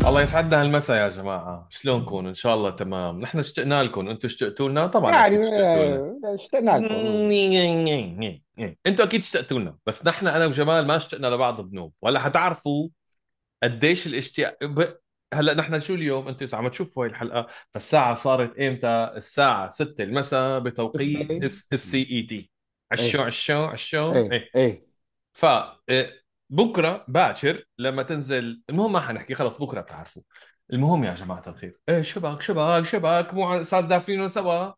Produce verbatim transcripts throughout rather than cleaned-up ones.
الله يسعدنا هالمساء يا جماعة، شلونكم؟ إن شاء الله تمام. نحن اشتقنا لكم، أنتم اشتقتوا لنا طبعا، يعني أكيد اشتقتوا لنا. آه، اشتقنا لكم. أنتم أكيد اشتقتوا لنا، بس نحن أنا وجمال ما اشتقنا لبعض بنوب، ولا حتعرفوا قديش الاشتياق ب... هلا نحن شو اليوم؟ أنتم إذا عم تشوفوا هاي الحلقة فالساعة صارت إمتى؟ الساعة ستة المساء بتوقيت ستة. السي إي تي. عشو ايه عشو عشو ايه إيه. ايه. ف إيه، بكره باكر لما تنزل، المهم ما حنحكي، خلص بكره بتعرفوا. المهم يا جماعه الخير، ايه شبك شبك شبك مو على اساس دافينه سوا.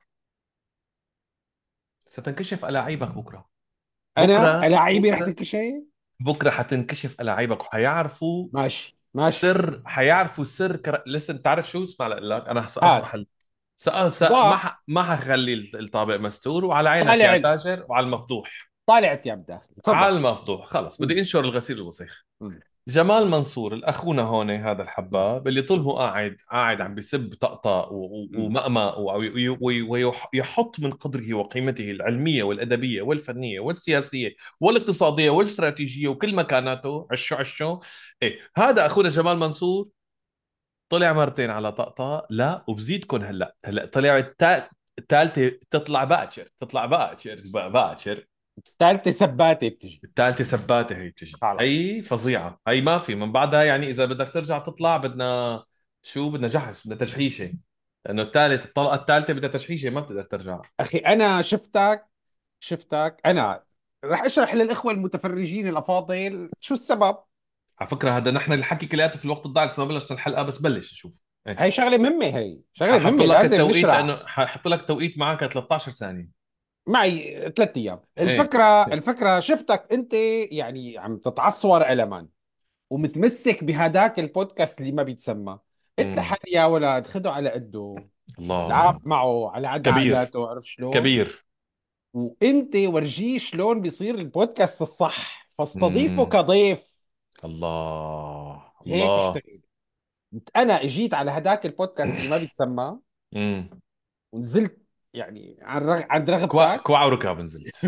ستنكشف الاعيبك بكره. انا بكره الاعيبي رح بكره تنكشف. بكره حتنكشف الاعيبك وحيعرفوا ماشي ماشي. سر، حيعرفوا سر كر... لسه تعرف شو اسمع لك، انا هات. سافتح ال... سأ... سأ... ما ضاع. ح... ما حخلي الطابق مستور، وعلى عينك يا طالع تاجر وعلى المفضوح. طالع الثياب داخل، تفضل. على المفضوح، خلص بدي مم. انشر الغسيل الوسيخ. مم. جمال منصور الاخونا هون، هذا مم. الحباب اللي طول هو قاعد قاعد عم بيسب طقطق و- و- مم. ومأمأ ويحط من قدره وقيمته العلميه والادبيه والفنيه والسياسيه والاقتصاديه والاستراتيجيه وكل مكاناته عشو عشو. ايه هذا اخونا جمال منصور، طلع مرتين على طقطق، لا وبزيدكم هلا هلا طلع التا- الثالثه، تطلع باكر تطلع باكر باكر. ثالثة سباتة بتجي. الثالثة سباتة هي بتجي، خلاص. هي فظيعة، هي ما في من بعدها يعني. إذا بدك ترجع تطلع بدنا شو؟ بدنا جحش، بدنا تشحيشة، لأنه الثالث الطلقة الثالثة بدها تشحيشة، ما بتقدر ترجع. اخي انا شفتك شفتك انا رح اشرح للاخوة المتفرجين الافاضل شو السبب. على فكرة هذا نحن الحكي كلياته في الوقت الضايع، لسه ما بلشت الحلقة، بس بلش شوف إيه. هي شغلة مهمة، هي شغلة ححط مهمة لك لازم التوقيت، نشرح. لأنه ححط لك توقيت معك ثلاثة عشر ثانية. معي ثلاث ايام. إيه الفكره إيه. الفكره شفتك انت يعني عم تتعصور المان ومتمسك بهداك البودكاست اللي ما بيتسمى. قلت أمم. لحالي يا ولد خده على قده، الله. لعب معه على قد كبير عقلاته، عرف شلون. كبير. وانت ورجيه شلون بيصير البودكاست الصح، فاستضيفه أمم. كضيف. الله هيك الله. اشتغل. انا اجيت على هداك البودكاست اللي ما بيتسمى أمم. ونزلت يعني عن رغ... عند كوع رغبتك. كوع وركب نزلت.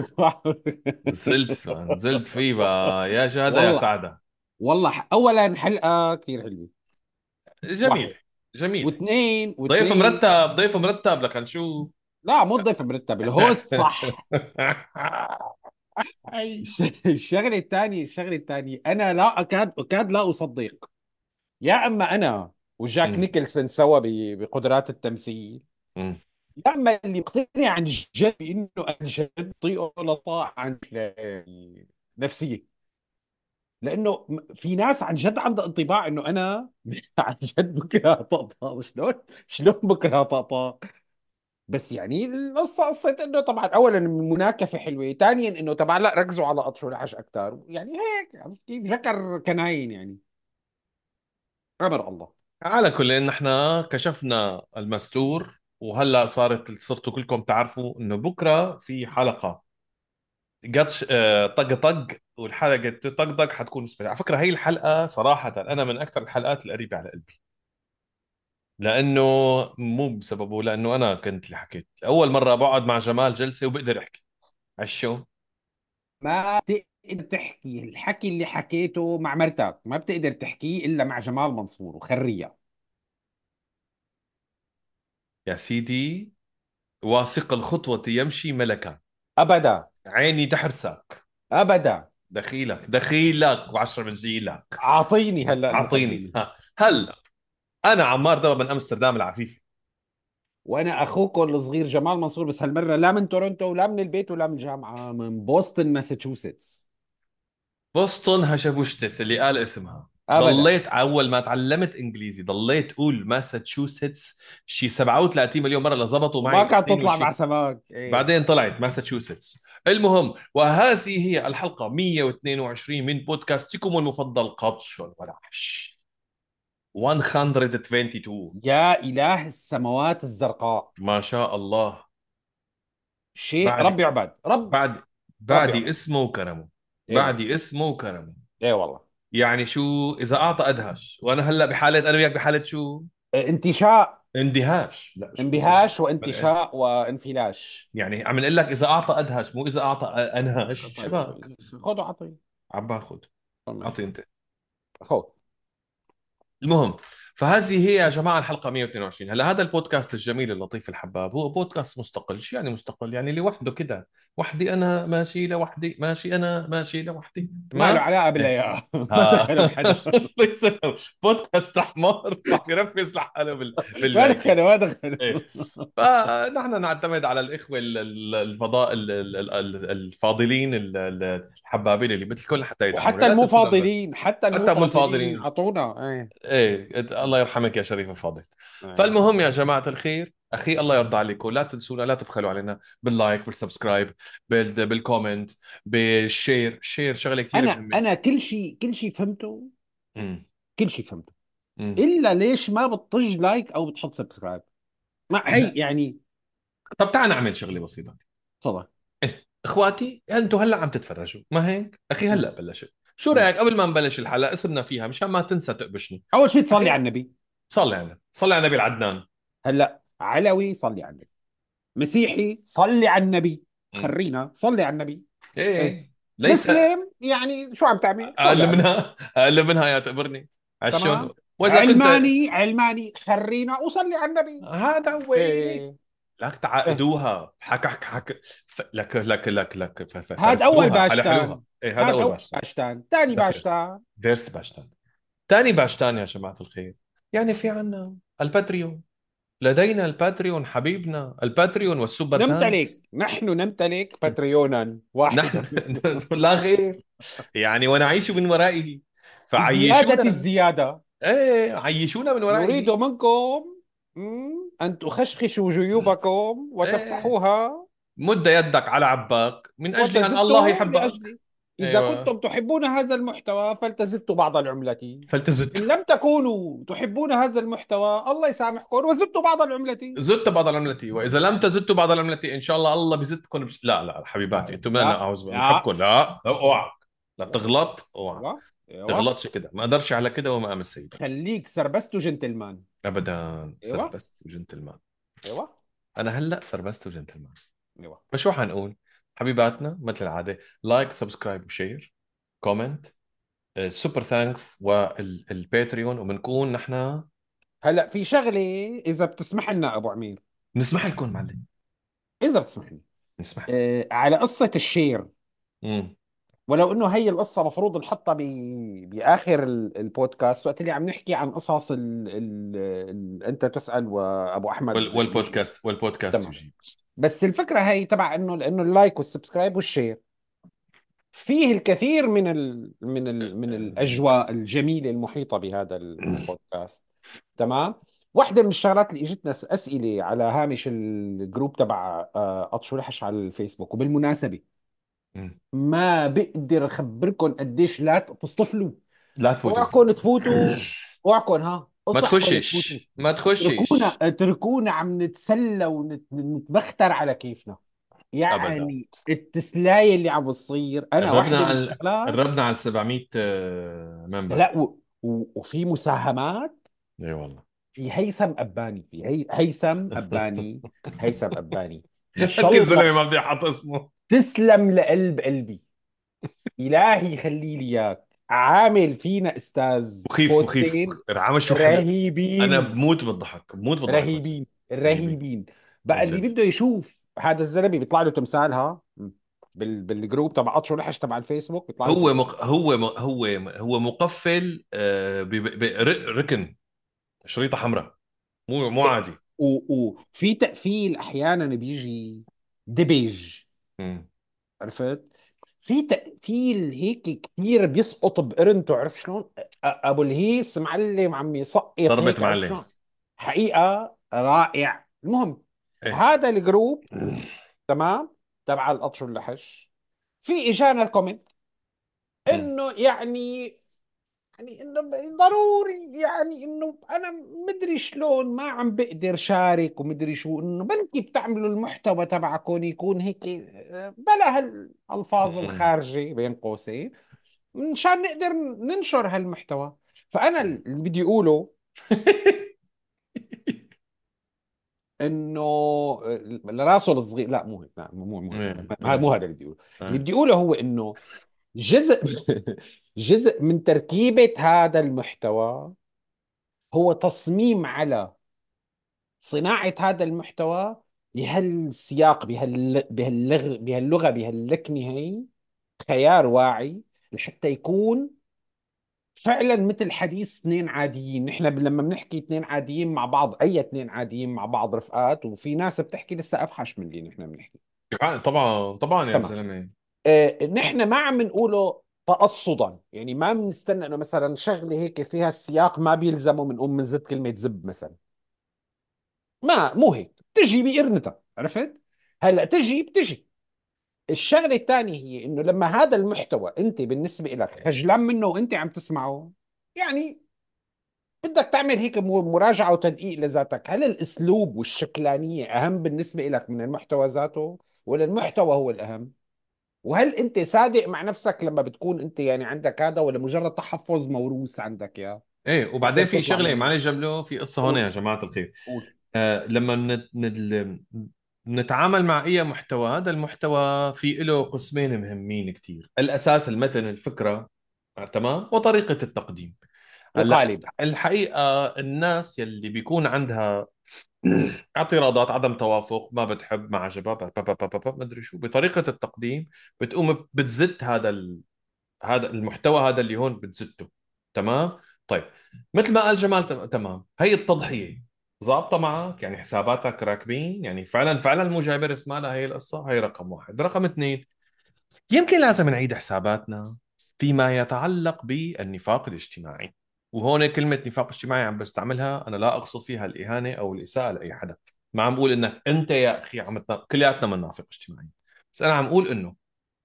نزلت نزلت فيه بقى يا شهادة يا والله سعادة. والله اولا حلقه كثير حلوه. واحد. جميل جميل. واثنين ضيف واثنين مرتب ضيف مرتب لك نشوف. لا مو الضيف مرتب، الهوست صح. الش- الشغله الثانيه الشغله الثانيه انا لا اكاد اكاد لا اصدق. يا اما انا وجاك أمم. نيكلسون سوا ب- بقدرات التمثيل، أمم. يا اما اللي مقتنع عن جد انه عن جد طيقه لطاع عن يعني نفسيه. لانه م- في ناس عن جد عندها انطباع انه انا عن جد بكره طقطقه. شلون شلون بكره طقطقه. بس يعني القصه قصه انه طبعا اولا المناكفه حلوه، ثانيا انه طبعا لا ركزوا على قطش ولحش اكثر، يعني هيك عرفت كيف ذكر كناين يعني. امر الله. على كل ان احنا كشفنا المستور، وهلا صارت صرتوا كلكم تعرفوا انه بكره في حلقة قطش آه، طق طق، والحلقة طق طق حتكون سبيشال. على فكرة هي الحلقة صراحة انا من اكثر الحلقات القريبة على قلبي، لانه مو بسببه، لانه انا كنت اللي حكيت اول مرة بقعد مع جمال جلسة وبقدر احكي عشو. ما بتقدر تحكي الحكي اللي حكيته مع مرتك، ما بتقدر تحكيه الا مع جمال منصور وخريه. يا سيدي، واثق الخطوة يمشي ملكا، ابدا. عيني تحرسك، ابدا. دخيلك دخيلك وعشرة بنجيلك. اعطيني هلا أعطيني المقدمه. ها هلا. أنا عمار دوا من أمستردام العفيفي. وانا اخوكم الصغير جمال منصور، بس هالمره لا من تورنتو ولا من البيت ولا من الجامعه، من بوسطن ماساتشوستس. بوسطن هاشابوشتس اللي قال اسمها. ابدا. ضليت أول ما تعلمت إنجليزي ضليت أقول ماساتشوستس شي سبعة وثلاثين مليون مرة لزبطوا وما معي كانت السين تطلع مع والشي. سماك ايه. بعدين طلعت ماساتشوستس. المهم، وهذه هي الحلقة مية واثنين وعشرين من بودكاستكم المفضل قطش والولاش. مية واثنين. يا اله السماوات الزرقاء. ما شاء الله. شيء بعد رب يعبد رب. بعد رب بعدي يعبد. اسمه وكرمه. ايه والله. بعدي اسمه وكرمه. ايه والله. يعني شو اذا اعطى ادهش، وانا هلا بحاله، انا وياك بحاله شو؟ إيه، انتشاء. اندهاش. لا شو ايش؟ انبهاش وانتشاء وانفلاش. يعني عم نقول لك اذا اعطى ادهش، مو اذا اعطى انهش شبك. طيب خذوا عطي. عم باخذ. طيب، ماشي. اعطي انت. خذ. المهم، فهذه هي يا جماعة الحلقة مية واثنين وعشرين. هلا هذا البودكاست الجميل اللطيف الحباب هو بودكاست مستقل. شو يعني مستقل؟ يعني لوحده كده، وحدي أنا ماشي لوحدي، ماشي أنا ماشي لوحدي، ما له تمام؟ علاقه إيه. بالعيال ما ها. دخله بحدا. الله يسلمك. بودكاست حمار عم يرفس لحاله بال... ما بالهيك. دخله ما دخله. ايه. فنحن نعتمد على الاخوه ال- ال- الفضاء ال- ال- ال- الفاضلين ال- ال- الحبابين اللي مثلكم حتى يدعمونا. وحتى لا تنسونا ابدا. المفاضلين، حتى حتى مو المفاضلين الفاضلين. اعطونا ايه. ايه إت- الله يرحمك يا شريف الفاضل. آه، فالمهم يا يسلمك. جماعه الخير، اخي الله يرضى عليكم، لا تنسونا، لا تبخلوا علينا باللايك، بالسبسكرايب، بال... بالكومنت، بالشير. شير شغله كثير انا مهمه. انا كل شيء كل شيء فهمته، امم. كل شيء فهمته، امم. الا ليش ما بتطج لايك او بتحط سبسكرايب؟ ما هي يعني. طب تعال نعمل شغله بسيطه. تفضل. إيه. اخواتي انتوا هلا عم تتفرجوا ما هيك؟ اخي م- هلا بلشت. شو م. رايك قبل ما نبلش الحلقه اسمنا فيها مشان ما تنسى تقبشني؟ اول شيء تصلي اخي على النبي. صلي على صلي على النبي العدنان. هلا علوي صلي على النبي، مسيحي صلي على النبي، مم. خرينا صلي على النبي. ايه. ايه ليس مسلم يعني شو عم تعمل؟ صلي اقل على النبي. منها، اقل منها يا تقبرني عشان. تمام. واذا كنت علماني علماني خرينا وصلي على النبي. هذا هو. ايه. لك ايه. تعقدوها حك حك حك ف- لك لك لك لك ف- ف- هذا اول فرفدوها على باشتان. حلوها. ايه هذا هذا اول اول باشتغل. باشتان، ثاني دفيرس. باشتان. ديرس باشتغل. ثاني باشتان يا جماعة الخير، يعني في عنا الباتريون. لدينا الباتريون حبيبنا، الباتريون والسوبر نمتلك سانس. نحن نمتلك باتريونا نحن واحدا لا غير، يعني ونعيش من ورائه. بزيادة فعيشونا. الزيادة. ايه عيشونا من نريد ورائه. منكم مم، أن تخشخشوا جيوبكم ايه. وتفتحوها مد يدك على عباك من اجل ان الله وتزدوا يحبك. لأجلي. إذا ايوه. كنتم تحبون هذا المحتوى فلتزدوا بعض العملة. فلتزت. إن لم تكونوا تحبون هذا المحتوى الله يسامحكم وزدوا بعض العملة. زدت بعض العملة، واذا لم تزدوا بعض العملة ان شاء الله الله بزدكم بش... لا لا حبيباتي لا انتم لا لا اعوذ بالله لا. بنحبكم. لا اوعى. لا لا. تغلط، اوعى. ايوه ايوه. تغلطش كده، ما اقدرش على كده وما امس سيدك. خليك سربست جنتلمان. ابدا ايوه سربست وجنتلمان. ايوه انا هلا سربست وجنتلمان. ايوه. فشو حنقول؟ حبيباتنا مثل العاده، لايك سبسكرايب وشير، كومنت، سوبر ثانكس والباتريون، وبنكون نحن هلا في شغله اذا بتسمح لنا ابو عمير، نسمح لكم معلم. اذا بتسمح لي، نسمح لكم. آه على قصه الشير. امم. ولو انه هي القصه مفروض نحطها ب... باخر ال- البودكاست وقت اللي عم نحكي عن قصص ال... ال... ال... انت تسال وابو احمد وال- يجيب. والبودكاست والبودكاست تمام. يجيب. بس الفكره هي تبع انه لانه اللايك والسبسكرايب والشير فيه الكثير من ال... من ال... من الاجواء الجميله المحيطه بهذا البودكاست. تمام. واحدة من الشغلات اللي اجتنا اسئله على هامش الجروب تبع آه، اطشو لحش على الفيسبوك، وبالمناسبه مم. ما بقدر اخبركم قديش لا تصطفلوا. لا تفوتوا. اوعكم تفوتوا. اوعكم ها ما اصحكم تفوتوا. تخشش ما اتركونا تخشش. اتركونا عم نتسلى ونتبختر على كيفنا. ابدا. يعني التسلاية اللي عم بتصير انا قربنا واحدة من على الشغلات. قربنا على سبعمية منبر. لا و... و... وفي مساهمات. اي والله. في هيثم أباني، في هي... هيثم أباني. هيثم أباني إن شاء هدي الله. الزلمه ما بدي احط اسمه. تسلم لقلب قلبي. إلهي يخلي لي إياك. عامل فينا أستاذ مخيف مخيف بوستين مخ- رعامة شو حلو. انا رهيبين. بموت بالضحك، بموت بالضحك بس. رهيبين رهيبين. رهيبين. بقى عن اللي جد. بده يشوف هذا الزلمه بيطلع له تمثالها بال... بالجروب تبع اطشو لحش تبع الفيسبوك بيطلع له هو تمثال. مق... هو م... هو هو مقفل آه، ب... ب... ب... ر- ركن شريطة حمراء. مو مو عادي. و... وفي تقفيل احيانا بيجي دبج. مم. عرفت؟ في تقفيل هيك كثير بيسقط بقرنته. عرفت شلون؟ أ- ابو الهيس معلم عم يسقط ضربة هيك. عرفت معلم. شلون؟ حقيقه رائع. المهم ايه. هذا الجروب تمام تبع القطش واللحش في اجانا كومنت مم. انه يعني يعني انه ضروري يعني انه انا مدري شلون ما عم بقدر شارك ومدري شو انه بلكي بتعملوا المحتوى تبعكم يكون هيك آه، بلا هالالفاظ مم. الخارجه بين قوسين مشان نقدر ننشر هالمحتوى. فانا اللي بدي اقوله انه آه، لراسه الصغير لا مو هيك لا مو مو هيك ايه ما- مو ايه هذا اللي بدي اقوله. اللي ايه. بدي اقوله هو انه جزء جزء من تركيبة هذا المحتوى هو تصميم على صناعة هذا المحتوى بهالسياق، بهال... بهاللغ... بهاللغة، بهاللكنة هي، خيار واعي، لحتى يكون فعلا مثل حديث اثنين عاديين. نحن ب- لما بنحكي اثنين عاديين مع بعض، اي اثنين عاديين مع بعض رفقات، وفي ناس بتحكي لسه افحش من اللي نحن بنحكي. طبعا طبعا يا تمام. زلمه. آه نحن ما عم نقوله تقصدا، يعني ما بنستنى انه مثلا شغله هيك فيها السياق ما بيلزمه من ام من زد كلمه زب مثلا. ما مو هيك تجي بإرنتها، عرفت؟ هلا تجي بتجي. الشغله الثانيه هي انه لما هذا المحتوى انت بالنسبه لك خجلان منه وانت عم تسمعه، يعني بدك تعمل هيك مو- مراجعة وتدقيق لذاتك. هل الأسلوب والشكلانية أهم بالنسبة لك من المحتوى ذاته، ولا المحتوى هو الأهم؟ وهل أنت صادق مع نفسك لما بتكون أنت يعني عندك هذا، ولا مجرد تحفظ موروث عندك يا ايه، وبعدين تقدر في تطلع شغله منه؟ معلش جبله، في قصه هون قول. يا جماعه الخير. قول. آه لما نت... نت... نتعامل مع اي محتوى، هذا المحتوى في له قسمين مهمين كتير: الاساس، المتن، الفكره، آه تمام، وطريقه التقديم. هلا وقالب. الحقيقه الناس يلي بيكون عندها اعتراضات، عدم توافق، ما بتحب، ما عجبها، با- با- با- با- با- با- ما ادري شو بطريقه التقديم، بتقوم بتزت هذا ال... هذا المحتوى، هذا اللي هون بتزته. تمام. طيب، مثل ما قال جمال، تم- تمام، هي التضحيه ظابطه معك؟ يعني حساباتك راكبين؟ يعني فعلا فعلا مو جايبه راس مالها هي القصه؟ هي رقم واحد. رقم اثنين، يمكن لازم نعيد حساباتنا فيما يتعلق بالنفاق الاجتماعي. وهون كلمة نفاق اجتماعي عم بستعملها أنا، لا أقصد فيها الإهانة أو الإساءة لأي حدا. ما عم بقول إنك أنت يا أخي عم تنا... كلياتنا منافق اجتماعي. بس أنا عم أقول إنه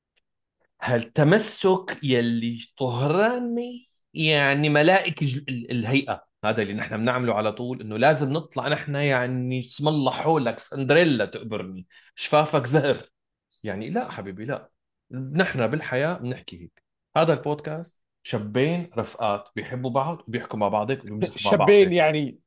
هالتمسك يلي طهراني، يعني ملائكة ج- ال- الهيئة، هذا اللي نحن بنعمله على طول، إنه لازم نطلع نحن يعني اسم الله حولك سندريلا تقبرني، شفافك زهر. يعني لا حبيبي، لا. نحن بالحياة بنحكي هيك. هذا البودكاست شابين رفقات بيحبوا بعض وبيحكوا مع بعض هيك وبيمزحوا مع بعض شابين هيك. يعني.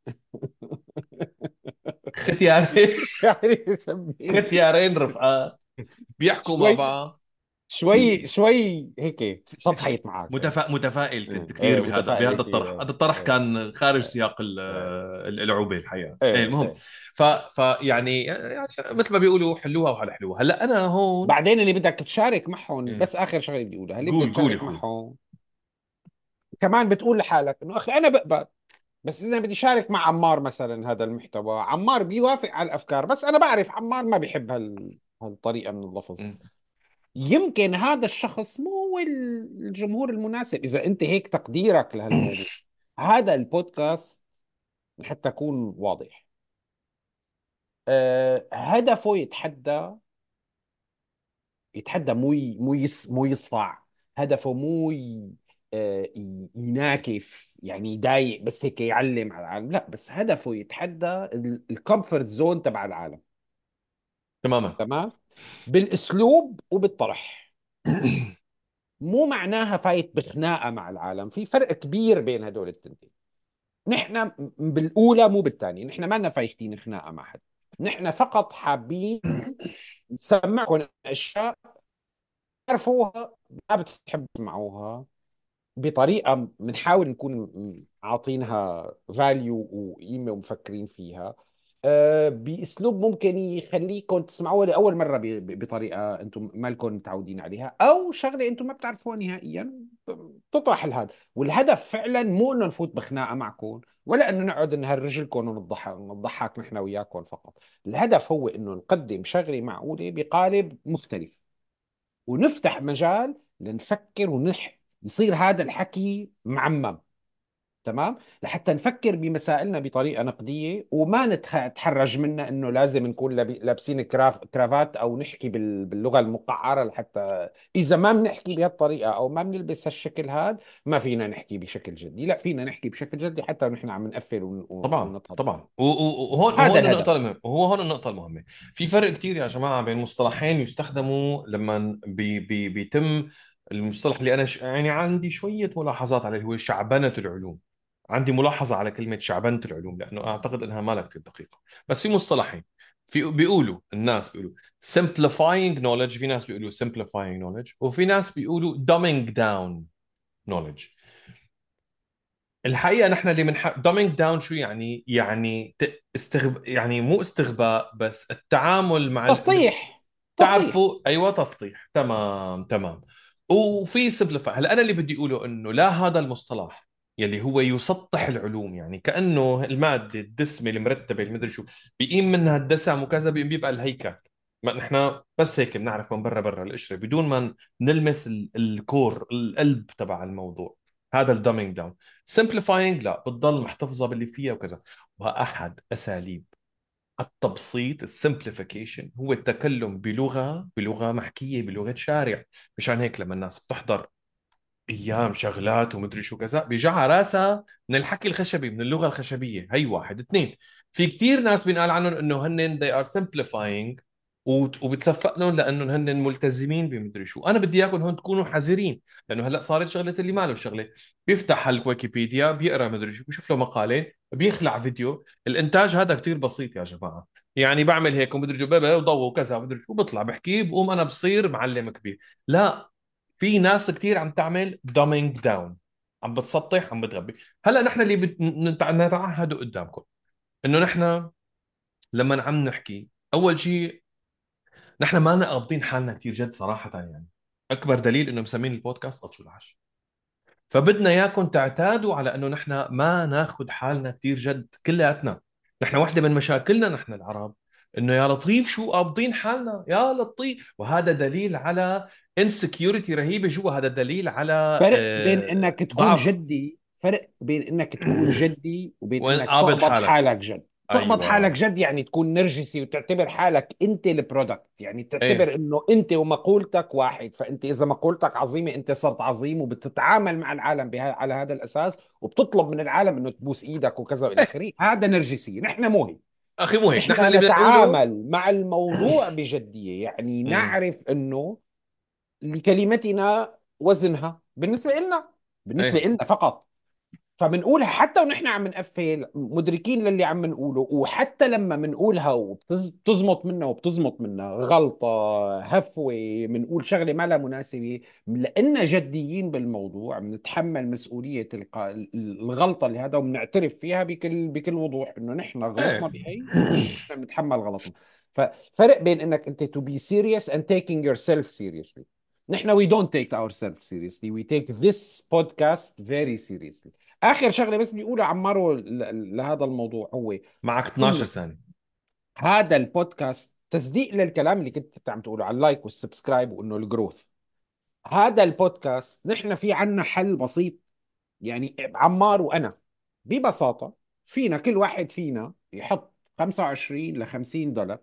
ختيارين. يعني شابين. ختيارين رفقات بيحكوا مع شوي بعض. شوي شوي هيك سطحيت معك يعني. متفا... متفائل كنت ايه كثير إيه، بهذا متفائل بهذا هيك. الطرح. ايه هذا الطرح ايه كان خارج ايه سياق ال- ايه العوبة الحقيقة. ايه ايه المهم. ايه. ف... ف يعني يعني مثل ما بيقولوا حلوها وحل حلوها. هلا انا هون. بعدين اللي بدك تشارك معهم، إيه. بس اخر شغله بدي اقولها، اللي بدك قول قول يا تشارك اخوي. معهم كمان بتقول لحالك انه اخي انا بقبل، بس اذا بدي شارك مع عمار مثلا هذا المحتوى، عمار بيوافق على الافكار، بس انا بعرف عمار ما بيحب هال هالطريقه من اللفظ. م. يمكن هذا الشخص مو هو الجمهور المناسب. اذا انت هيك تقديرك لهالموضوع، هذا البودكاست حتى اكون واضح، أه هدفه يتحدى، يتحدى مو ي- مو يص مو يصفع. هدفه مو ي- آه، ي- يناكف يعني يضايق، بس هيك يعلم على العالم، لا، بس هدفه يتحدى الكومفورت زون تبع العالم. تماما. تمام. بالاسلوب وبالطرح. مو معناها فايت بخناقه مع العالم، في فرق كبير بين هدول التنتين. نحن م- بالاولى مو بالثانيه، نحن ما لنا فايتين خناقه مع حد. نحن فقط حابين نسمعكم اشياء تعرفوها ما بتحبوا تسمعوها، بطريقه بنحاول نكون م- عاطينها فاليو وقيمه ومفكرين فيها، أه باسلوب ممكن يخليكم تسمعوها لاول مره ب- ب- بطريقه انتم ما لكم متعودين عليها، او شغله انتم ما بتعرفوها نهائيا، تطرح الهذا. والهدف فعلا مو انه نفوت بخناقه معكم، ولا انه نقعد نهرجلكم ونضحك ونضحك نحن وياكم فقط. الهدف هو انه نقدم شغله معقوله بقالب مختلف، ونفتح مجال لنفكر ونح يصير هذا الحكي معمم. تمام. لحتى نفكر بمسائلنا بطريقة نقدية، وما نتحرج منا انه لازم نكون لابي- لابسين كراف كرافات او نحكي بال- باللغة المقعرة. لحتى اذا ما بنحكي بهالطريقة او ما بنلبس هالشكل هذا، ما فينا نحكي بشكل جدي. لا، فينا نحكي بشكل جدي حتى ونحن عم نقفل ون- طبعا ونطهد طبعا. الحال. و- و- وهون هذا وهون النقطة الهدف. المهمة، وهو هون النقطة المهمة. في فرق كتير يا جماعة بين مصطلحين يستخدموا لما بي بي بيتم المصطلح اللي أنا ش... يعني عندي شوية ملاحظات عليه، اللي هو شعبنة العلوم. عندي ملاحظة على كلمة شعبنة العلوم، لأنه أعتقد أنها ما لها كتير دقيقة. بس في مصطلحين، في بيقولوا الناس بيقولوا simplifying knowledge، في ناس بيقولوا simplifying knowledge، وفي ناس بيقولوا dumbing down knowledge. الحقيقه نحن اللي من دومينج داون شو يعني؟ يعني ت- استغب يعني مو استغباء، بس التعامل مع ال... تسطيح. تسطيح. تعرفوا، ايوه تسطيح، تمام تمام. وفي سمبليفاي. هلا انا اللي بدي اقوله انه لا، هذا المصطلح يلي هو يسطح العلوم، يعني كانه الماده الدسمه المرتبه المدري شو بيقيم منها الدسم وكذا، بي- بيبقى الهيكل. ما نحن بس هيك بنعرف من برا برا القشره بدون ما نلمس ال- الكور، القلب تبع الموضوع. هذا الدمينج داون. سمبليفاينج لا، بتضل محتفظه باللي فيها وكذا. واحد اساليب التبسيط، السمبليفيكيشن، هو التكلم بلغه بلغه محكيه، بلغه شارع. مشان هيك لما الناس بتحضر ايام شغلات ومدري شو كذا، بيجع على راسها من الحكي الخشبي، من اللغه الخشبيه. هي واحد اثنين. في كتير ناس بينقال عنهم انه هن they are simplifying، وت- وبتلفق لهم لانهم هن ملتزمين بمدري شو. انا بدي اياكم هون تكونوا حذرين، لانه هلا صارت شغله اللي ما له شغله، بيفتح الويكيبيديا، بيقرا مدري شو، بيشوف له مقالين، بيخلع فيديو. الانتاج هذا كتير بسيط يا جماعه. يعني بعمل هيك ومدري شو بابا وضوء وكذا ومدري شو، بطلع بحكي، بقوم انا بصير معلم كبير. لا، في ناس كتير عم تعمل dumbing down، عم بتسطح، عم بتغبي. هلا نحن اللي بت- نتع- نتعهده قدامكم انه نحن لما عم نحكي، اول شيء نحن ما لنا قابضين حالنا كتير جد صراحة يعني. اكبر دليل انه مسمين البودكاست اطشوا العش. فبدنا اياكم تعتادوا على انه نحن ما ناخذ حالنا كتير جد كلياتنا. نحن واحدة من مشاكلنا نحن العرب انه يا لطيف شو قابضين حالنا يا لطيف، وهذا دليل على انسكيورتي رهيبة جوا. هذا دليل على فرق بين آه، انك تكون ضعف. جدي، فرق بين انك تكون جدي وبين وين انك قابض تقبض حالك؟ حالك جد. تقبض حالك ايوه. جد يعني تكون نرجسي وتعتبر حالك انت البرودكت، يعني ايه. تعتبر انه انت ومقولتك واحد، فانت اذا مقولتك عظيمة انت صرت عظيم، وبتتعامل مع العالم بها على هذا الاساس، وبتطلب من العالم انه تبوس ايدك وكذا والى ايه اخره. هذا نرجسي، نحن مو هيك. اخي مو هيك، نحن نحن اللي بدنا نقوله. نتعامل مع الموضوع بجدية، يعني امم. نعرف انه لكلمتنا وزنها بالنسبة لنا، بالنسبة ايه. لنا فقط. فبنقولها حتى ونحن عم نقفل مدركين للي عم نقوله، وحتى لما بنقولها وبتزمط منا وبتزمط منا غلطة، هفوة، بنقول شغلة ما لها مناسبة، لأننا جديين بالموضوع بنتحمل مسؤولية الق- الغلطة اللي هذا، وبنعترف فيها بكل بكل وضوح إنه نحن غلطنا ايه. بهي، ونحن بنتحمل غلطنا. ففرق بين إنك أنت to be serious and taking yourself seriously. نحن we don't take ourselves seriously, we take this podcast very seriously. اخر شغله بس بدي اقولها عمارو ل- لهذا الموضوع هو معك اثناشر انه ثانية. هذا البودكاست تصديق للكلام اللي كنت أنت عم تقوله على اللايك والسبسكرايب وانه الجروث. هذا البودكاست نحن في عنا حل بسيط، يعني عمار وانا ببساطه فينا كل واحد فينا يحط خمسة وعشرين ل خمسين دولار،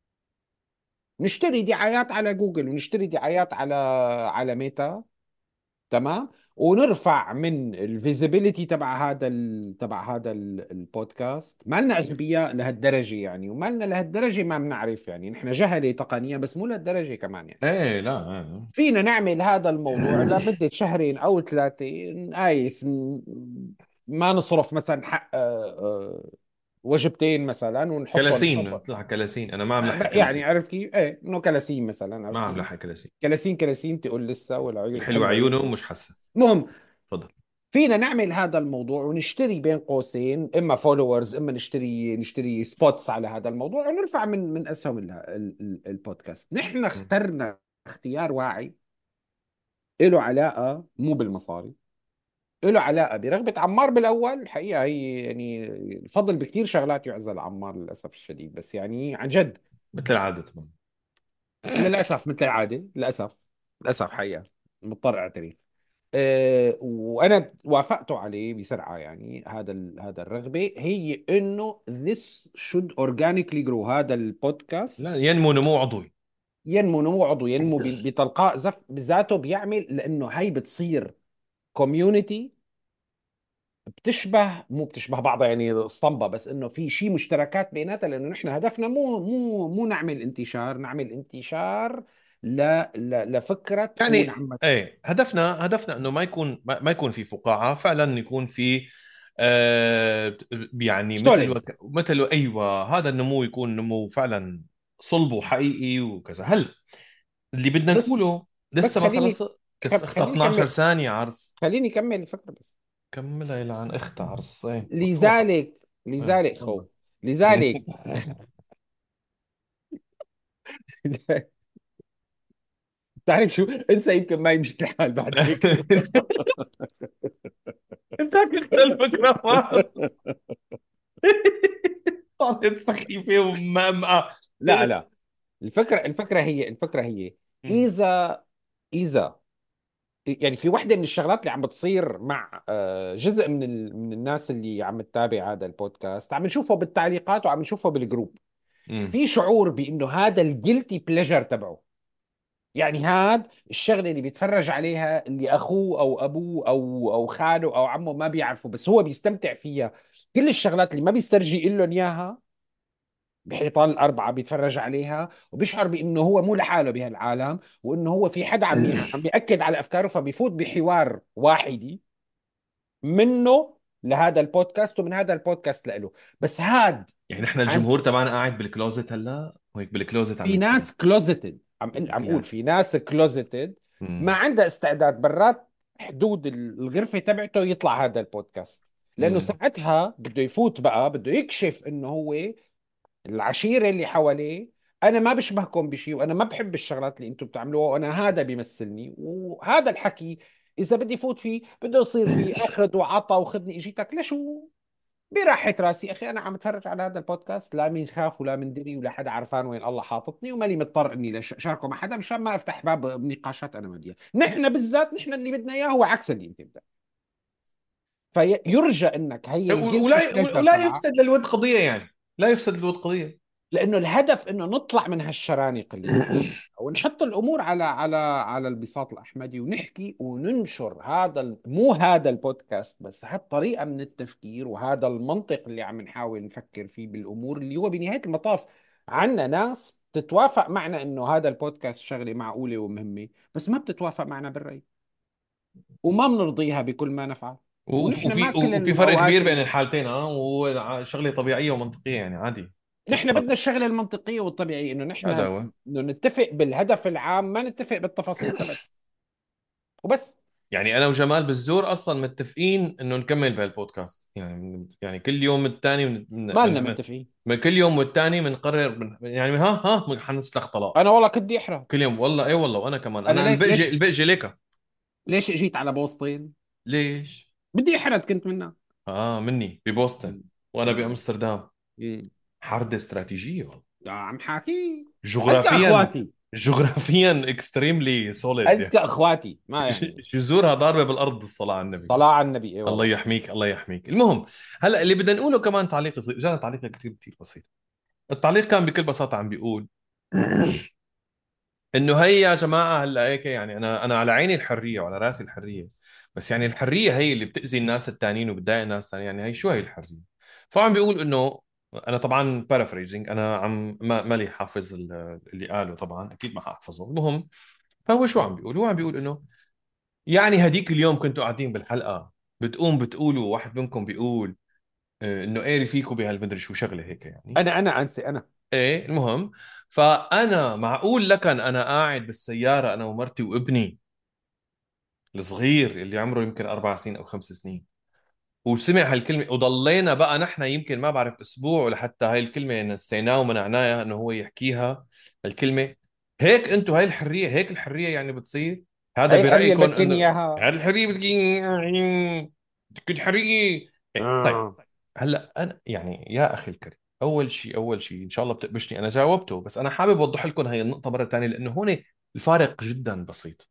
نشتري دعايات على جوجل ونشتري دعايات على على ميتا، تمام، ونرفع من الفيزيبيليتي تبع هذا ال... تبع هذا ال- البودكاست. ما لنا اغبياء لهالدرجه يعني، وما لنا لهالدرجه ما بنعرف يعني، نحن جهله تقنيا بس مو لهالدرجه كمان يعني. ايه لا ايه. فينا نعمل هذا الموضوع لمده شهرين او ثلاثه، نقايس ن- ما نصرف مثلا حق آه، آه، وجبتين مثلا ونحطهم كلاسين، نحطهم بطلع كلاسين، انا ما عم لحق يعني، كلاسين. عرفت كيف؟ ايه انه كلاسين مثلا، ما عرفت عم كيف؟ لحق كلاسين. كلاسين كلاسين تقول لسه، والعيون الحلو الحلوه عيون. عيونه مش حاسه. المهم، تفضل. فينا نعمل هذا الموضوع ونشتري بين قوسين اما فولورز، اما نشتري نشتري سبوتس على هذا الموضوع، ونرفع من من اسهم ال- ال- ال- البودكاست. نحن مم. اخترنا اختيار واعي، له علاقه مو بالمصاري، له علاقه برغبه عمار بالاول. الحقيقه هي يعني الفضل بكثير شغلات يعزل عمار للاسف الشديد، بس يعني عن جد مثل العاده طبعا. للاسف مثل العاده، للاسف، للاسف حقيقه مضطر اعترف. آه، وانا وافقته عليه بسرعه، يعني هذا ال- هذا الرغبه هي انه this should organically grow. هذا البودكاست لا، ينمو نمو عضوي. ينمو نمو عضوي، ينمو ب- بتلقاء زف بذاته، بيعمل لانه هي بتصير كوميونتي بتشبه، مو بتشبه بعضها يعني اسطمبة، بس انه في شيء مشتركات بيناتها، لانه نحن هدفنا مو مو مو نعمل انتشار، نعمل انتشار ل ل لفكرة تكون يعني عم ايه، هدفنا هدفنا انه ما يكون ما ما يكون في فقاعه، فعلا يكون في آه يعني مثل سوليد. وك... مثل ايوه، هذا النمو يكون نمو فعلا صلب وحقيقي وكذا. هل اللي بدنا بس نقوله بس لسه ما خلص؟ خليني لسه اختار خليني اثناشر اكمل ثانية عرض. خليني اكمل الفكره بس. كملها يلعن اختها عرس، ايه مفتوحة. لذلك ايه لذلك خو والله. لذلك بتعرف شو، انسى، يمكن ما يمشي الحال بعد هيك. انت اخذت الفكرة ما طلعت سخيفة ومأمقة. لا لا، الفكرة الفكرة هي الفكرة هي مم. إذا إذا يعني في وحدة من الشغلات اللي عم بتصير مع آه، جزء من ال... من الناس اللي عم تتابع هذا البودكاست، عم نشوفه بالتعليقات وعم نشوفه بالجروب. مم. في شعور بإنه هذا الجيلتي بليجر تبعه، يعني هذا الشغلة اللي بيتفرج عليها اللي أخوه أو أبوه أو أو خاله أو عمه ما بيعرفوا، بس هو بيستمتع فيها. كل الشغلات اللي ما بيسترجي لهم إياها بحيطان الأربعة بيتفرج عليها، وبيشعر بأنه هو مو لحاله بهالعالم، وأنه هو في حدا عم عم بيأكد على أفكاره، فبيفوت بحوار واحدي منه لهذا البودكاست ومن هذا البودكاست له. بس هاد يعني احنا عن الجمهور تبعنا قاعد بالكلوزت هلا وهيك بالكلوزت عم في يتفرج. ناس كلوزيتد، عم عم اقول يا في ناس كلوزيتد مم. ما عندها استعداد برات حدود الغرفة تبعته يطلع هذا البودكاست، لأنه مم. ساعتها بده يفوت بقى، بده يكشف إنه هو العشيرة اللي حواليه أنا ما بشبهكم بشيء، وأنا ما بحب الشغلات اللي أنتم بتعملوها، وأنا هذا بيمثلني، وهذا الحكي إذا بدي فوت فيه بده يصير فيه أخذ وعطى وخذني إجيتك لشو. براحة راسي أخي، أنا عم أتفرج على هذا البودكاست، لا من خاف ولا من دري ولا حدا عرفان وين الله حاططني، وماني مضطر إني لش- أشاركه مع حدا مشان ما أفتح باب نقاشات أنا ما بدي إياها. نحن بالذات نحن اللي بدنا إياه هو عكس اللي أنت بدك. فيرجى إنك هي و- الجلتي ولا بليجر ولا تبعك، يفسد للود قضية يعني. لا يفسد للود قضية. لانه الهدف انه نطلع من هالشرانق اللي نحن فيها، ونحط الامور على على على البساط الاحمدي، ونحكي وننشر هذا ال- مو هذا البودكاست بس، هالطريقه من التفكير وهذا المنطق اللي عم نحاول نفكر فيه بالامور، اللي هو بنهايه المطاف عنا ناس تتوافق معنا انه هذا البودكاست شغله معقوله ومهمه، بس ما بتتوافق معنا بالرأي، وما بنرضيها بكل ما نفعل. و- ونحن ما وفي كل وفي فرق الاوقات كبير بين ال... الحالتين، اه وشغله طبيعيه ومنطقيه يعني عادي. نحن بدنا بتتصرف. الشغله المنطقيه والطبيعيه، انه نحن هذا هو. انه نتفق بالهدف العام، ما نتفق بالتفاصيل تبعه وبس. يعني انا وجمال بالزور اصلا متفقين انه نكمل بهالبودكاست، يعني يعني كل يوم الثاني من من, ما لنا من, من متفقين. من كل يوم والثاني بنقرر بن- يعني ها ها حنسلخ طلاق انا والله كنت احرج. كل يوم. والله اي والله، وانا كمان انا انا ليه البقجه ليش البقجه ليك. ليش اجيت على بوسطين؟ ليش؟ بدي احرج كنت منها. اه مني ببوسطن مم. وانا مم. بامستردام. مم. حرده استراتيجيه والله. يا عم حاكي، اذكى جغرافيا، اخواتي، جغرافيا اكستريملي سوليد. اذكى اخواتي ما يعني. جذورها ضاربه بالارض، الصلاه على النبي. الصلاة على النبي، اي الله والله. يحميك الله يحميك. المهم، هلا اللي بدنا نقوله كمان تعليق صغير، جانا تعليق كثير كثير بسيط. التعليق كان بكل بساطه عم بيقول انه هي يا جماعه هلا هيك، يعني انا انا على عيني الحريه وعلى راسي الحريه، بس يعني الحريه هي اللي بتاذي الناس التانيين وبتضايق الناس الثانيين، يعني هي شو هي الحريه؟ فعم بيقول انه، انا طبعا بارافريزنج، انا عم ما مالي حافظ ال- اللي قاله طبعا، اكيد ما حاحفظه. المهم، فهو شو عم بيقول؟ هو عم بيقول انه يعني هديك اليوم كنتوا قاعدين بالحلقه، بتقوم بتقولوا واحد منكم بيقول آه، انه قاري فيكم بهالمدري شو شغله هيك يعني. انا انا انسى انا. ايه المهم، فانا معقول لكن انا قاعد بالسياره انا ومرتي وابني الصغير اللي عمره يمكن اربع سنين او خمس سنين، وسمع هالكلمه وضلينا بقى نحن يمكن ما بعرف اسبوع لحتى هاي الكلمه نسيناه ومنعناها انه هو يحكيها الكلمه. هيك انتم هاي الحريه، هيك الحريه يعني بتصير؟ هذا هي الحريه اللي برايكم بدكن انه اياها. هذه الحريه بدك بدك حريه؟ إيه، طيب. آه. هلا انا يعني يا اخي الكريم، اول شيء اول شيء ان شاء الله بتقبشني، انا جاوبته، بس انا حابب اوضح لكم هاي النقطه مره ثانيه لانه هون الفارق جدا بسيط.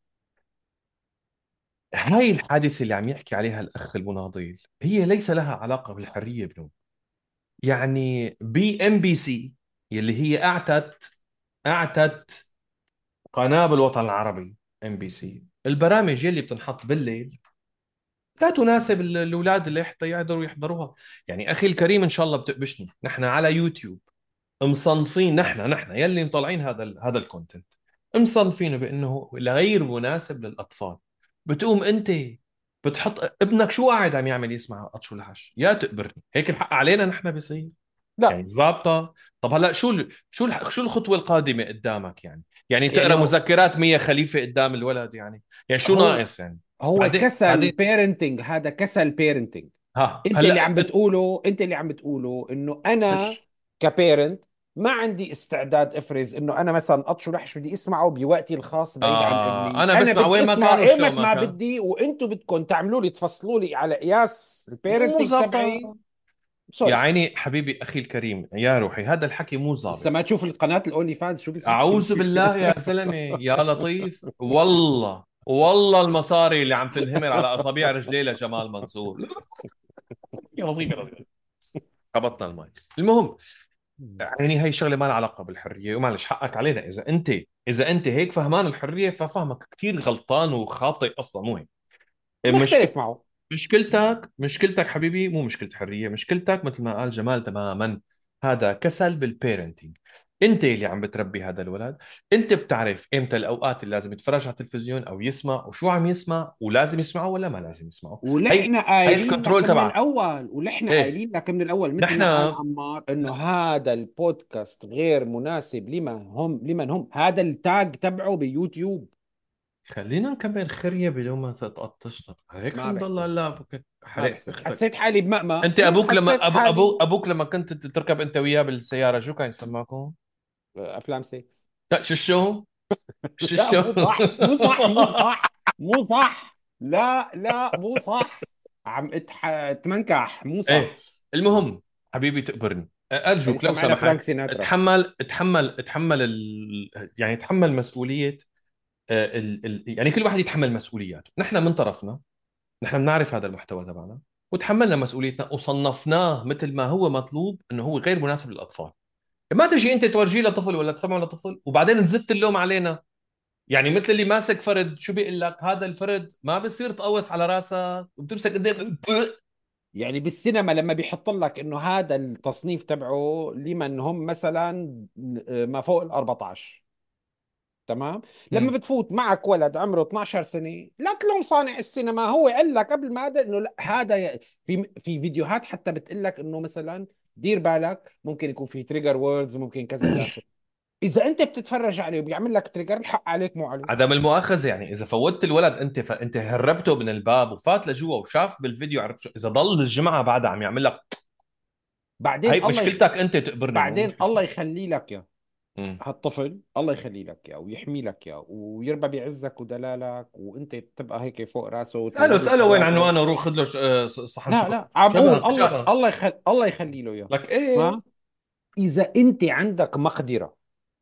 هاي الحادثه اللي عم يحكي عليها الاخ المناضل هي ليس لها علاقه بالحريه بنو. يعني بي ام بي سي يلي هي اعتت اعتت قناه بالوطن العربي، ام بي سي البرامج يلي بتنحط بالليل لا تناسب ال- الاولاد اللي حتى يقدروا يحضروها. يعني اخي الكريم ان شاء الله بتقبشني، نحن على يوتيوب مصنفين، نحن نحن يلي مطلعين هذا ال هذا الكونتنت، مصنفينه بانه غير مناسب للاطفال. بتقوم انت بتحط ابنك شو قاعد عم يعمل يسمع قطش ولحش؟ يا تقبرني هيك الحق علينا نحن بيصير؟ لا. يعني ظابطه. طب هلا شو ال... شو ال... شو الخطوه القادمه قدامك يعني؟ يعني يعني تقرا هو مذكرات مية خليفه قدام الولد يعني؟ يعني شو هو ناقص يعني؟ هو بعدين كسل بعدين بيرنتنج، هذا كسل بيرنتنج. ها انت اللي هلا عم بتقوله انت اللي عم بتقوله انه انا كبيرنت ما عندي استعداد افرز انه انا مثلا اطشوا لحش بدي اسمعه بوقتي الخاص بعيد عن آه ابني، انا انا بسمع بدي وين ما اسمعه كان وشلون ايمت ما ما كان. بدي، وانتم بدكم تعملوا لي تفصلوا لي على قياس مو البيرنتنج تبعي. ظابطه. يا سوري. عيني حبيبي اخي الكريم يا روحي، هذا الحكي مو لسه ظابط. ما تشوف القناة الاونلي فانز شو بيصير اعوذ بالله يا زلمه يا لطيف، والله والله المصاري اللي عم تنهمر على اصابع رجليه لجمال منصور. يا لطيف يا لطيف. خبطنا الماي. المهم، يعني هي شغله ما لها علاقه بالحريه، ومعلش حقك علينا اذا انت اذا انت هيك فهمان الحريه، ففهمك كثير غلطان وخاطئ اصلا، مو هيك. مشكلة بختلف معه. مشكلتك مشكلتك حبيبي مو مشكلة حرية، مشكلتك مثل ما قال جمال تماما، هذا كسل بالبيرنتينج. انت اللي عم بتربي هذا الولد، انت بتعرف امتى الاوقات اللي لازم يتفرج على التلفزيون او يسمع، وشو عم يسمع، ولازم يسمعه ولا ما لازم يسمعه. هي ولحنا هي قايلين الكنترول لك من تبعك. الاول ولحنا ايه. قايلين لك من الاول مثل نحن ما قال عمار انه هذا البودكاست غير مناسب لمن هم لمن هم هذا التاج تبعه بيوتيوب. خلينا نكمل خريه بدون ما تتقطشنا هيك ما حنضل بحسب هلا بك- ما حرق بحسب اختك. حسيت حالي بمأمى، انت هيك ابوك لما حسيت ابو ابو حالي. ابوك لما كنت تركب انت وياه بالسياره شو كان يسمعكم؟ افلام سكس. لا شو شو شو لا شو مو صح مو صح مو صح مو صح، لا لا مو صح. عم اتح... اتمنكح، مو ايه. صح. المهم حبيبي تقبرني كان ارجوك لو يسمعنا فرانك سمحت، سيناترا. اتحمل اتحمل اتحمل ال... يعني اتحمل مسؤوليه. آه، ال... ال... يعني كل واحد يتحمل مسؤولياته. نحن من طرفنا، نحن بنعرف هذا المحتوى تبعنا، وتحملنا مسؤوليتنا وصنفناه مثل ما هو مطلوب انه هو غير مناسب للاطفال. ما تجي انت تورجيه لطفل ولا تسمعه لطفل وبعدين تزت اللوم علينا. يعني مثل اللي ماسك فرد، شو بيقول لك؟ هذا الفرد ما بصير تقوس على راسك وبتمسك ايدين. يعني بالسينما لما بيحط لك انه هذا التصنيف تبعه لمن هم مثلا ما فوق ال أربعتاشر، تمام؟ لما بتفوت معك ولد عمره اثناشر سنة لا تلوم صانع السينما، هو قال لك قبل ما هذا انه لا هذا ي- في في فيديوهات حتى بتقول لك انه مثلا دير بالك ممكن يكون في تريجر ووردز، ممكن كذا الى اخره. اذا انت بتتفرج عليه وبيعمل لك تريجر، الحق عليك مو عليه. عدم المؤاخذة يعني إذا فوتت الولد أنت، فأنت هربته من الباب وفات لجوا وشاف بالفيديو، عرفت شو؟ إذا ضل الجمعة بعدها عم يعمل لك، هاي بعدين الله يخ... مشكلتك أنت، تقبرني مو بعدين مشكلتي. الله يخلي لك يا امم هالطفل، الله يخلي لك يا ويحمي لك يا ويربى بعزك ودلالك، وانت بتبقى هيك فوق راسه اسأله وتنور له اسأله وين حياته. عنوانه وروح خذ له ش- آه، صحن لا شوكولاتة لا عم اقول شباب الله شباب. الله يخلي الله يخلي له اياه. لك إيه. ما اذا انت عندك مقدره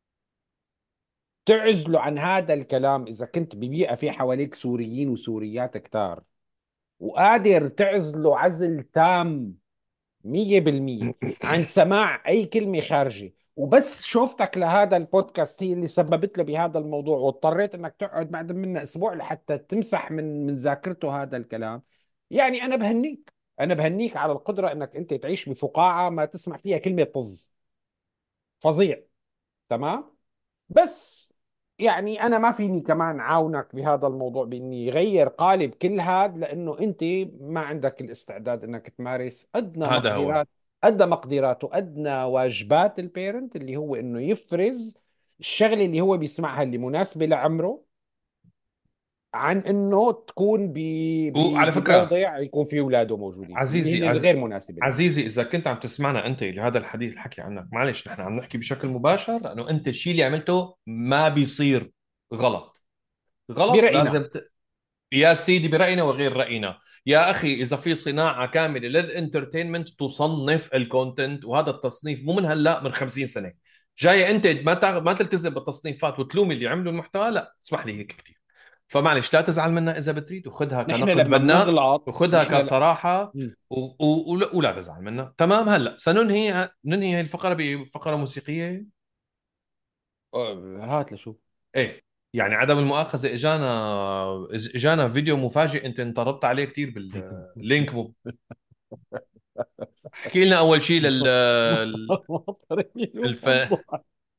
تعزله عن هذا الكلام، اذا كنت ببيئه في حواليك سوريين وسوريات كتار وقادر تعزله عزل تام مية بالمية عن سماع أي كلمة خارجة، وبس شوفتك لهذا البودكاست هي اللي سببت له بهذا الموضوع، واضطريت أنك تقعد بعد منه أسبوع لحتى تمسح من من ذاكرته هذا الكلام، يعني أنا بهنيك. أنا بهنيك على القدرة أنك أنت تعيش بفقاعة ما تسمع فيها كلمة طز. فظيع. تمام. بس يعني انا ما فيني كمان عاونك بهذا الموضوع باني يغير قالب كل هذا، لانه انت ما عندك الاستعداد انك تمارس ادنى هذا هو. مقدرات ادنى مقدرات وادنى واجبات البيرنت، اللي هو انه يفرز الشغله اللي هو بيسمعها اللي مناسبه لعمره، عن انه تكون ب... ب... وعلى فكرة بموضع يكون فيه اولاده موجودين فيه، اللي عزيزي هن عز... الغير مناسبه له. عزيزي إذا كنت عم تسمعنا أنت لهذا الحديث الحكي عنك، معلش نحن عم نحكي بشكل مباشر، لأنه أنت الشيء اللي عملته ما بيصير. غلط. غلط برأينا. لازم ت... يا سيدي برأينا وغير رأينا. يا أخي إذا في صناعة كاملة للإنترتينمنت تصنف الكونتنت، وهذا التصنيف مو من هلأ، من خمسين سنة جاية. أنت ما تغ... ما تلتزم بالتصنيفات وتلوم اللي عملوا المحتوى، لا اسمح لي هيك كثير. فمعلش لا تزعل منا إذا بتريد، وخذها نحن كنقد لما بناء، بنغلط وخذها نحن ل... كصراحة. و... و... ولا... ولا تزعل منا. تمام. هلأ سننهي ننهي هي الفقرة بفقرة موسيقية. آه، هات لشو. ايه. يعني عدم المؤاخذة، اجانا اجانا فيديو مفاجئ انت انطربت عليه كثير باللينك. احكي لنا اول شيء لل مطربي الف... المفضل.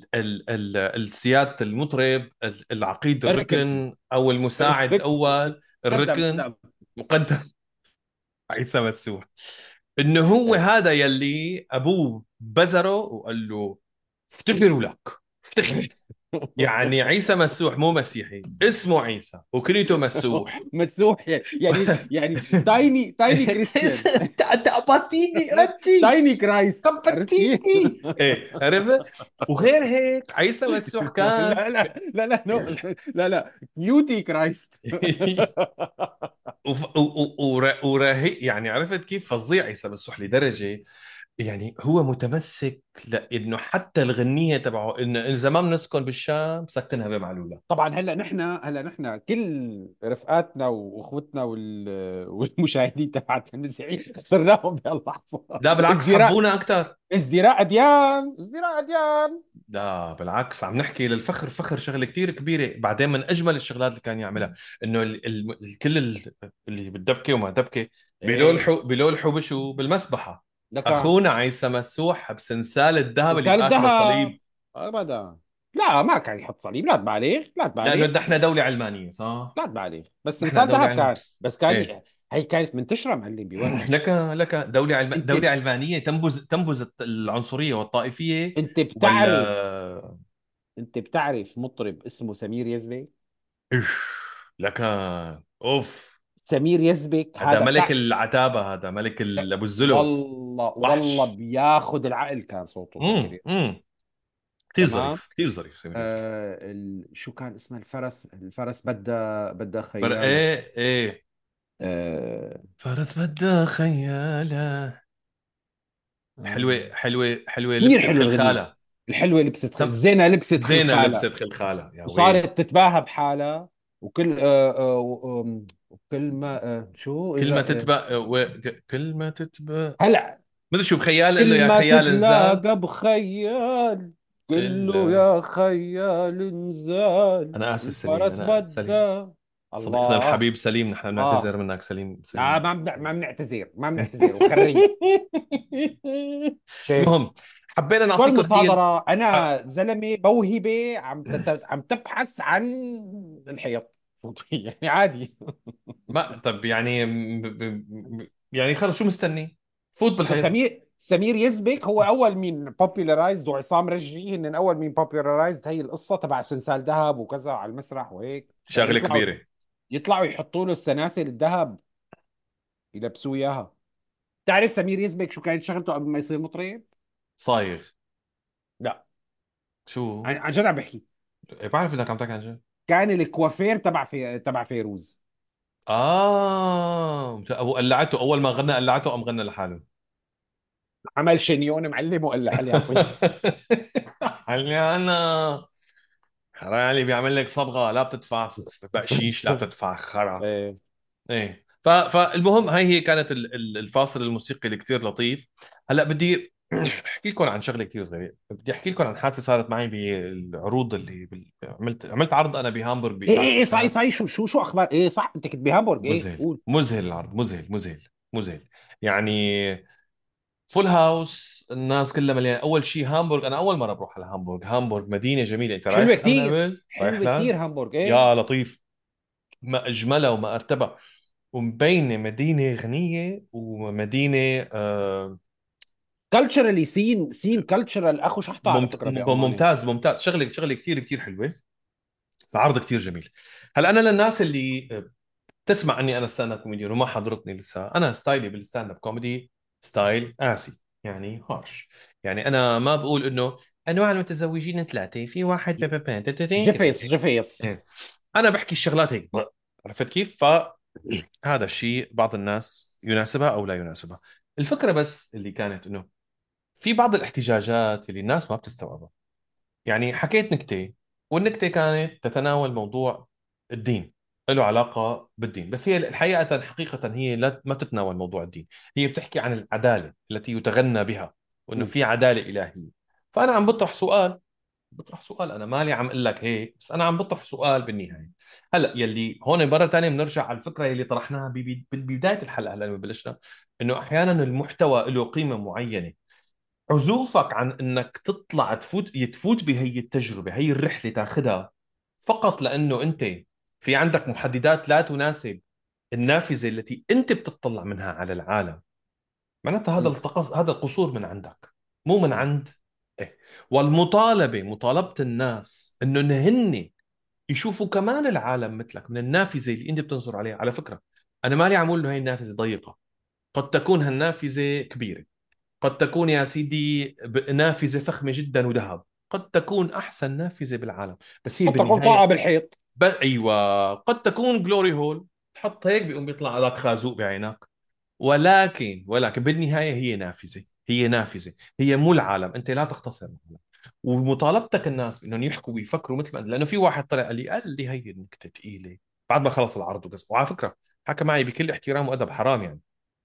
ال ال السيادة المطرب، ال- العقيد الركن. الركن او المساعد الركن. الاول قدم الركن، قدم. مقدم. عيسى مسوح، انه هو ايه. هذا يلي ابوه بزره وقال له افتخروا لك، افتخر. يعني عيسى مسوح مو مسيحي، اسمه عيسى وكنيته مسوح. مسوح يعني، يعني تايني تايني كريستيان. انت انت اباتيني انتي تايني كرايست، عرفت كيف؟ كبتيني ايه، عرفت. وغير هيك عيسى مسوح كان لا لا لا لا نو. لا لا كيوتي كرايست. وف- و- و- ور- ورهي يعني، عرفت كيف فظيع عيسى مسوح لدرجه، يعني هو متمسك لانه حتى الغنيه تبعه انه اذا ما بنسكن بالشام سكنها بمعلوله. طبعا هلا نحن، هلا نحن كل رفقاتنا واخوتنا وال... والمشاهدين تبعتنا المسيحيين خسرناهم بهاللحظه. لا بالعكس ازدراء، حبونا اكثر. ازدراء اديان، ازدراء اديان. لا بالعكس، عم نحكي للفخر، فخر شغله كتير كبيره. بعدين من اجمل الشغلات اللي كان يعملها انه ال ال الكل ال- اللي بالدبكه وما دبكه ايه بيلولحوا بيلولحوا بشو بالمسبحه. لك اخونا عيسى مسوح بسنسال الذهب اللي سلسال باخره الذهب صليب. ابدا. لا ما كان يحط صليب، لا تبالغ لا لانه تبالغ. نحن دوله علمانيه صح. لا تبالغ، بس نحن سلسال دوله ذهب علمانيه. كان، بس كان ايه. ي- هي كانت منتشره معلم بوقتها. لك لك دوله علم... انت دوله علمانيه تنبذ تنبذ العنصريه والطائفيه انت وال بتعرف، انت بتعرف مطرب اسمه سمير يزبي؟ إيش. لك اوف. سمير يزبك هذا هذا ملك بتاع. العتابة، هذا ملك ال- أبو الزلف. والله والله وحش. بياخذ العقل كان صوته سمير امم يزبك. امم كثير تمام. ظريف، كثير ظريف سمير ياسر. آه ال... شو كان اسمها الفرس، الفرس بدها بدها فر خياله. ايه ايه. آه... فرس بدها خيالة. آه... حلوة حلوة حلوة كثير لبست حلوه الغنية. خلخالة. الحلوة لبست خل... تم. الزينة لبست زينة خلخالة. لبست خلخالة يا ويلي. وصارت تتباهى بحالها. وكل آه آه آم، وكل ما آه شو كل ما إذا آه تتبع و... كل ما تتبع، هلا مدري شو بخيال له كل يا ما خيال انزال. تتلاقى بخيال قل له إلا. يا خيال انزال أنا آسف سليم، الفرس أنا سليم. بدا. صديقنا الله. الحبيب سليم، نحن بنعتذر اه منك سليم لا سليم. ما بن- ما بنعتذر، ما بنعتذر وخرية. شايف؟ المهم، حبينا شو نعطيكم هدية. المصادرة؟ أنا زلمة موهبة عم تت... عم تبحث عن الحيط. يعني عادي. ما طب يعني م- ب- ب- يعني خلص شو مستني؟ فوت سو بالحيط. سمير سمير يزبك هو أول مين بوبيلارايزد، وعصام رجعي هن أول مين بوبيلارايزد هي القصة تبع سلسال ذهب وكذا على المسرح وهيك. شغلة يطلعوا كبيرة. يطلعوا يحطوا له السلاسل الذهب، يلبسوه إياها. تعرف سمير يزبك شو كانت شغلته قبل ما يصير مطرب؟ صايغ. لا. شو؟ عن عن جد عم بحكي. إيه، بعرف انك عم تحكي عن شيء. كان الكوافير تبع في تبع فيروز. اه، ابو قلعته اول ما غنى قلعته ام غنى لحاله؟ عمل شنيون معلم وقلع عليها كل. قال لي انا حرام علي بيعمل لك صبغه، لا بتدفع بقشيش، لا بتدفع خرا. ايه. ايه، ف... فالمهم هاي هي كانت ال- ال- الفاصل الموسيقي اللي كتير لطيف. هلا بدي احكي لكم عن شغله كتير صغيره. بدي احكي لكم عن حادثه صارت معي بالعروض اللي بال... عملت عملت عرض انا بهامبورغ ايه باحدى ايه إيه، صحيح الشركات. صحيح، شو شو شو اخبار؟ ايه صح، انت كنت بهامبورغ، ايه مذهل، قول. مذهل العرض، مذهل مذهل مذهل. يعني فول هاوس، الناس كلها مليانه. اول شيء هامبورغ، انا اول مره بروح على هامبورغ. هامبورغ مدينه جميله. انت حلوه رايح قبل كثير، قبل رايح حلوه لها؟ كثير هامبورغ، ايه. يا لطيف، ما اجملها وما ارتبها. ومبينه مدينه غنيه ومدينه آه، كلتشرالي سين سين كلتشرال اخو شحطه على ممت- فكره بالمانيا. ممتاز ممتاز. شغله شغله كثير كثير حلوه. العرض كثير جميل. هلا انا للناس اللي تسمع اني انا ستاند اب كوميديان وما حضرتني لسه، انا ستايلي بالستاند اب كوميدي ستايل قاسي، يعني هارش. يعني انا ما بقول انه انواع المتزوجين ثلاثه، في واحد بي- بي- بي- تي- تي- تي- كده جفيس هيك. جفيس. إيه. انا بحكي الشغلات هيك. عرفت كيف؟ فهذا الشيء بعض الناس يناسبها او لا يناسبها. الفكره بس اللي كانت انه في بعض الاحتجاجات اللي الناس ما بتستوعبها. يعني حكيت نكتة، والنكتة كانت تتناول موضوع الدين، له علاقة بالدين، بس هي الحقيقة حقيقة هي لا ما تتناول موضوع الدين. هي بتحكي عن العدالة التي يتغنى بها، وإنه م. في عدالة إلهية. فأنا عم بطرح سؤال، بطرح سؤال، أنا مالي عم أقول لك هيك، بس أنا عم بطرح سؤال بالنهاية. هلا يلي هون مرة ثانية بنرجع على الفكرة اللي طرحناها ببي- ببداية الحلقة هلا لما بلشنا، إنه أحيانا المحتوى له قيمة معينة. عزوفك عن انك تطلع تفوت يتفوت بهي التجربه، هي الرحله تاخذها فقط لانه انت في عندك محددات لا تناسب النافذه التي انت بتطلع منها على العالم. معناتها هذا م. التقص... هذا القصور من عندك، مو من م. عند. إيه. والمطالبه، مطالبه الناس انه هن يشوفوا كمان العالم مثلك من النافذه اللي انت بتنظر عليها. على فكره، انا مالي عم اقول انه هي النافذه ضيقه، قد تكون هالنافذه كبيره، قد تكون يا سيدي ب- نافذة فخمة جدا وذهب، قد تكون أحسن نافذة بالعالم، بس هي حتى تكون طاعه بالنهاية بالحيط. ب... أيوة، قد تكون جلوري هول، تحط هيك بيقوم بيطلع لك خازوق بعينك. ولكن ولكن بالنهاية هي نافذة، هي نافذة، هي مو العالم. أنت لا تختصر العالم. ومطالبتك الناس بأنهم يحكوا ويفكروا مثل ما، لأنه في واحد طلع قال لي قال لي هي النكتة ثقيلة بعد ما خلص العرض وقص. وعلى فكرة حكى معي بكل احترام وأدب، حرام يعني.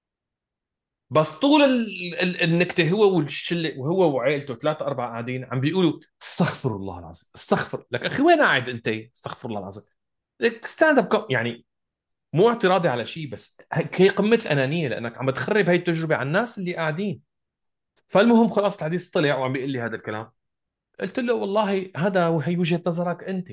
بس طول ال... ال... النكته هو والشله وهو وعائلته ثلاثة أربعة قاعدين عم بيقولوا استغفر الله العظيم، استغفر لك أخي، وين قاعد أنت؟ استغفر الله العظيم. لك ستاند اب كوم يعني. مو اعتراضي على شيء، بس هيك هي قمة الأنانية، لأنك عم بتخرب هاي التجربة على الناس اللي قاعدين. فالمهم خلاص الحديث طلع وعم بيقول لي هذا الكلام. قلت له والله هذا هي وجهة نظرك أنت.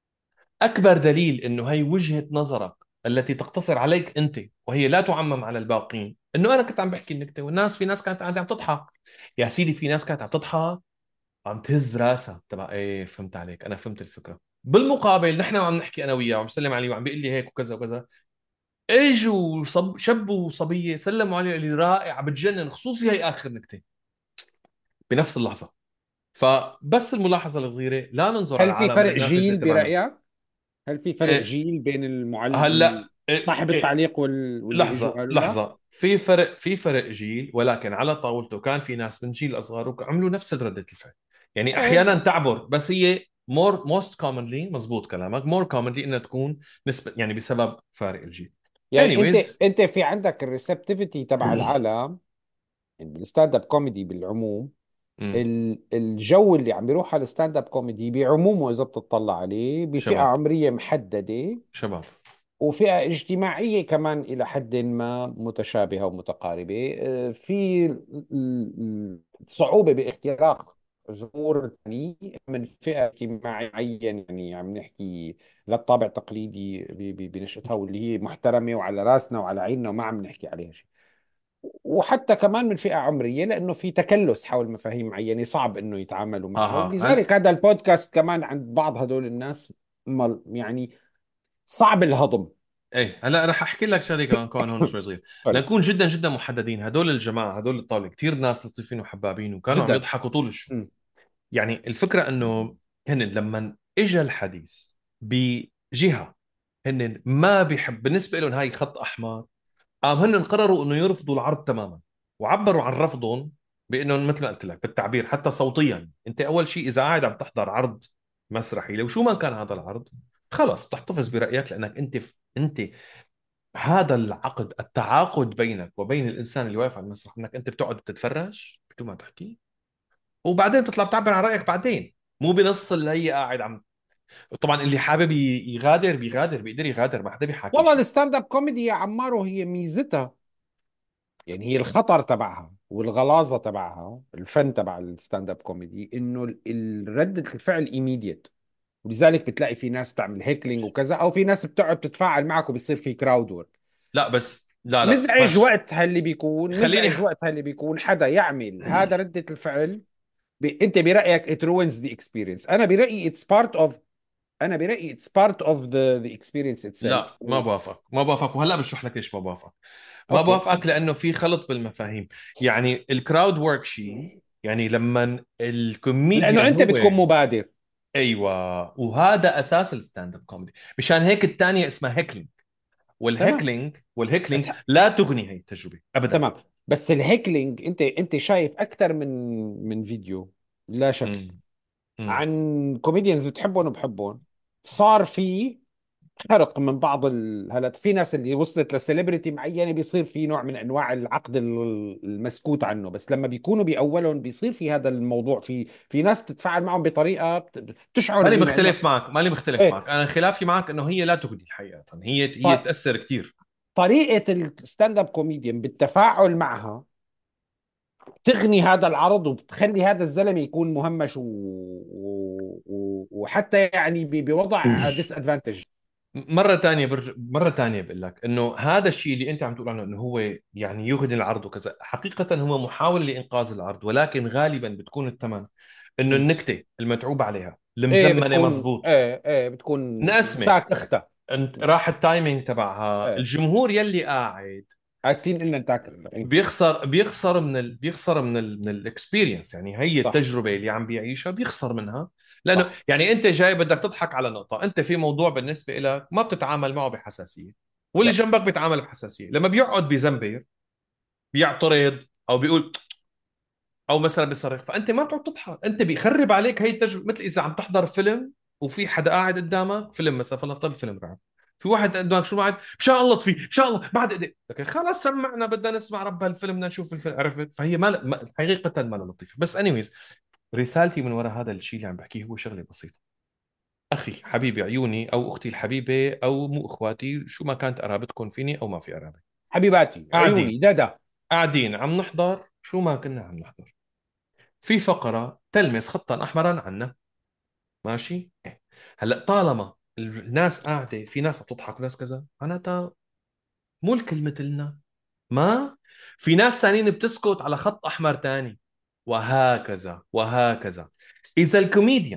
أكبر دليل أنه هي وجهة نظرك التي تقتصر عليك أنت وهي لا تعمم على الباقين، أنه أنا كنت عم بحكي النكتة والناس، في ناس كانت قاعدة عم تضحك. يا سيدي في ناس كانت عم تضحك عم تهز راسها تبع ايه، فهمت عليك، انا فهمت الفكره. بالمقابل نحن عم نحكي انا وياه وعم سلم عليه وعم بيقول لي هيك وكذا وكذا، اجوا صب شاب وصبيه سلموا علي قال لي رائع بتجنن، خصوصي هي اخر نكته بنفس اللحظه. فبس الملاحظه الصغيره، لا ننظر على هل في العالم من فرق النافذه جيل تبعنا. برايك؟ هل في فرق إيه، جيل بين المعلم هلا إيه صاحب إيه التعليق وال... واللي اجوا لحظة قالوا لك؟ لحظة، في فرق، في فرق جيل، ولكن على طاولته كان في ناس من جيل أصغر وعملوا نفس ردة الفعل. يعني أحيانا ايه. تعبر، بس هي more most commonly، مزبوط كلامك، more commonly إنها تكون نسبة يعني بسبب فارق الجيل. يعني انت anyways. انت في عندك الريسبتيفيتي تبع العالم بالستاند اب كوميدي بالعموم. أمم، ال- الجو اللي عم بيروح على الستاند اب كوميدي بعمومه اذا بتطلع عليه بفئة شباب عمرية محددة، شباب. وفئة اجتماعية كمان إلى حد ما متشابهة ومتقاربة. آه، في ال- ال- صعوبة باختراق جمهور ثاني من فئة اجتماعية معينة، يعني عم نحكي للطابع التقليدي ب- ب- بنشأتها واللي هي محترمة وعلى راسنا وعلى عيننا وما عم نحكي عليها شيء. وحتى كمان من فئة عمرية لأنه في تكلس حول مفاهيم معينة صعب أنه يتعاملوا معها، اها هل ولذلك هذا البودكاست كمان عند بعض هدول الناس مل- يعني صعب الهضم. ايه هلا رح احكي لك شغله كمان كون هون شوي صغير. سوري. لنكون جدا جدا محددين، هدول الجماعه هدول الطاوله كثير ناس لطيفين وحبابين وكانوا عم جدا. يضحكوا طول الشو. مم. يعني الفكره انه هن لما اجى الحديث بجهه هن ما بيحب بالنسبه لهم هاي خط احمر، قام هن قرروا انه يرفضوا العرض تماما، وعبروا عن رفضهم بانهم مثل ما قلت لك بالتعبير حتى صوتيا. انت اول شيء اذا قاعد عم تحضر عرض مسرحي لو شو ما كان هذا العرض، خلص تحتفظ برايك لانك انت في انت هذا العقد، التعاقد بينك وبين الانسان اللي واقف على المسرح انك انت بتقعد بتتفرج بدون ما تحكي، وبعدين بتطلع بتعبر عن رايك بعدين، مو بنص اللي هي قاعد عم. طبعا اللي حابب ي- يغادر بيغادر، بيقدر يغادر، ما حدا بيحاكي والله شيء. الستاند اب كوميدي يا عمارو هي ميزتها، يعني هي الخطر تبعها والغلاظه تبعها، الفن تبع الستاند اب كوميدي انه ال- ال- ردة الفعل ايميديت. ولذلك بتلاقي في ناس بتعمل هيكلينج وكذا، او في ناس بتقعد تتفاعل معك وبيصير في كراود ورك. لا بس لا لا مزعج ماشي. وقتها اللي بيكون خليني مزعج ح... وقتها اللي بيكون حدا يعمل هذا ردة الفعل. ب... انت برأيك it ruins the experience، انا برأيي it's part of انا برأيي it's part of the the experience itself لا ما و... بوافق، ما بوافق، وهلا بشرح لك ليش ما بوافق. ما اوكي. بوافقك لانه في خلط بالمفاهيم. يعني الكراود ورك شيء، يعني لما لانه الكوميديان انت هو، بتكون مبادر. ايوه، وهذا اساس الستاند اب كوميدي. مشان هيك الثانيه اسمها هيكلينج، تمام. والهيكلينج والهيكلينج بس لا تغني هي التجربه ابدا. تمام. بس الهيكلينج انت انت شايف اكثر من من فيديو، لا شك، امم امم عن كوميديانز بتحبهم وبحبهم. صار في خرق من بعض ال... هلا في ناس اللي وصلت لسليبرتي معينه بيصير في نوع من انواع العقد ال- المسكوت عنه، بس لما بيكونوا باولهم بيصير في هذا الموضوع، في في ناس تتفاعل معهم بطريقه بت- بتشعر ماني انه انه مختلف معك، ماني مختلف معك، ايه. انا خلافي معك انه هي لا تغني الحقيقه، هي هي ف- تاثر كثير. طريقه الستاند اب كوميديان بالتفاعل معها تغني هذا العرض، وبتخلي هذا الزلمه يكون مهمش و... و... و... وحتى يعني ب... بوضع ديس ادفانتج. مرة تانية برج... مرة تانية بقول لك انه هذا الشيء اللي انت عم تقول عنه انه هو يعني يغني العرض وكذا، حقيقة هو محاولة لإنقاذ العرض، ولكن غالبا بتكون الثمن انه النكتة المتعوب عليها ايه المزمنة بتكون مزبوط، ايه ايه بتكون انقسمت، تاك اختها. انت راح التايمينج تبعها، ايه الجمهور يلي قاعد اسفين ان تاك اختها إيه. بيخسر بيخسر من ال... بيخسر من ال... من الاكسبيرينس، يعني هي صح. التجربه اللي عم بيعيشها بيخسر منها. لانه صح. يعني انت جاي بدك تضحك على نقطه، انت في موضوع بالنسبه لك ما بتتعامل معه بحساسيه، واللي لا. جنبك بيتعامل بحساسيه، لما بيقعد بيزنبر، بيعترض، او بيقول، او مثلا بيصرخ، فانت ما بتقعد تضحك، انت بيخرب عليك هي التجربه. مثل اذا عم تحضر فيلم وفي حدا قاعد قدامك فيلم مثلا، فلنفترض فيلم رعب، في واحد قدامك شو بعد ان شاء الله طفي ان شاء الله بعد ايدي، لكن خلاص سمعنا بدنا نسمع رب هالفيلم، بدنا نشوف الفيلم، عرفت؟ فهي ما, ما حقيقه ما له لطيفه. بس انيويز، رسالتي من وراء هذا الشيء اللي عم بحكيه هو شغله بسيطه. اخي حبيبي عيوني، او اختي الحبيبه، او مو اخواتي، شو ما كانت قرابتكم فيني او ما في قرابه، حبيباتي عيوني قاعدين دادا. قاعدين عم نحضر شو ما كنا عم نحضر، في فقرة تلمس خطا أحمرا عنا، ماشي؟ إيه. هلا طالما الناس قاعدة، في ناس عم تضحك وناس كذا، معناتها مو الكل مثلنا، ما في ناس ثانيين بتسكت على خط أحمر تاني، وهكذا وهكذا. إذا الكوميديان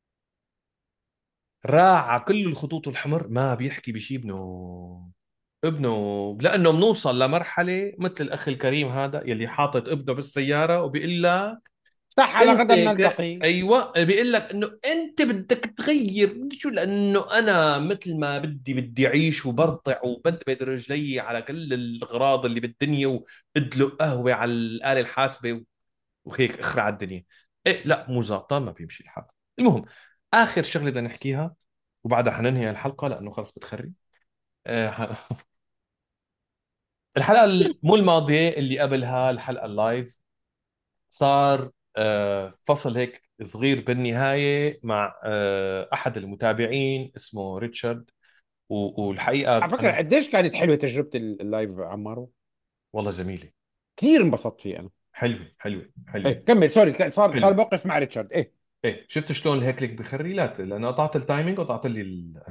راعى كل الخطوط الحمر ما بيحكي بشي ابنه، ابنه، لأنه بنوصل لمرحلة مثل الأخ الكريم هذا يلي حاطط ابنه بالسيارة وبيقول لك صح، على انت غدا ك... نلتقي. ايوه، بيقول لك انه انت بدك تغير، بدي شو، لانه انا مثل ما بدي بدي اعيش وبرطع وبدبد رجلي على كل الاغراض اللي بالدنيا، وادلق قهوه على الاله الحاسبه وهيك اخرع الدنيا. ايه لا مو ظابطه، ما بيمشي الحال. المهم، اخر شغله بدنا نحكيها وبعدها حننهي الحلقه لانه خلص بتخري. أه ح- الحلقه ال- مو الماضيه اللي قبلها، الحلقه اللايف، صار آه، فصل هيك صغير بالنهاية مع آه، أحد المتابعين اسمه ريتشارد، و- على والحقيقة فكره أنا قديش كانت حلوه تجربه ال- اللايف عمارو. والله جميلة، كثير انبسطت فيه انا. حلوة حلوة ايه حلوة كمل سوري، كان صار صار حلوة. موقف مع ريتشارد ايه. ايه شفت شلون الهيكليك بخري؟ لا لأنه قطعت التايمينج وقطعت لي ال...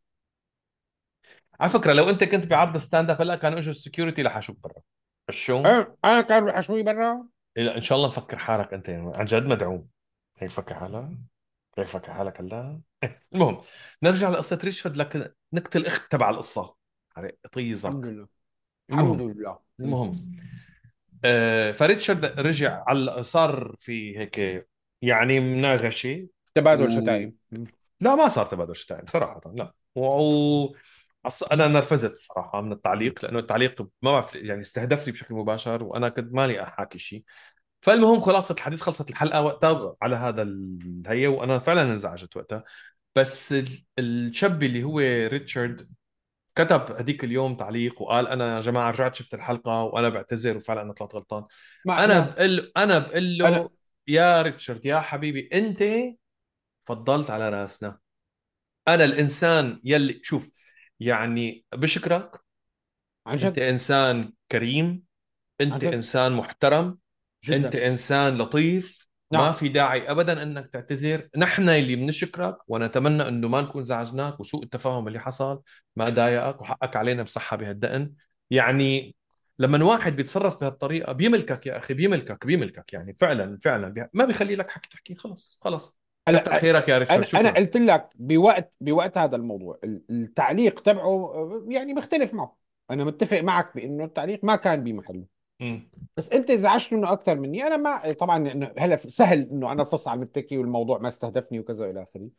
على فكرة لو أنت كنت بعرض ستاند اب هلا كانوا اجوا السكيورتي لحشوك برا الشو. ايه انا كان روح شوي برا. إيه لا، إن شاء الله مفكر حالك أنت يعني عن جد مدعوم، هيك فكر حالك، هيك فكر حالك هلا. المهم، نرجع لقصة ريتشارد، لكن نكتة الأخت تبع القصة، الحمد طيزك. لله. الحمد المهم لله. م. المهم آه فريتشارد رجع على، صار في هيك يعني مناغشه. تبادل و... شتائم. مم. لا ما صار تبادل شتائم صراحة، لا. و... أص- انا نرفزت الصراحه من التعليق، لانه التعليق ما بعرف يعني استهدفني بشكل مباشر وانا كنت مالي احاكي شيء. فالمهم خلاصة الحديث، خلصت الحلقه وقتها على هذا الهي، وانا فعلا انزعجت وقتها. بس ال- الشاب اللي هو ريتشارد كتب هذيك اليوم تعليق وقال: انا يا جماعه رجعت شفت الحلقه وانا بعتذر وفعلا انا طلعت غلطان. ما انا انا بقول انا بقول انا له: يا ريتشارد يا حبيبي، انت فضلت على راسنا. انا الانسان يلي شوف، يعني بشكرك. عن انت جد. انسان كريم، عن انت جد. انسان محترم، انت جدا. انسان لطيف. ما نعم. في داعي ابدا انك تعتذر، نحن اللي بنشكرك ونتمنى انه ما نكون زعجناك، وسوء التفاهم اللي حصل ما ضايقك، وحقك علينا بصحة بهالدقن. يعني لما واحد بيتصرف بهالطريقة بيملكك يا اخي، بيملكك بيملكك يعني فعلا فعلا بي... ما بيخلي لك حكي تحكي. خلص خلص. كتر هلا خيرك يا انا ريتشارد، انا شكرا. قلت لك بوقت بوقت هذا الموضوع، ال- التعليق تبعه آه، يعني مختلف معه. انا متفق معك بانه التعليق ما كان بمحله. مم. بس انت ازعجت منه اكثر مني. انا ما طبعا إنه هلا سهل انه انا افص على المتكي والموضوع ما استهدفني وكذا الى اخره.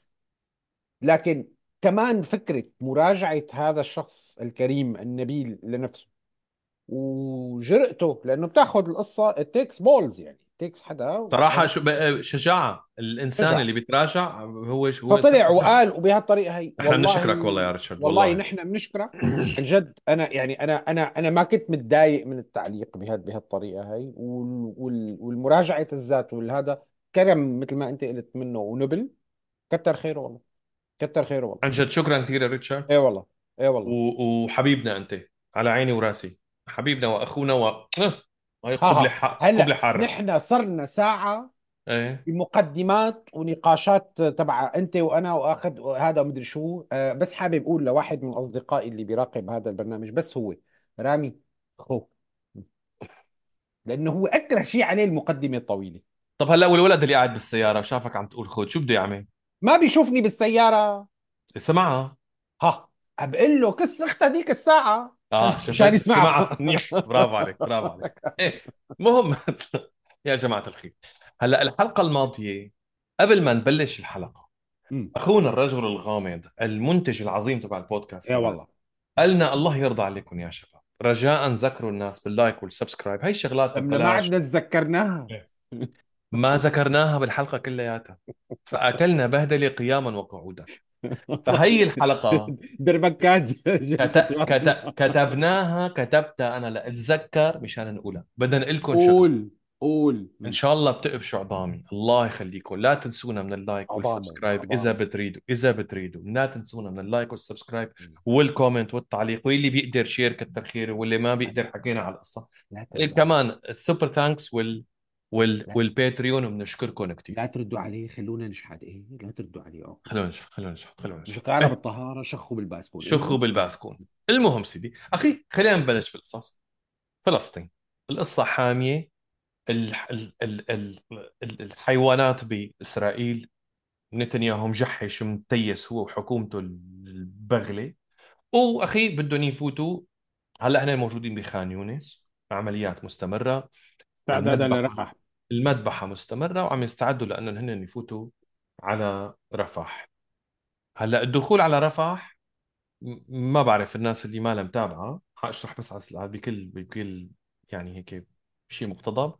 لكن كمان فكره مراجعه هذا الشخص الكريم النبيل لنفسه وجرأته، لانه بتاخذ القصه التكس بولز، يعني تكس حدا صراحة شو بقى- شجاعة الإنسان شجع. اللي بيتراجع، هو هو إنسان فطلع شجاع. وقال وبهالطريقه هي. احنا والله بنشكرك والله يا ريتشارد والله والله. نحن بنشكرك. عن جد انا يعني انا انا انا ما كنت متضايق من التعليق بهال بهالطريقه هي، وال وال والمراجعه الذات والهذا كرم مثل ما انت قلت منه ونبل. كتر خيره والله. كتر خيره والله. عن جد شكرا كثير يا ريتشارد. ايه والله. ايه والله. و- وحبيبنا انت، على عيني وراسي. حبيبنا واخونا و آه، هاي ها قبلة ها ح... قبلة هلا حارة. نحن صرنا ساعه ايه. بمقدمات ونقاشات تبع انت وانا واخذ هذا ومدري شو. أه بس حابب اقول لواحد من اصدقائي اللي بيراقب هذا البرنامج، بس هو رامي اخوه، لانه هو اكره شيء عليه المقدمه الطويله. طب هلا والولد اللي قاعد بالسيارة شافك عم تقول خود، شو بده يعمل؟ ما بيشوفني بالسياره. سمعها. ها بقول له كس اختها ديك الساعه مشان اه مشان شفت، يسمعها. سمعها منيح، برافو عليك برافو عليك. ايه. مهم. يا جماعة الخير، هلا الحلقة الماضية قبل ما نبلش الحلقة، أمم. اخونا الرجل الغامض المنتج العظيم تبع البودكاست يا تبعنا والله. قالنا: الله يرضى عليكم يا شباب، رجاء ذكروا الناس باللايك والسبسكرايب، هاي الشغلات أم ما ببلاش. عدنا تذكرناها. ما ذكرناها بالحلقة كلياتها، فأكلنا بهدلة قياما وقعودا. فهي الحلقة دربكات كت... جابت كت... يلا. كتبناها كتبتها أنا لأتذكر مشان نقولها، بدنا نقول لكم شغلة. قول. قول. إن أمم. شاء الله بتقبشوا عظامي، الله يخليكم. لا تنسونا من اللايك عظامه والسبسكرايب إذا عظامه. بتريدوا، إذا بتريدوا لا تنسونا من اللايك والسبسكرايب والكومنت والتعليق، واللي بيقدر شير كتر خيره، واللي ما بيقدر حكينا على القصة. لا إيه تردوا عليه. كمان السوبر ثانكس وال وال لا, والباتريون، بنشكركم لا كثير. تردوا عليه، خلونا نشحت. ايه لا تردوا عليه. اوكي. خلونا نشرح خلونا نشرح خلونا نشرح شكارة ايه. بالطهارة شخوا بالباسبور. شخوا ايوه. بالباسكون. المهم سيدي اخي، خلينا نبلش بالقصص. فلسطين، القصة حامية. ال... ال... ال... ال... ال- الحيوانات بإسرائيل، نتنياهو مجحش متيس هو وحكومته البغلة. وأخي بدهم يفوتوا. هلا احنا موجودين بخان يونس، عمليات مستمرة. استعدادا المذبحة لرفح. المذبحة مستمرة، وعم يستعدوا لأنهم هن يفوتوا على رفح. هلا الدخول على رفح، م- ما بعرف الناس اللي ما لها متابعة، حاشرح بس على على- بكل بكل يعني هيك شيء مقتضب.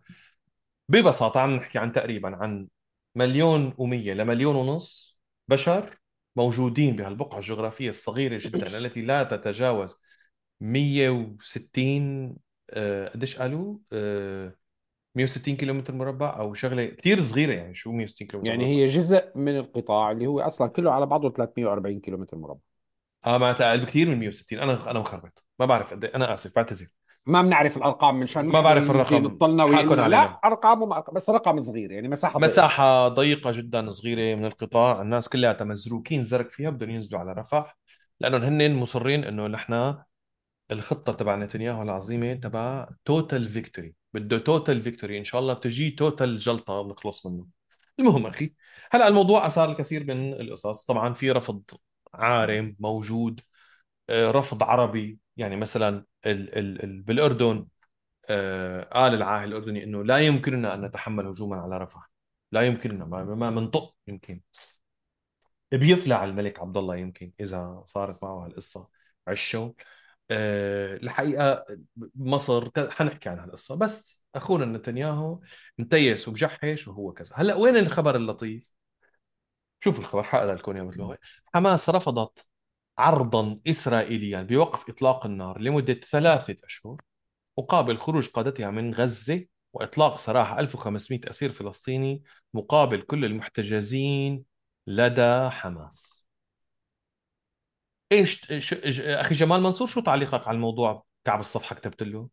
ببساطة عم نحكي عن تقريبا عن مليون ومية لمليون ونص بشر موجودين بهالبقعة الجغرافية الصغيرة جدا التي لا تتجاوز مية وستين. آه، قديش قالوا؟ آه، مية وستين كيلومتر مربع او شغله كثير صغيره، يعني شو مية وستين كيلومتر يعني مربع؟ هي جزء من القطاع اللي هو اصلا كله على بعضه ثلاثمئة وأربعين كيلومتر مربع. اه معناتها اقل بكثير من مية وستين. انا انا مخربط، ما بعرف قد إيه. انا اسف بعتذر. ما بنعرف الارقام منشان ما محدا بعرف يجي الرقم، ينطلنا ويقول حاكم لنا علينا. لا ارقامه ما أرقام. بس رقم صغير يعني مساحه ضيقه. مساحة ضيقة جدا صغيرة من القطاع، الناس كلها مزروكين زرق فيها، بدهم ينزلوا على رفح. لأنهم هن مصرين إنه نحن الخطة تبع نتنياهو العظيمة تبع توتال فيكتوري، بده توتال فيكتوري إن شاء الله بتجي توتال جلطة بنخلص منه. المهم أخي، هلأ الموضوع أثار الكثير من القصص. طبعا في رفض عارم موجود، آه، رفض عربي. يعني مثلا ال ال ال بالأردن، آه، قال العاهل الأردني إنه لا يمكننا أن نتحمل هجوما على رفح. لا يمكن، ما ما منطق يمكن. بيفلع الملك عبد الله يمكن اذا صارت معه هالقصه. عشوا. أه الحقيقه مصر ك- حنحكي عن هالقصه، بس اخونا نتنياهو متيس وبجحش وهو كذا. هلا وين الخبر اللطيف؟ شوف الخبر، حقرا لكم اياه مثل ما هو. حماس رفضت عرضا اسرائيليا بوقف اطلاق النار لمده ثلاثه اشهر مقابل خروج قادتها من غزه، واطلاق سراح ألف وخمسمئة اسير فلسطيني مقابل كل المحتجزين لدى حماس. ايش ش... ش... اخي جمال منصور، شو تعليقك على الموضوع؟ كعب الصفحه كتبت له.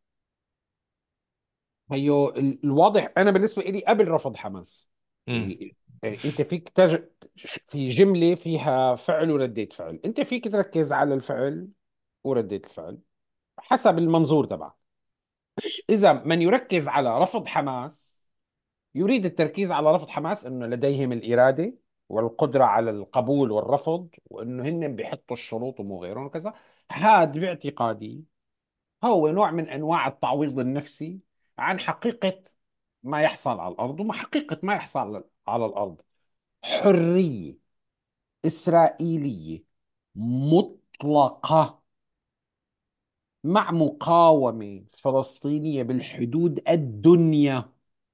هيو ال- الواضح انا بالنسبه لي قبل رفض حماس. امم يعني يعني انت فيك تج... في جمله فيها فعل وردة فعل، انت فيك تركز على الفعل وردة الفعل حسب المنظور تبعك. اذا من يركز على رفض حماس يريد التركيز على رفض حماس، انه لديهم الاراده والقدره على القبول والرفض، وانه هن بيحطوا الشروط ومو غيرهم وكذا. هذا باعتقادي هو نوع من انواع التعويض النفسي عن حقيقه ما يحصل على الارض. وما حقيقه ما يحصل على على الارض؟ حريه اسرائيليه مطلقه مع مقاومه فلسطينيه بالحدود الدنيا.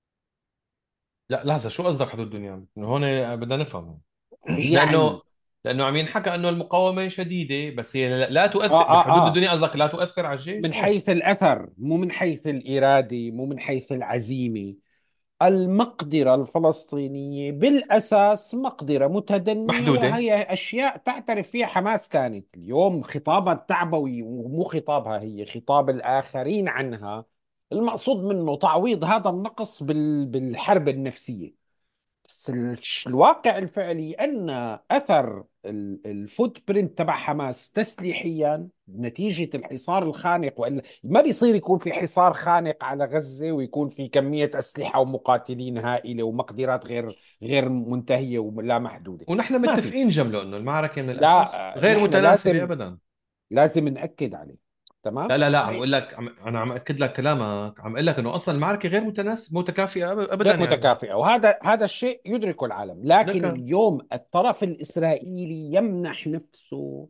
لا لحظه، شو قصدك حدود الدنيا؟ انه هون بدنا نفهم. يعني لانه لانه عم ينحكى انه المقاومه شديده، بس هي لا لا اه تؤثر اه بحدود اه الدنيا. قصدك لا تؤثر على من الجيش؟ ايه. حيث الاثر، مو من حيث الاراده، مو من حيث العزيمه. المقدرة الفلسطينية بالأساس مقدرة متدنية، محدوده. وهي أشياء تعترف فيها حماس. كانت اليوم خطابها التعبوي، ومو خطابها هي، خطاب الآخرين عنها، المقصود منه تعويض هذا النقص بال- بالحرب النفسية. بس ال- الواقع الفعلي أن أثر ال- الفوت برنت تبع حماس تسليحيا نتيجة الحصار الخانق، وإلا ما بيصير يكون في حصار خانق على غزة ويكون في كمية أسلحة ومقاتلين هائلة ومقدرات غير غير منتهية ولا محدودة. ونحن ما في. متفقين جمله انه المعركه من الاساس لا، غير نحن متناسبه لازم ابدا. لازم نأكد عليه. تمام. لا لا لا، عم اقول لك، عم انا عم اكد لك كلامك، عم اقول لك انه اصلا المعركه غير متناسبه متكافئه أب- ابدا غير يعني. متكافئة، وهذا هذا الشيء يدركه العالم. لكن لك. اليوم الطرف الإسرائيلي يمنح نفسه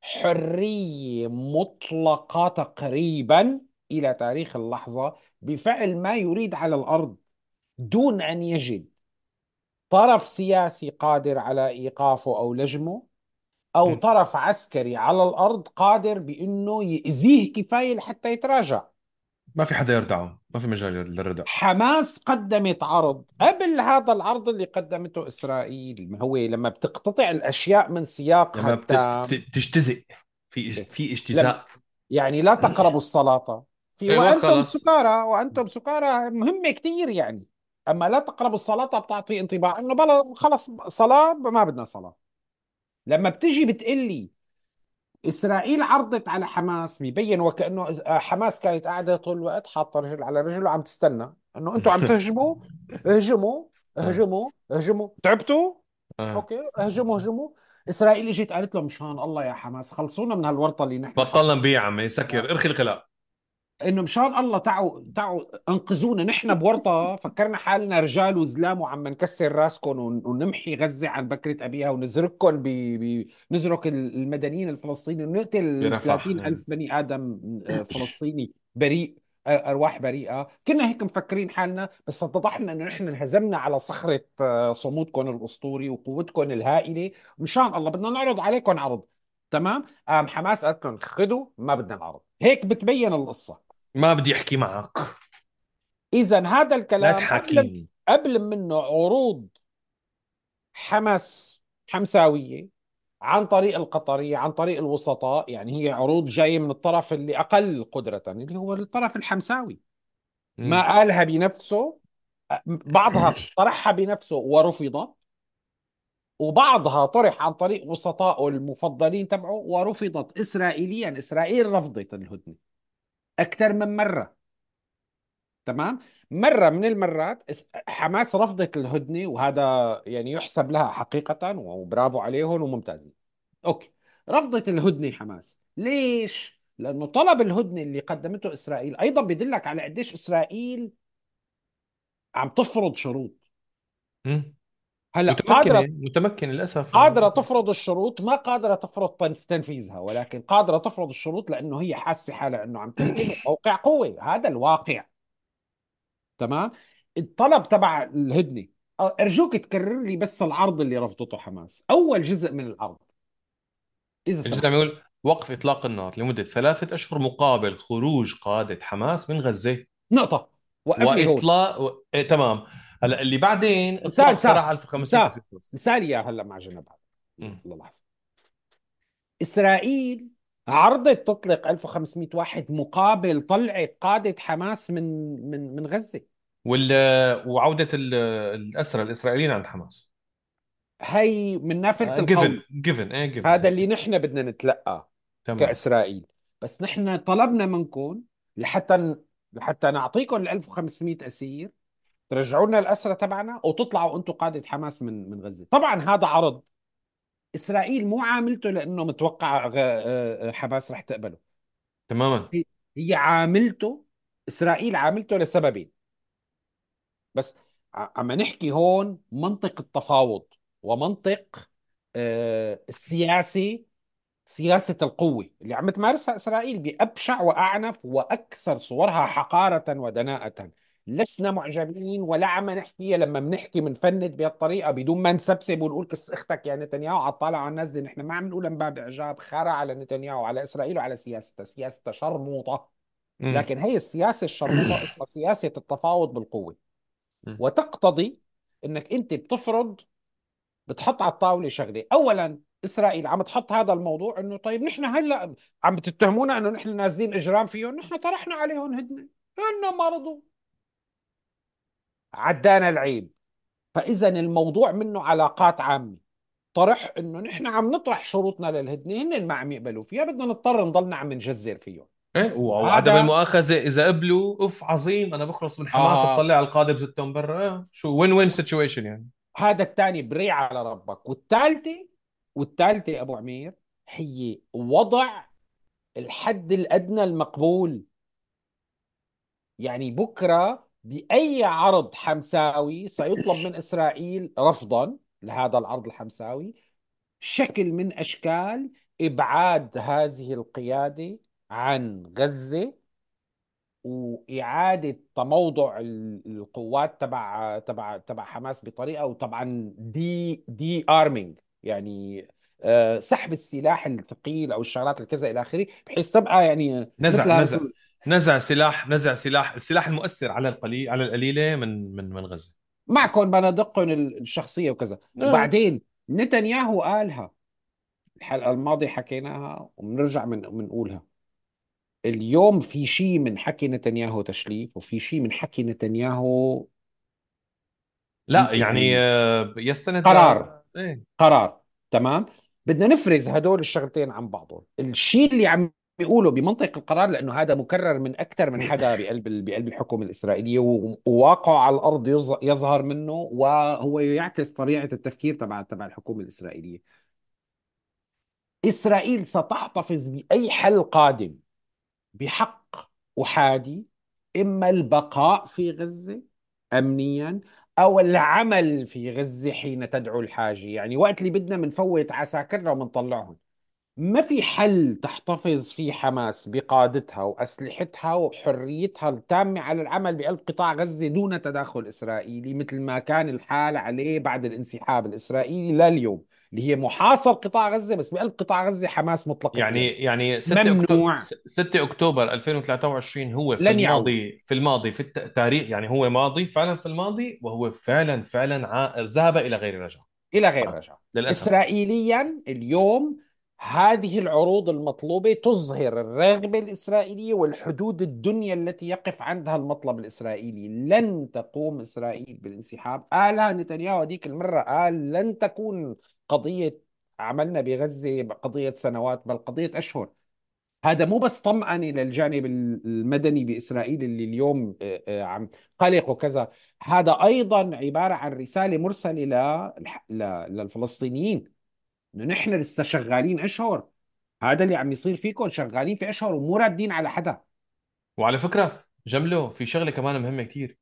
حرية مطلقة تقريبا إلى تاريخ اللحظة بفعل ما يريد على الأرض، دون أن يجد طرف سياسي قادر على إيقافه أو لجمه، أو طرف عسكري على الأرض قادر بأنه يأذيه كفاية لحتى يتراجع. ما في حدا يردعه، ما في مجال للردع. حماس قدمت عرض قبل هذا العرض اللي قدمته إسرائيل. ما هو لما بتقتطع الأشياء من سياقها لما بت- التام. بت- بتجتزئ، في في لم اجتزاء. يعني لا تقربوا الصلاة في ايوه وأنتم خلص. سكارى. وأنتم سكارى مهمة كثير يعني. أما لا تقربوا الصلاة بتعطي انطباع إنه بلا خلص صلاة، ما بدنا صلاة. لما بتجي بتقلي إسرائيل عرضت على حماس، بيبين وكأنه حماس كانت قاعدة طول الوقت حاطة رجل على رجل وعم تستنى إنه أنتم عم تهجموا. اهجموا آه. اهجموا اهجموا. تعبتوا؟ آه. اوكي، اهجموا اهجموا. اسرائيل اجت قالت لهم مشان الله يا حماس خلصونا من هالورطه اللي نحن بطلنا حاطين نبيع، عمي فيها. سكر ارخي الغلاء. انه مشان الله تعوا تعوا انقذونا، نحن بورطه فكرنا حالنا رجال وزلام وعم نكسر راسكم ون- ونمحي غزه عن بكره ابيها ونزرككم ب... ب... نزرك المدنيين الفلسطينيين ونقتل برفح. ثلاثين ألف بني ادم آه، فلسطيني بريء، آه، ارواح بريئه. كنا هيك مفكرين حالنا، بس اتضح لنا انه نحن انهزمنا على صخره آه، صمودكم الاسطوري وقوتكم الهائله. مشان الله بدنا نعرض عليكم عرض. تمام. قام حماس قالت لهم خذوا، ما بدنا العرض. هيك بتبين القصه. ما بدي احكي معك. اذا هذا لا الكلام قبل تحاكيني. قبل منه عروض حمس حمساويه عن طريق القطريه، عن طريق الوسطاء. يعني هي عروض جايه من الطرف اللي اقل قدره، اللي هو الطرف الحمساوي. مم. ما قالها بنفسه، بعضها طرحها بنفسه ورفضت، وبعضها طرح عن طريق وسطائه المفضلين تبعه ورفضت اسرائيليا. اسرائيل رفضت الهدنه اكثر من مره. تمام. مرة من المرات اس- حماس رفضت الهدنة، وهذا يعني يحسب لها حقيقة، وبرافو عليهم وممتازين. اوكي. رفضت الهدنة حماس ليش؟ لأنه طلب الهدنة اللي قدمته إسرائيل أيضا بيدلك على قديش إسرائيل عم تفرض شروط. مم. هلا متمكنة قادره متمكنة للأسف يعني قادره للأسف. تفرض الشروط، ما قادره تفرض تنف- تنفيذها، ولكن قادره تفرض الشروط لانه هي حاسه حالها انه عم تحكي من موقع قوه. هذا الواقع. تمام. الطلب تبع الهدنه، ارجوك تكرر لي بس العرض اللي رفضته حماس، اول جزء من العرض اذا الجزء عم سمحت. يقول وقف إطلاق النار لمدة ثلاثة أشهر مقابل خروج قادة حماس من غزة. نقطه. وقف لي هون. وإطلاق و... إيه تمام. هلا اللي بعدين انساه إطلاق انساه سراح ألف وخمسمية انساه أسير بس. انساه لي اياه هلا مع جنب هذا. مم. للحظه. اسرائيل عرضت تطلق ألف وخمسمائة واحد مقابل طلعت قاده حماس من من من غزه. وال... وعودة ال... الأسرى الإسرائيليين عند حماس. هي من نافله جيفن القول. جيفن ايه جيفن هذا هي. اللي نحن بدنا نتلقاه تمام. كاسرائيل. بس نحن طلبنا منكم لحتى ن- لحتى نعطيكم ال ألف وخمسمائة اسير، ترجعوا لنا الأسرى تبعنا وتطلعوا أنتم قادة حماس من من غزة. طبعا هذا عرض إسرائيل مو عاملته لأنه متوقع غ- آه، آه، حماس رح تقبله. تماما. هي هي عاملته. إسرائيل عاملته لسببين بس. ع- عم نحكي هون منطق التفاوض ومنطق آه، السياسي، سياسة القوة اللي عم تمارسها إسرائيل بأبشع وأعنف وأكثر صورها حقارة ودناءة. لسنا معجبين ولا عم نحكيها لما بنحكي بنفند بهالطريقة بدون ما نسبسب ونقول كس اختك يا نتنياهو على الطالع على الناس دي. نحن ما عم نقولها من باب إعجاب خارع على نتنياهو، على إسرائيل وعلى سياستها. سياستها شرموطة. مم. لكن هي السياسة الشرموطة اسمها سياسة التفاوض بالقوة، مم. وتقتضي انك انت بتفرض، بتحط على الطاوله شغله. اولا اسرائيل عم تحط هذا الموضوع انه طيب نحن هلا عم بتتهمونا انه نحن نازلين اجرام فيهم، نحن طرحنا عليهم هدنه انه ما رضوا، عدانا العيب. فاذا الموضوع منه علاقات عامه. طرح انه نحن عم نطرح شروطنا للهدنه، هن ما عم يقبلوا فيها، بدنا نضطر نضلنا عم نجزر فيهم. ايه وعدم وهذا المؤاخذة إذا قبلوا اوف عظيم، أنا بخلص من حماس آه بطلع القادة بزتهم برا. إيه. شو وين وين سيتويشن يعني. هذا الثاني بريع على ربك. والثالثه والثالثه ابو عمير هي وضع الحد الادنى المقبول. يعني بكرة بأي عرض حمساوي سيطلب من إسرائيل رفضا لهذا العرض الحمساوي، شكل من أشكال إبعاد هذه القيادة عن غزة وإعادة تموضع ال- القوات تبع تبع تبع حماس بطريقة، وطبعا دي دي آرمينج يعني آه، سحب السلاح الثقيل أو الشغلات الكذا إلى آخره، بحيث تبقى يعني نزع مثلها نزع مثل. نزع سلاح نزع سلاح السلاح المؤثر على القليل على القليلة من من من غزة. معكم بنادقكم ال- الشخصية وكذا. آه. وبعدين نتنياهو قالها الحلقة الماضية حكيناها وبنرجع من بنقولها. اليوم في شيء من حكي نتنياهو تشليف، وفي شيء من حكي نتنياهو لا يعني يعني آه، يستند ل قرار. ايه. قرار. تمام. بدنا نفرز هدول الشغلتين عن بعضهم. الشيء اللي عم بيقوله بمنطق القرار، لانه هذا مكرر من اكثر من حدا بقلب ال- بقلب الحكومه الاسرائيليه، و- وواقعه على الارض يظ- يظهر منه، وهو يعكس طبيعه التفكير تبع تبع الحكومه الاسرائيليه. إسرائيل ستحتفظ بأي حل قادم بحق أحادي، إما البقاء في غزة أمنيا أو العمل في غزة حين تدعو الحاجة. يعني وقت اللي بدنا منفوت عساكرنا ومنطلعهم. ما في حل تحتفظ فيه حماس بقادتها وأسلحتها وحريتها التامة على العمل بقلب قطاع غزة دون تدخل إسرائيلي، مثل ما كان الحال عليه بعد الانسحاب الإسرائيلي لليوم، اللي هي محاصر قطاع غزة، بس بقلب قطاع غزة حماس مطلق يعني اليد. يعني ستة أكتوبر ممنوع. ستة أكتوبر ألفين وثلاثة وعشرين هو في لن يعود الماضي في الماضي في التاريخ، يعني هو ماضي فعلا في الماضي، وهو فعلا فعلا ع- ذهب إلى غير رجعة. إلى غير آه. رجعة. للأسف. إسرائيليا اليوم هذه العروض المطلوبة تظهر الرغبة الإسرائيلية والحدود الدنيا التي يقف عندها المطلب الإسرائيلي. لن تقوم إسرائيل بالانسحاب. قالها نتنياهو هذيك المرة، قال لن تكون قضية عملنا بغزة قضية سنوات بل قضية أشهر. هذا مو بس طمأنة للجانب المدني بإسرائيل اللي اليوم آه، آه، عم قلق وكذا، هذا أيضا عبارة عن رسالة مرسلة للح- ل- للفلسطينيين إنه نحن لسه شغالين أشهر. هذا اللي عم يصير فيكم، شغالين في أشهر ومو رادين على حدا. وعلى فكرة جمله في شغلة كمان مهمة كتير،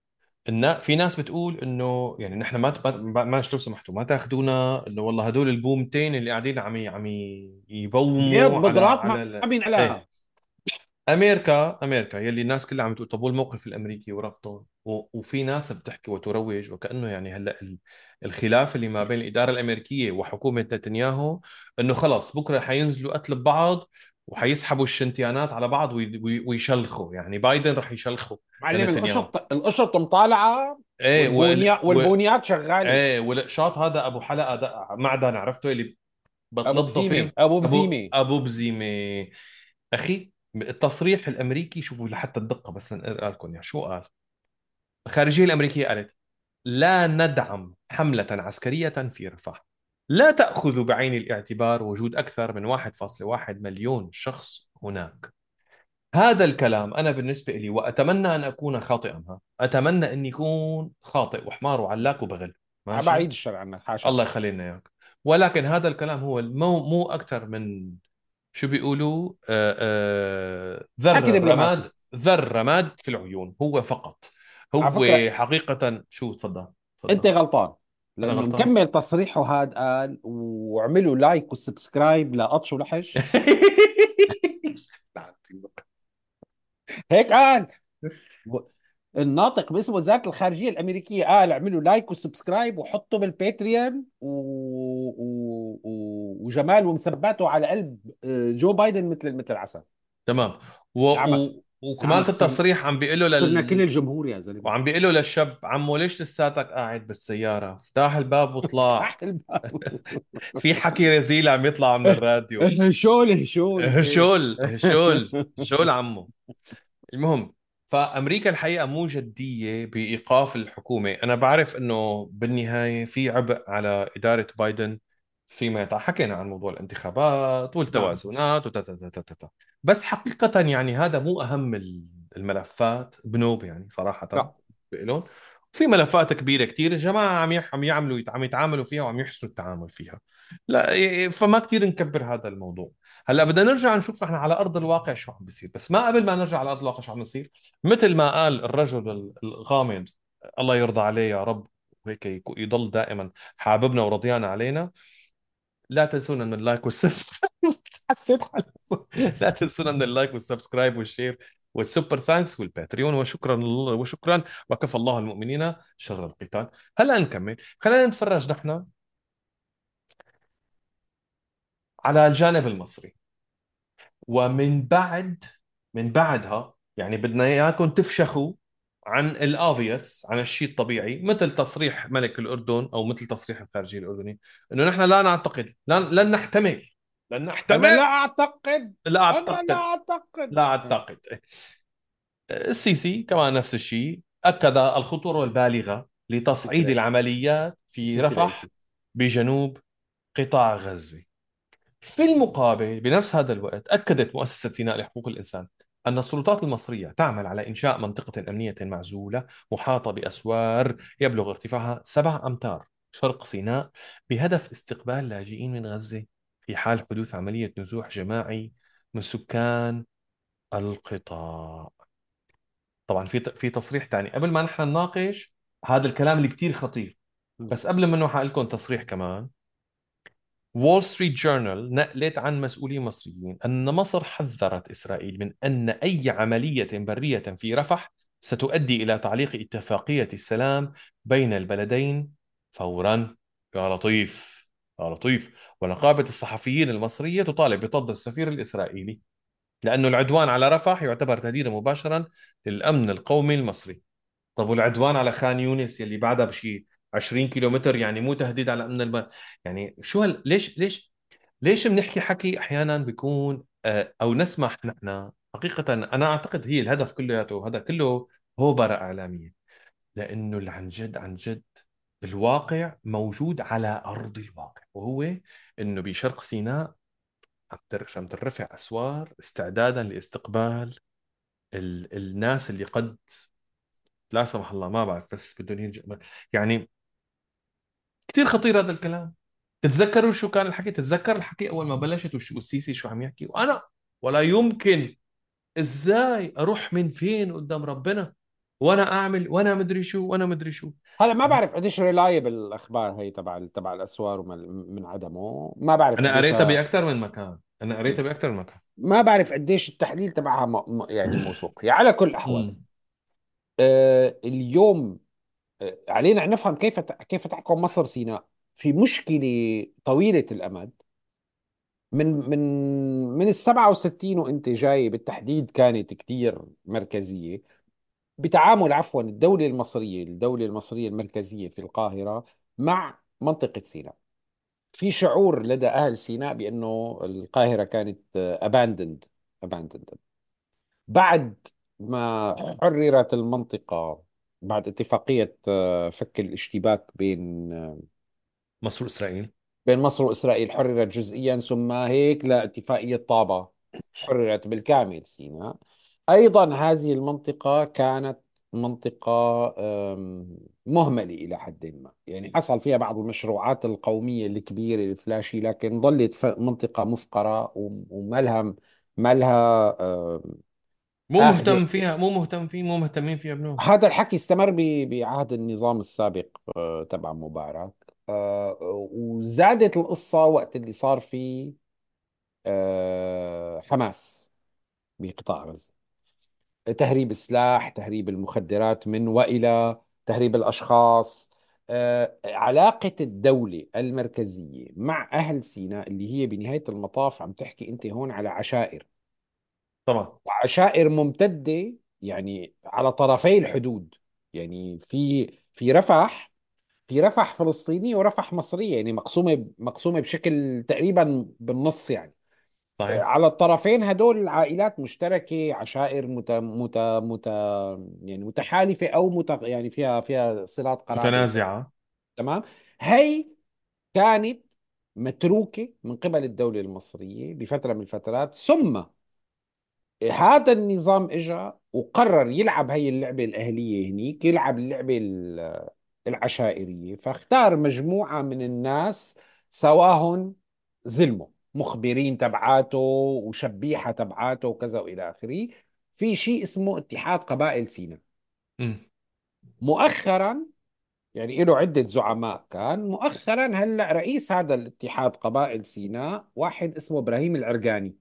النا في ناس بتقول انه يعني نحن ما ما ما لو سمحتوا ما تاخذونا انه والله هدول البومتين اللي قاعدين عم ي- عم ي- بيض يبوموا على بقراط على ما ال... بينقلها. ايه. امريكا امريكا يلي الناس كلها عم تقول طب والموقف الامريكي ورفضه و... وفي ناس بتحكي وتروج وكانه يعني هلا ال... الخلاف اللي ما بين الاداره الامريكيه وحكومه نتنياهو انه خلص بكره حينزلوا قتل ببعض وحيسحبوا الشنتيانات على بعض وي... وي... ويشلخوا، يعني بايدن رح يشلخوا معلم، لنتنياهو. القشط القشط مطالعه، ايه وال... والبونيات و... والبونيات شغاله. ايه والقشاط هذا ابو حلقه دق... معدن عرفته اللي ابو بتلطه بزيمه فيه. ابو ابو بزيمه. ابو بزيمه. اخي التصريح الامريكي شوفوا لحتى الدقه بس نقرا لكم يعني شو قال. الخارجيه الامريكيه قالت: لا ندعم حمله عسكريه في رفح، لا تاخذ بعين الاعتبار وجود اكثر من واحد فاصلة واحد مليون شخص هناك. هذا الكلام انا بالنسبه لي، واتمنى ان اكون خاطئا، ها اتمنى ان يكون خاطئ وحمار وعلاك وبغل، بعيد ماشي، الشر عنك، حاشا. الله يخلي لنا اياك. ولكن هذا الكلام هو مو مو اكثر من شو بيقولوا آه آه حكي ذر دبلوماسي. الرماد، ذر رماد في العيون هو فقط. على هو فكره حقيقة شو، تفضل انت تفضل. غلطان، انا لانه غلطان. مكمل تصريحه هذا قال واعملوا لايك وسبسكرايب لقطش ولحش. هيك قال. و- الناطق باسم وزارة الخارجية الأمريكية قال اعملوا لايك وسبسكرايب وحطوا بالباتريون و... و... و... وجمال ومثباته على قلب آه، جو بايدن مثل مثل العسل. تمام. و... يا عم، و... يا عم وكمالة خسرنا، التصريح عم بيقول له خسرنا كل لل الجمهور يا زلمة. وعم بيقول له للشاب: عمو ليش لساتك قاعد بالسيارة؟ افتح الباب واطلع. افتح الباب. في حكي رزيل عم يطلع من الراديو. هشول هشول ايه. هشول هشول هشول عمو. المهم، فامريكا الحقيقه مو جديه بايقاف الحكومه. انا بعرف انه بالنهايه في عبء على اداره بايدن فيما يتعلق، حكينا عن موضوع الانتخابات نعم. والتوازنات وتتتتتت. بس حقيقه يعني هذا مو اهم ال- الملفات بنوب يعني صراحه لا. بقولون. في ملفات كبيره كتير الجماعه عم يح- عم يعملوا عم يتعاملوا فيها وعم يحسنوا التعامل فيها. لا ي- فما كتير نكبر هذا الموضوع. هلا بدنا نرجع نشوف نحن على ارض الواقع شو عم بيصير. بس ما قبل ما نرجع على ارض الواقع شو عم بيصير، مثل ما قال الرجل ال- الغامض، الله يرضى عليه يا رب، وهيك يكو- يضل دائما حاببنا ورضيان علينا. لا تنسونا من اللايك والسبسكرايب. حسيت حالي. لا تنسونا من اللايك والسبسكرايب والشير والسوبر ثانكس والباتريون. وشكرا لله وشكرا، وكفى الله المؤمنين شر القتال. هلا نكمل، خلينا نتفرج نحن على الجانب المصري. ومن بعد من بعدها يعني بدنا اياكم تفشخوا عن الافيس، عن الشيء الطبيعي، مثل تصريح ملك الاردن او مثل تصريح الخارجيه الاردني انه نحن لا نعتقد، لن, لن نحتمل لن أنا لا نحتمل أعتقد. لا أنا لا اعتقد أعتقد. لا اعتقد. السيسي كمان نفس الشيء اكد الخطوره البالغه السيسي لتصعيد العيسي. العمليات في السيسي رفح العيسي. بجنوب قطاع غزه. في المقابل بنفس هذا الوقت أكدت مؤسسة سيناء لحقوق الإنسان أن السلطات المصرية تعمل على إنشاء منطقة أمنية معزولة محاطة بأسوار يبلغ ارتفاعها سبع أمتار شرق سيناء، بهدف استقبال لاجئين من غزة في حال حدوث عملية نزوح جماعي من سكان القطاع. طبعا في في تصريح ثاني قبل ما نحن نناقش هذا الكلام اللي كتير خطير. بس قبل منه حقلكم تصريح كمان. وول ستريت جورنال نقلت عن مسؤولين مصريين أن مصر حذرت إسرائيل من أن أي عملية برية في رفح ستؤدي إلى تعليق اتفاقية السلام بين البلدين فورا. يا لطيف يا لطيف. ونقابة الصحفيين المصرية تطالب بطرد السفير الإسرائيلي لأنه العدوان على رفح يعتبر تهديدا مباشرا للأمن القومي المصري. طب والعدوان على خان يونس يلي بعدها بشي عشرين كيلومتر يعني مو تهديد على امن البلد؟ يعني شو هال... ليش ليش ليش بنحكي حكي احيانا بيكون آه، او نسمح نحن حقيقة انا اعتقد هي الهدف كلياته هذا كله هوبرة اعلامية. لانه اللي عن جد عن جد الواقع موجود على ارض الواقع، وهو انه بشرق سيناء عم تر- عم ترفع اسوار استعدادا لاستقبال ال... الناس اللي قد لا سمح الله ما بعرف بس بدهم يرجعوا يعني. كثير خطير هذا الكلام. تتذكروا شو كان الحكي؟ تتذكر الحكي اول ما بلشت وشو والسيسي شو عم يحكي وانا ولا يمكن، ازاي اروح من فين قدام ربنا؟ وانا اعمل وانا مدري شو وانا مدري شو. هلا ما بعرف قديش ريلايبل الاخبار هي تبع تبع الاسوار ومن من عدمه، ما بعرف انا قديش. قريتها باكثر من مكان، انا قريتها باكثر من مكان. ما بعرف قديش التحليل تبعها م... م- يعني موثوق. يعني على كل الاحوال، امم. آه اليوم آه علينا ان نفهم كيف ت... كيف تحكم مصر سيناء في مشكله طويله الامد. من من من ال سبعة وستين وانت جاي بالتحديد كانت كثير مركزيه بتعامل، عفوا، الدوله المصريه الدوله المصريه المركزيه في القاهره مع منطقه سيناء. في شعور لدى أهل سيناء بأنه القاهرة كانت abandoned abandoned بعد ما حررت المنطقة، بعد اتفاقية آه، فك الاشتباك بين آه، مصر واسرائيل. بين مصر وإسرائيل. حررت جزئيا، ثم هيك لاتفاقية طابة حررت بالكامل سيناء. أيضا هذه المنطقة كانت منطقة آم، مهملة إلى حد ما، يعني حصل فيها بعض المشروعات القومية الكبيرة الفلاشي، لكن ظلت ف- منطقة مفقرة و- وما لها ما لها آم، مو آخذ. مهتم فيها، مو مهتم فيه، مو مهتمين فيها ابنهم. هذا الحكي استمر ب- بعهد النظام السابق آه، تبع مبارك. آه، وزادت القصة وقت اللي صار في آه، حماس بقطاع غزة. تهريب السلاح، تهريب المخدرات من وإلى، تهريب الأشخاص. آه، علاقة الدولة المركزية مع أهل سيناء اللي هي بنهاية المطاف عم تحكي أنت هون على عشائر، طبعا. وعشائر ممتدة يعني على طرفي الحدود. يعني في في رفح في رفح فلسطينية ورفح مصرية، يعني مقسومة مقسومة بشكل تقريبا بالنص يعني. صحيح. على الطرفين هدول عائلات مشتركة، عشائر مت... مت... مت... يعني متحالفة أو مت... يعني فيها فيها صلات قرابة وكذا. متنازعة. تمام. هي كانت متروكة من قبل الدولة المصرية بفترة من الفترات، ثم هذا النظام اجى وقرر يلعب هي اللعبة الأهلية هنيك، يلعب اللعبة ال- العشائرية، فاختار مجموعة من الناس سواهم زلمه مخبرين تبعاته وشبيحة تبعاته وكذا وإلى آخره، في شيء اسمه اتحاد قبائل سيناء. امم. مؤخرا، يعني له عدة زعماء، كان مؤخرا هلأ رئيس هذا الاتحاد قبائل سيناء واحد اسمه إبراهيم العرقاني.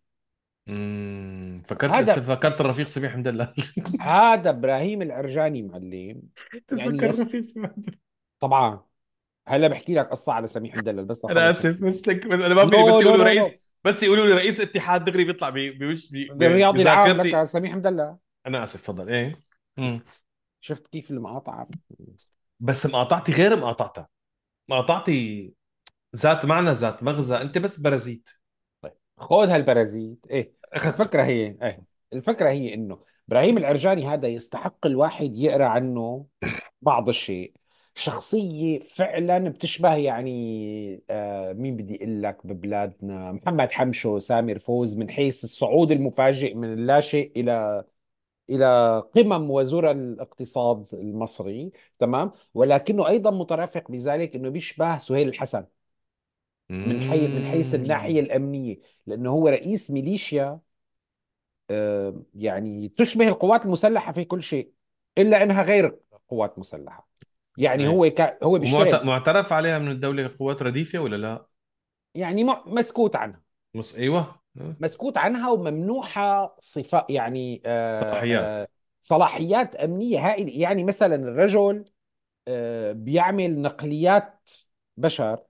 امم فكرت هذا فكرت الرفيق سميح مدلل. هذا ابراهيم العرجاني معلم. يعني تذكر يس، الرفيق سميح مدلل. طبعا. هلا بحكي لك قصة على سميح مدلل بس انا اخلص اسف، السي. بس لك، بس انا ما في، نو بس نو يقولوا نو نو، رئيس، بس يقولوا لي رئيس اتحاد دغري بيطلع ب- بوش ب- ب- الرياضي العام لك بذاكرتي. سميح مدلل. انا اسف، تفضل. ايه. امم. شفت كيف المقاطعة؟ بس مقاطعتي غير مقاطعتها. مقاطعتي ذات معنى، ذات مغزى، انت بس برازيت. طيب خذ هالبرازيت. ايه اخذته. الفكرة هي ايه الفكرة هي انه ابراهيم العرجاني هذا يستحق الواحد يقرا عنه بعض الشيء. شخصية فعلا بتشبه يعني آه مين بدي اقول لك ببلادنا، محمد حمشو، سامر فوز، من حيث الصعود المفاجئ من اللاشيء الى الى قمم وزرى الاقتصاد المصري. تمام. ولكنه ايضا مترافق بذلك انه بيشبه سهيل الحسن من حي من حيث الناحيه امم. الامنيه، لانه هو رئيس ميليشيا آه، يعني تشبه القوات المسلحه في كل شيء الا انها غير قوات مسلحه. يعني ايه. هو كا هو بيشتغل، ومعترف عليها من الدولة قوات رديفة ولا لا؟ يعني م- مسكوت عنها. مص... ايوه. مسكوت عنها وممنوحه صفاء يعني آه، صلاحيات. آه، صلاحيات امنيه هائله. يعني مثلا الرجل آه، بيعمل نقليات بشر،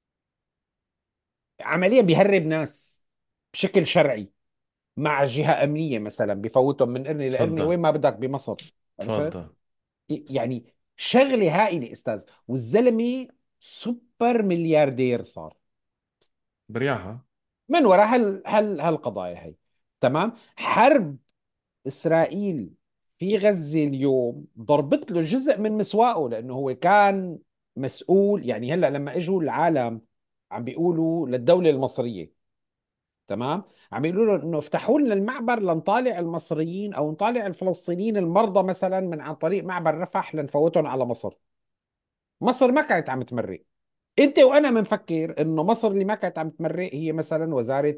عمليا بيهرب ناس بشكل شرعي مع جهة أمنية، مثلا بفوتهم من قرني لقرني تفضل. وين ما بدك بمصر. عرفت؟ تفضل. يعني شغلة هائلة أستاذ. والزلمة سوبر ملياردير صار برياحة. من وراء هال هال هالقضايا هي. تمام. حرب إسرائيل في غزة اليوم ضربت له جزء من مسواقه، لأنه هو كان مسؤول. يعني هلأ لما اجوا العالم عم بيقولوا للدولة المصرية، تمام، عم يقولوا له انه افتحوا لنا المعبر لنطالع المصريين او نطالع الفلسطينيين المرضى مثلا من عن طريق معبر رفح لنفوتهم على مصر. مصر ما كانت عم تمرق. انت وانا بنفكر انه مصر اللي ما كانت عم تمرق هي مثلا وزارة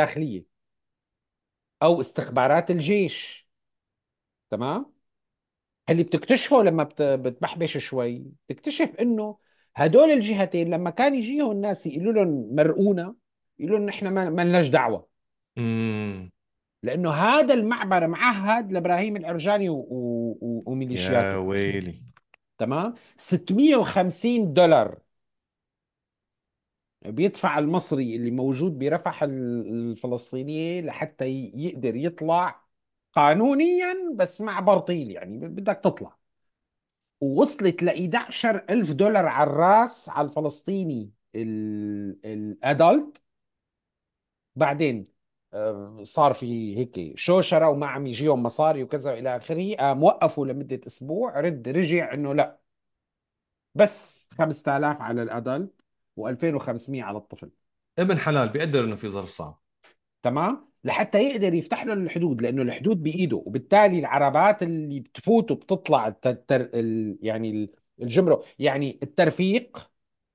الداخلية او استخبارات الجيش. تمام. اللي بتكتشفه لما بت- بتبحبش شوي، بتكتشف انه هدول الجهتين لما كان يجيهم الناس يقولوا لهم مرقونا، يقولوا لهم احنا ما ما لناش دعوه. امم. لانه هذا المعبر معهد لابراهيم العرجاني و... و... يا وميليشياته. ويلي. تمام. ستمية وخمسين دولار بيدفع المصري اللي موجود برفح ال- الفلسطينية لحتى ي- يقدر يطلع قانونيا، بس مع برطيل، يعني بدك تطلع. ووصلت ل احد عشر ألف دولار على الراس على الفلسطيني الادلت. بعدين آه، صار في هيك شوشرة وما عم يجيهم مصاري وكذا إلى آخره، قام وقفوا لمدة أسبوع، رد رجع إنه لا، بس خمسة آلاف على الأدلت و2500 على الطفل. ابن حلال بيقدر انه في ظرف صعب. تمام، لحتى يقدر يفتح له الحدود، لأنه الحدود بإيده، وبالتالي العربات اللي بتفوت وبتطلع التر... ال... يعني ال- الجمرك، يعني الترفيق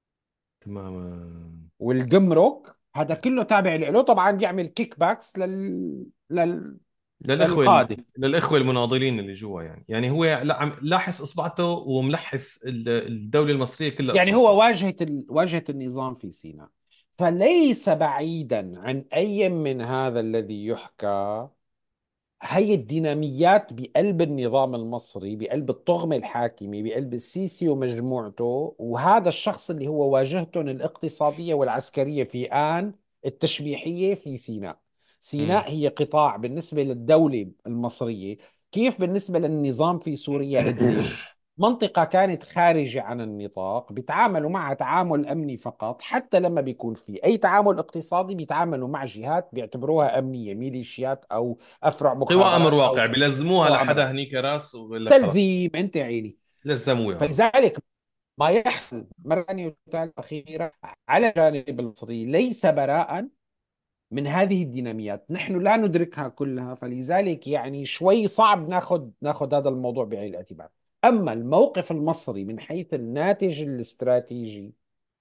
تماما. والجمرك، هذا كله تابع له. طبعا بيعمل كيك باكس لل... لل... للاخوه ال- للقادة. للاخوه المناضلين اللي جوا، يعني يعني هو لا عم لاحس اصبعته وملحس ال- الدوله المصريه كلها يعني اصبعته. هو واجهة ال... واجهة النظام في سيناء. فليس بعيدا عن أي من هذا الذي يحكى. هي الديناميات بقلب النظام المصري، بقلب الطغمة الحاكمة، بقلب السيسي ومجموعته، وهذا الشخص اللي هو واجهتهم الاقتصادية والعسكرية في آن التشبيحية في سيناء. امم. سيناء هي قطاع بالنسبة للدولة المصرية، كيف بالنسبة للنظام في سوريا إدلب، منطقة كانت خارجة عن النطاق، بيتعاملوا معها تعامل أمني فقط. حتى لما بيكون في أي تعامل اقتصادي بيتعاملوا مع جهات بيعتبروها أمنية، ميليشيات أو أفرع قوى امر مخابرات أو واقع بيلزموها قوى أمر، لحدا هنيك راس وبقول لك خلص. تنظيم، أنت عيني. لزموها. فلذلك ما يحصل مرة ثانية وثالثة أخيرة على الجانب المصري ليس براء من هذه الديناميات، نحن لا ندركها كلها. فلذلك يعني شوي صعب ناخذ ناخذ هذا الموضوع بعين الاعتبار. أما الموقف المصري من حيث الناتج الاستراتيجي،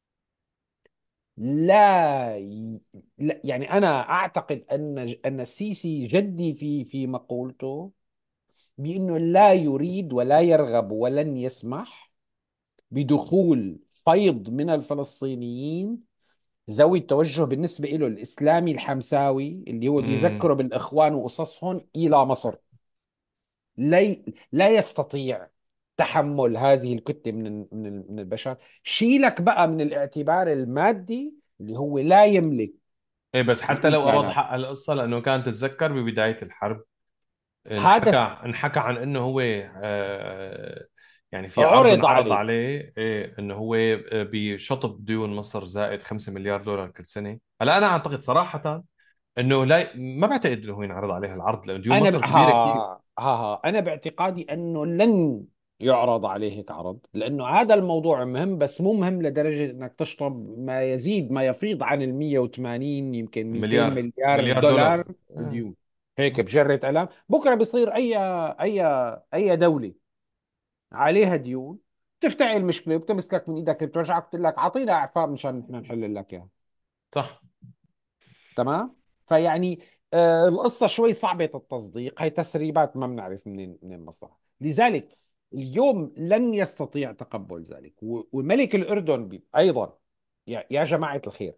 لا, ي... لا يعني أنا أعتقد أن أن السيسي جدي في في مقولته بأنه لا يريد ولا يرغب ولن يسمح بدخول فيض من الفلسطينيين ذوي التوجه بالنسبة له الإسلامي الحمساوي، اللي هو امم. بيذكره بالإخوان وقصصهم، إلى مصر. لا لا يستطيع تحمل هذه الكتلة من من من البشر. شيلك بقى من الاعتبار المادي اللي هو لا يملك ايه بس حتى لو اراد الإمكانات. حق القصه، لانه كانت تتذكر ببدايه الحرب هذا انحكى س- انحكى عن انه هو آه، يعني في عرض عرض انعرض عليه. عليه، ايه انه هو آه، بشطب ديون مصر زائد خمسة مليار دولار كل سنه. هلا انا اعتقد صراحه انه لا، ما بعتقد انه هو ينعرض عليه العرض، لانه ديون انا ب... مصر كبيره كثير. ها ها ها انا باعتقادي انه لن يعرض عليه هيك عرض، لانه هذا الموضوع مهم، بس مو مهم لدرجه انك تشطب ما يزيد ما يفيض عن ال مية وثمانين يمكن مئتين مليار مليار مليار دولار. دولار آه. ديون. هيك بجرة قلم بكره بيصير اي اي اي دوله عليها ديون، تفتعل المشكله وبتمسكك من ايدك بتوجعك، بتقول لك اعطينا اعفاء مشان نحن نحل لك اياها. صح. تمام. فيعني آه القصة شوي صعبة التصديق، هي تسريبات ما بنعرف منين من المصلحة. لذلك اليوم لن يستطيع تقبل ذلك. و- وملك الأردن بي- أيضا، يا يا جماعة الخير،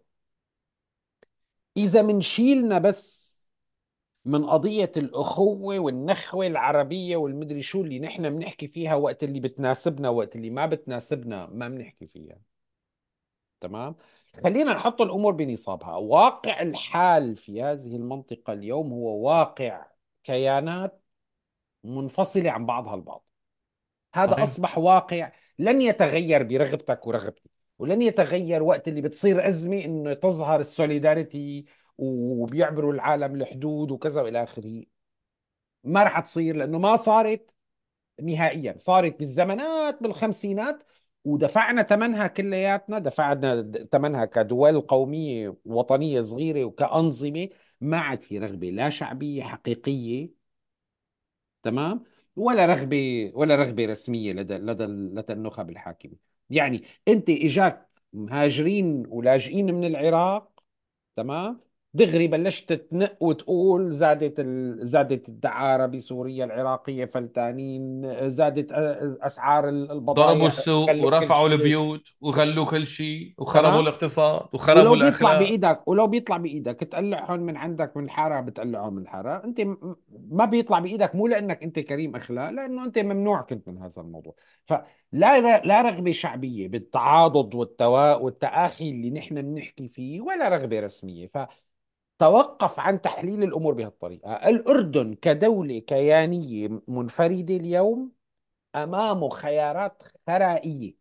إذا منشيلنا بس من قضية الأخوة والنخوة العربية والمدري شو اللي نحن بنحكي فيها وقت اللي بتناسبنا، وقت اللي ما بتناسبنا ما بنحكي فيها. تمام. خلينا نحط الأمور بنصابها. واقع الحال في هذه المنطقة اليوم هو واقع كيانات منفصلة عن بعضها البعض. هذا صحيح. أصبح واقع لن يتغير برغبتك ورغبتي، ولن يتغير وقت اللي بتصير أزمة إنه تظهر السوليداريتي وبيعبروا العالم الحدود وكذا وإلى آخره. ما رح تصير، لأنه ما صارت نهائيا. صارت بالزمانات بالخمسينات ودفعنا ثمنها كلياتنا، دفعنا ثمنها كدول قومية وطنية صغيرة وكأنظمة. ما عاد في رغبة لا شعبية حقيقية، تمام، ولا رغبة ولا رغبة رسمية لدى لدى لدى النخب الحاكمة. يعني انت اجاك مهاجرين ولاجئين من العراق، تمام، دغري بلشت تنق وتقول زادت ال... زادت الدعارة بسوريا العراقية فلتانين، زادت أ- أسعار ضربوا البضائع، السوق غلوا كل ورفعوا شيء. البيوت وغلوا كل شيء وخربوا تمام. الاقتصاد وخربوا ولو بيطلع الأخلاق. بايدك ولو بيطلع بايدك تقلعهم من عندك من الحاره، بتقلعهم من الحاره. انت م- ما بيطلع بايدك، مو لانك انت كريم اخلاق، لانه انت ممنوع كنت من هذا الموضوع. فلا لا رغبه شعبيه بالتعاضد والتوا والتآخي اللي نحن بنحكي فيه، ولا رغبه رسميه. فتوقف عن تحليل الامور بهالطريقه. الاردن كدوله كيانيه منفرده اليوم امامه خيارات ثرائيه،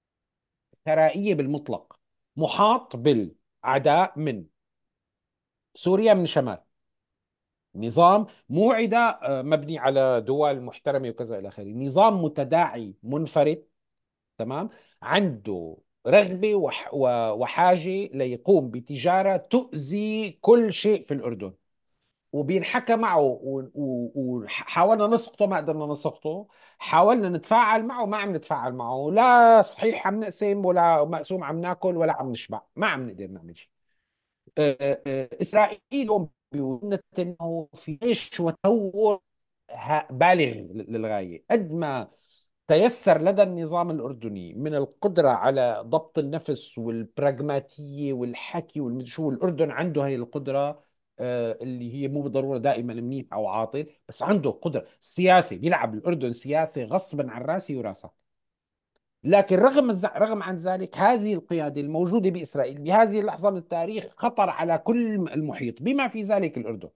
ثرائيه بالمطلق، محاط بالاعداء من سوريا من شمال، نظام موعدة آه، مبني على دول محترمة وكذا إلى آخره، نظام متداعي منفرد. تمام. عنده رغبة وح و- وحاجة ليقوم بتجارة تؤذي كل شيء في الأردن، وبينحكى معه و- و- وحاولنا نسقطه ما قدرنا نسقطه، حاولنا نتفاعل معه ما عم نتفاعل معه، لا صحيح عم نقسم ولا مقسوم عم ناكل ولا عم نشبع، ما عم نقدر نعمل شيء. آه، آه، اسرائيل اليوم بيقول نتنياهو في جيش وتطور ها- بالغ للغايه. قد ما تيسر لدى النظام الاردني من القدره على ضبط النفس والبراغماتيه والحكي والمدري شو، الاردن عنده هي القدره، آه، اللي هي مو بالضروره دائما منيح او عاطل، بس عنده قدره سياسي، بيلعب الاردن سياسي غصبا عن راسي وراسك. لكن رغم الز- رغم عن ذلك هذه القيادة الموجودة بإسرائيل بهذه اللحظة من التاريخ خطر على كل المحيط بما في ذلك الأردن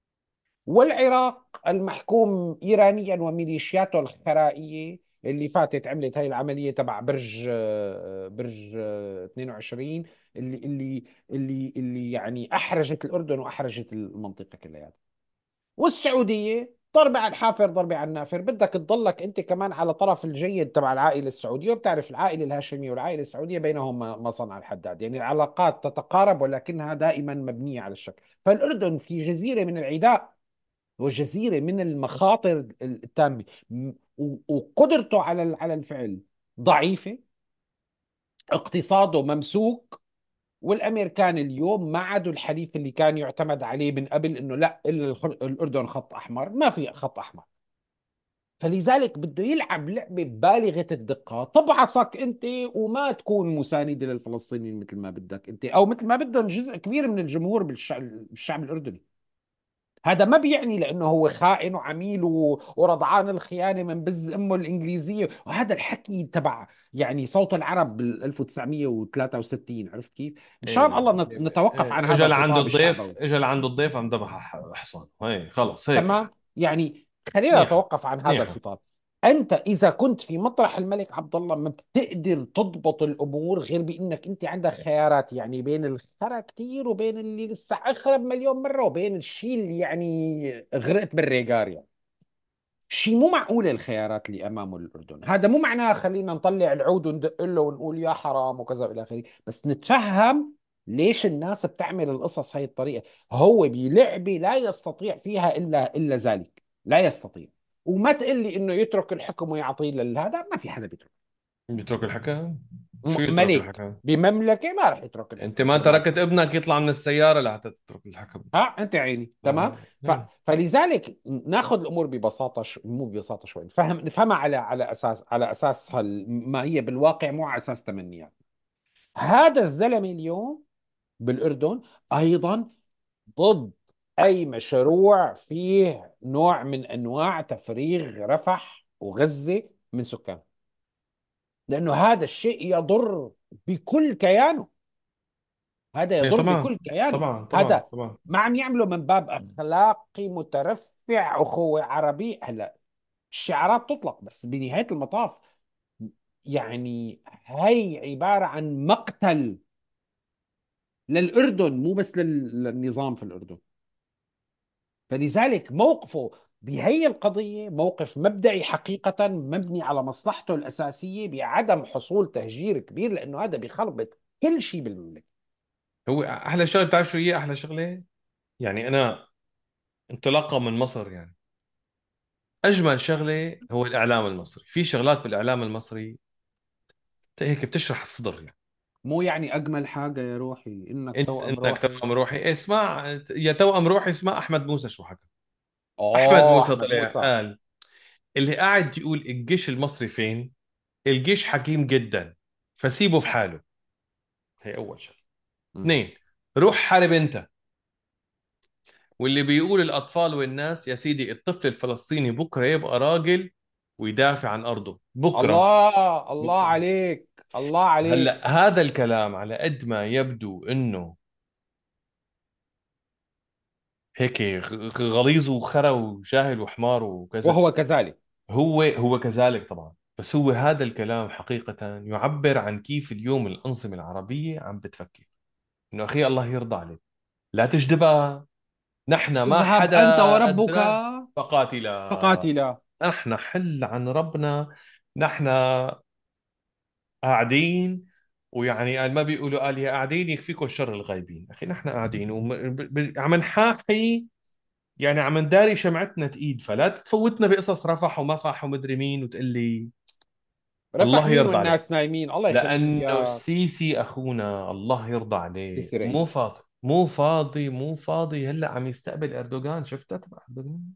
والعراق المحكوم إيرانيا وميليشياته الخرائية اللي فاتت عملت هاي العملية تبع برج آه، برج آه، اثنين وعشرين، اللي اللي اللي اللي يعني أحرجت الأردن وأحرجت المنطقة كلها. والسعودية ضربة على الحافر ضربة على النافر، بدك تضلك انت كمان على طرف الجيد تبع العائلة السعودية. وبتعرف العائلة الهاشمية والعائلة السعودية بينهم مصنع الحداد، يعني العلاقات تتقارب ولكنها دائما مبنية على الشك. فالأردن في جزيرة من العداء وجزيرة من المخاطر التامة، م- و- وقدرته على على الفعل ضعيفة، اقتصاده ممسوك. والامريكان اليوم ما عادوا الحليف اللي كان يعتمد عليه من قبل، انه لا الا الخ- الاردن خط احمر، ما في خط احمر. فلذلك بده يلعب لعبه بالغه الدقه، تبعصك انت وما تكون مسانده للفلسطينيين مثل ما بدك انت، او مثل ما بدهم جزء كبير من الجمهور بالشعب, بالشعب الاردني. هذا ما بيعني لانه هو خائن وعميل و- ورضعان الخيانه من بز امه الانجليزيه، وهذا الحكي تبع يعني صوت العرب بال ألف وتسعمية وثلاثة وستين. عرفت كيف؟ مشان الله إيه. نت- نتوقف عن إيه. هذا اجى لعنده الخطاب الضيف، الشعبوي. اجى لعنده الضيف قام ذبح ح- حصان، هي خلص هيك. تمام. يعني خلينا منيحة. نتوقف عن هذا منيحة. الخطاب. انت اذا كنت في مطرح الملك عبد الله ما بتقدر تضبط الامور غير بانك انت عندك خيارات، يعني بين الخرا كتير وبين اللي لسه اخرب مليون مره وبين الشيء اللي يعني غرقت بالريجار يعني. شيء مو معقول الخيارات اللي امامه الاردن. هذا مو معناه خلينا نطلع العود وندق له ونقول يا حرام وكذا الى اخره، بس نتفهم ليش الناس بتعمل القصص هاي الطريقه. هو بلعبه لا يستطيع فيها الا الا ذلك، لا يستطيع. وما تقول لي انه يترك الحكم ويعطيه لهذا، ما في حدا بيترك. يترك الحكي. م- شو يترك ملك الحكي؟ بمملكه ما راح يترك انت الحكم ما كرمال. تركت ابنك يطلع من السيارة لحتى تترك الحكم. ها انت عيني. تمام. آه. ف... إيه. فلذلك ناخذ الامور ببساطه، ش... مو ببساطه شوي، نفهم نفهمها على على اساس على اساس هال... ما هي بالواقع، مو على اساس تمنيات. هذا الزلمه اليوم بالاردن ايضا ضد اي مشروع فيه نوع من انواع تفريغ رفح وغزه من سكان، لانه هذا الشيء يضر بكل كيانه. هذا ايه يضر طبعا. بكل كيانه. طبعا طبعا هذا طبعا. ما عم يعمله من باب اخلاقي مترفع اخوه عربي. هلا الشعارات تطلق، بس بنهايه المطاف يعني هي عباره عن مقتل للاردن، مو بس لل- للنظام في الاردن. فلذلك موقفه بهي القضيه موقف مبدئي حقيقه، مبني على مصلحته الاساسيه بعدم حصول تهجير كبير، لانه هذا بيخربط كل شيء بالمملكه. هو احلى شغله، بتعرف شو هي احلى شغله؟ يعني انا انطلاقا من مصر، يعني اجمل شغله هو الاعلام المصري. في شغلات بالاعلام المصري هيك بتشرح الصدر يعني. مو يعني اجمل حاجه يا روحي انك انت توأم انك روحي؟ توأم روحي، اسمع يا توأم روحي، اسمع احمد موسى شو حكى. احمد اه موسى احمد طلع موسى. قال: اللي قاعد يقول الجيش المصري فين، الجيش حكيم جدا، فسيبه في حاله. هي اول شيء. مم. اثنين: روح حارب انت. واللي بيقول الاطفال والناس، يا سيدي الطفل الفلسطيني بكره يبقى راجل ويدافع عن ارضه بكره. الله الله بكره. عليك، الله عليك. هلا هذا الكلام على قد ما يبدو انه هيك غ- غليظ وخرا وجاهل وحمار وكذا، وهو كذلك. هو هو كذلك طبعا، بس هو هذا الكلام حقيقة يعبر عن كيف اليوم الأنظمة العربية عم بتفكر. إنه أخي الله يرضى عليك، لا تجدبها، نحن ما اذهب حدا انت وربك أدنى فقاتلا، فقاتلا. نحن حل عن ربنا، نحن قاعدين. ويعني قال ما بيقولوا قال يا قاعدين يكفيكم شر الغايبين. أخي نحن قاعدين وعم نحاحي، يعني عم نداري شمعتنا تقيد، فلا تفوتنا بقصص رفح وما فح ومدري مين وتقول لي رفح الله مين يرضى عليك. والناس نايمين؟ الله يخلي لي لأنه اياك. السيسي أخونا الله يرضى عليه سيسي مو رئيسي. فاضي، مو فاضي مو فاضي هلا عم يستقبل أردوغان. شفتها تبع أردوغان؟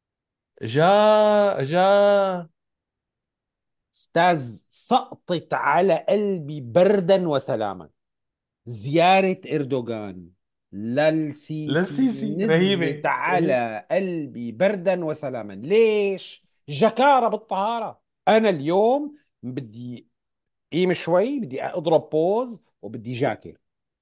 جا جا. استاذ، سقطت على قلبي بردا وسلاما زيارة اردوغان للسيسي، للسيسي نزلت رهيبة رهيبة. على قلبي بردا وسلاما. ليش؟ جكارة بالطهارة. انا اليوم بدي قيم شوي، بدي اضرب بوز وبدي جاكر.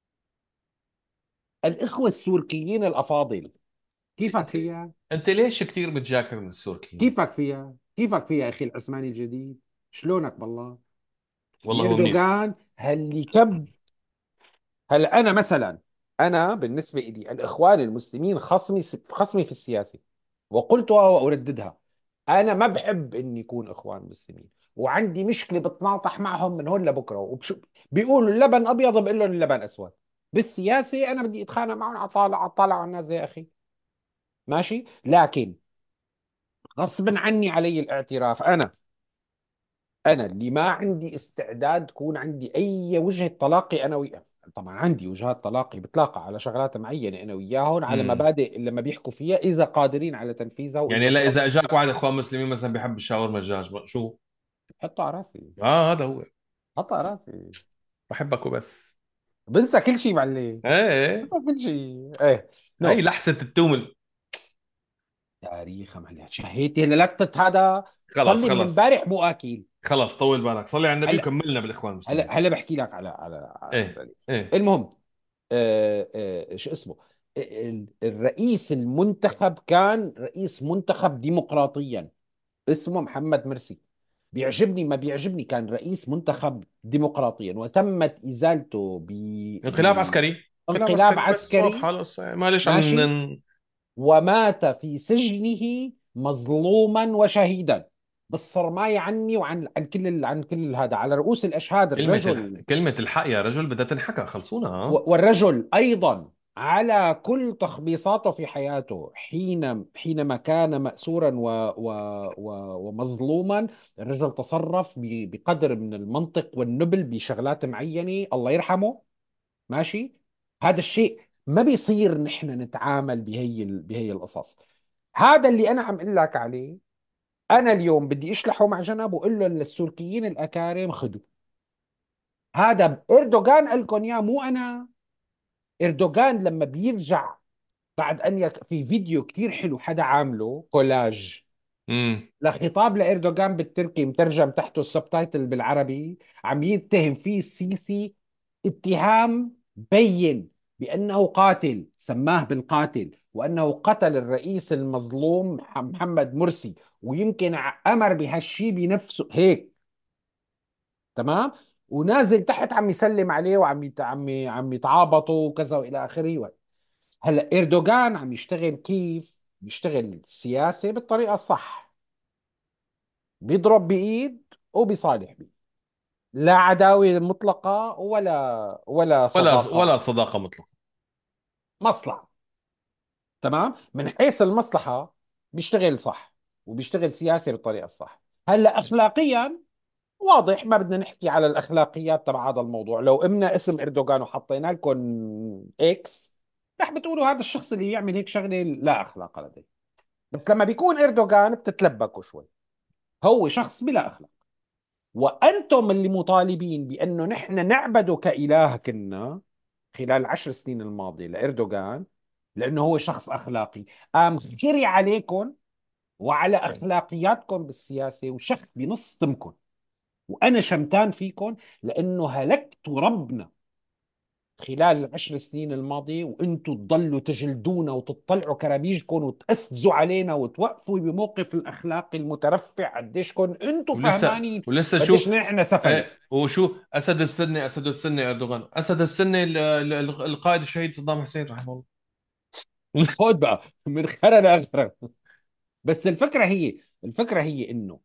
الإخوة السوريين الأفاضل، كيفك انت فيها؟ انت ليش كثير متجاكر من السوركين؟ كيفك فيها؟ كيفك فيها يا أخي العثماني الجديد؟ شلونك بالله؟ والله هو منيح. بإردوغان هاللي كب. هلا أنا مثلا، أنا بالنسبة لي الإخوان المسلمين خصمي خصمي في السياسة، وقلتها وأرددها. أنا ما بحب إني يكون إخوان مسلمين، وعندي مشكلة بتناطح معهم من هون لبكرة، وبشو بيقولوا اللبن أبيض بقول لهم اللبن أسود. بالسياسة أنا بدي أتخانق معهم على طالع على طالع على الناس يا أخي. ماشي، لكن غصبا عني علي الاعتراف، انا انا اللي ما عندي استعداد تكون عندي اي وجهة تلاقي انا وياه. طبعا عندي وجهات تلاقي، بتلاقى على شغلات معينة انا وياهم، على امم مبادئ لما بيحكوا فيها اذا قادرين على تنفيذها يعني واذا لا، صار. اذا اجاك واحد اخوان مسلمين مثلا بيحب الشاورما الدجاج بقى، شو؟ حطه على راسي. اه هذا هو. حطه على راسي. بحبك وبس. بنسى كل شيء معلي. ايه ايه. بنسى كل شيء ايه. هي نو. لحسة التوم. تاريخ معلي شهيتي هلا، لا تت- هذا خلص صلي من خلص امبارح مو اكل. خلص، طول بالك، صلي على النبي هلا وكملنا بالاخوان هلا المسلمين. هلا بحكي لك على على ايه على ايه. المهم. آه، آه، شو اسمه، ال- الرئيس المنتخب كان رئيس منتخب ديمقراطيا، اسمه محمد مرسي. بيعجبني ما بيعجبني، كان رئيس منتخب ديمقراطيا وتمت إزالته ب... انقلاب عسكري. انقلاب بانقلاب عسكري بس عسكري. واضحة القصة، معلش عم ماشي. ن- ومات في سجنه مظلوما وشهيدا. بالصرماية عني وعن عن كل ال- عن كل هذا على رؤوس الأشهاد كلمة الح... الرجل. كلمة الحق يا رجل بدها تنحكى، خلصونا ها. و- والرجل أيضا على كل تخبيصاته في حياته، حين حينما كان مأسورا و و و ومظلوما، الرجل تصرف ب- بقدر من المنطق والنبل بشغلات معينة، الله يرحمه. ماشي. هذا الشيء ما بيصير نحن نتعامل بهي ال- بهي القصص. هذا اللي أنا عم أقول لك عليه. أنا اليوم بدي أشلحه مع جنب وأقول له للسلوكيين الأكارم خذوا هذا اردوغان قال لكم اياه مو انا. اردوغان لما بيرجع بعد ان يك... في فيديو كتير حلو حدا عامله كولاج امم لخطاب لاردوغان بالتركي مترجم تحته السبتايتل بالعربي، عم يتهم فيه السيسي اتهام بين بانه قاتل، سماه بالقاتل، وانه قتل الرئيس المظلوم مح- محمد مرسي، ويمكن ع- امر بهالشي بنفسه هيك. تمام. ونازل تحت عم يسلم عليه وعم يت... عم ي- عم يتعابطوا وكذا والى اخره. هلا اردوغان عم يشتغل كيف؟ بيشتغل السياسة بالطريقة الصح، بيضرب بإيد وبيصالح بإيد، لا عداوة مطلقة ولا ولا ولا صداقة. ولا صداقة مطلقة. مصلحة. تمام. من حيث المصلحة بيشتغل صح، وبيشتغل سياسة بالطريقة الصح. هلا أخلاقيا واضح، ما بدنا نحكي على الأخلاقيات تبع هذا الموضوع. لو قمنا اسم أردوغان وحطينا لكم إكس، رح بتقولوا هذا الشخص اللي يعمل هيك شغلة لا أخلاق لديه. بس لما بيكون أردوغان بتتلبكوا شوي. هو شخص بلا أخلاق، وأنتم اللي مطالبين بأنه نحن نعبده كإله كنا خلال العشر سنين الماضية لإردوغان، لأنه هو شخص أخلاقي. قام خري عليكم وعلى أخلاقياتكم بالسياسة وشخ بنص تمكن، وأنا شمتان فيكم لأنه هلكتوا ربنا خلال العشر سنين الماضية، وانتم تضلوا تجلدونا وتطلعوا كرابيجكم وتأسزوا علينا وتوقفوا بموقف الأخلاقي المترفع. قديش كن انتم ولسه فهمانين ولسه شو. وقديش نحن سفلة. ايه وشو اسد السنه، اسد السنه اردوغان، اسد السنه ال- ال- ال- القائد الشهيد صدام حسين رحمه الله. خد بقى من خرا لأخرى. بس الفكرة هي الفكرة هي انه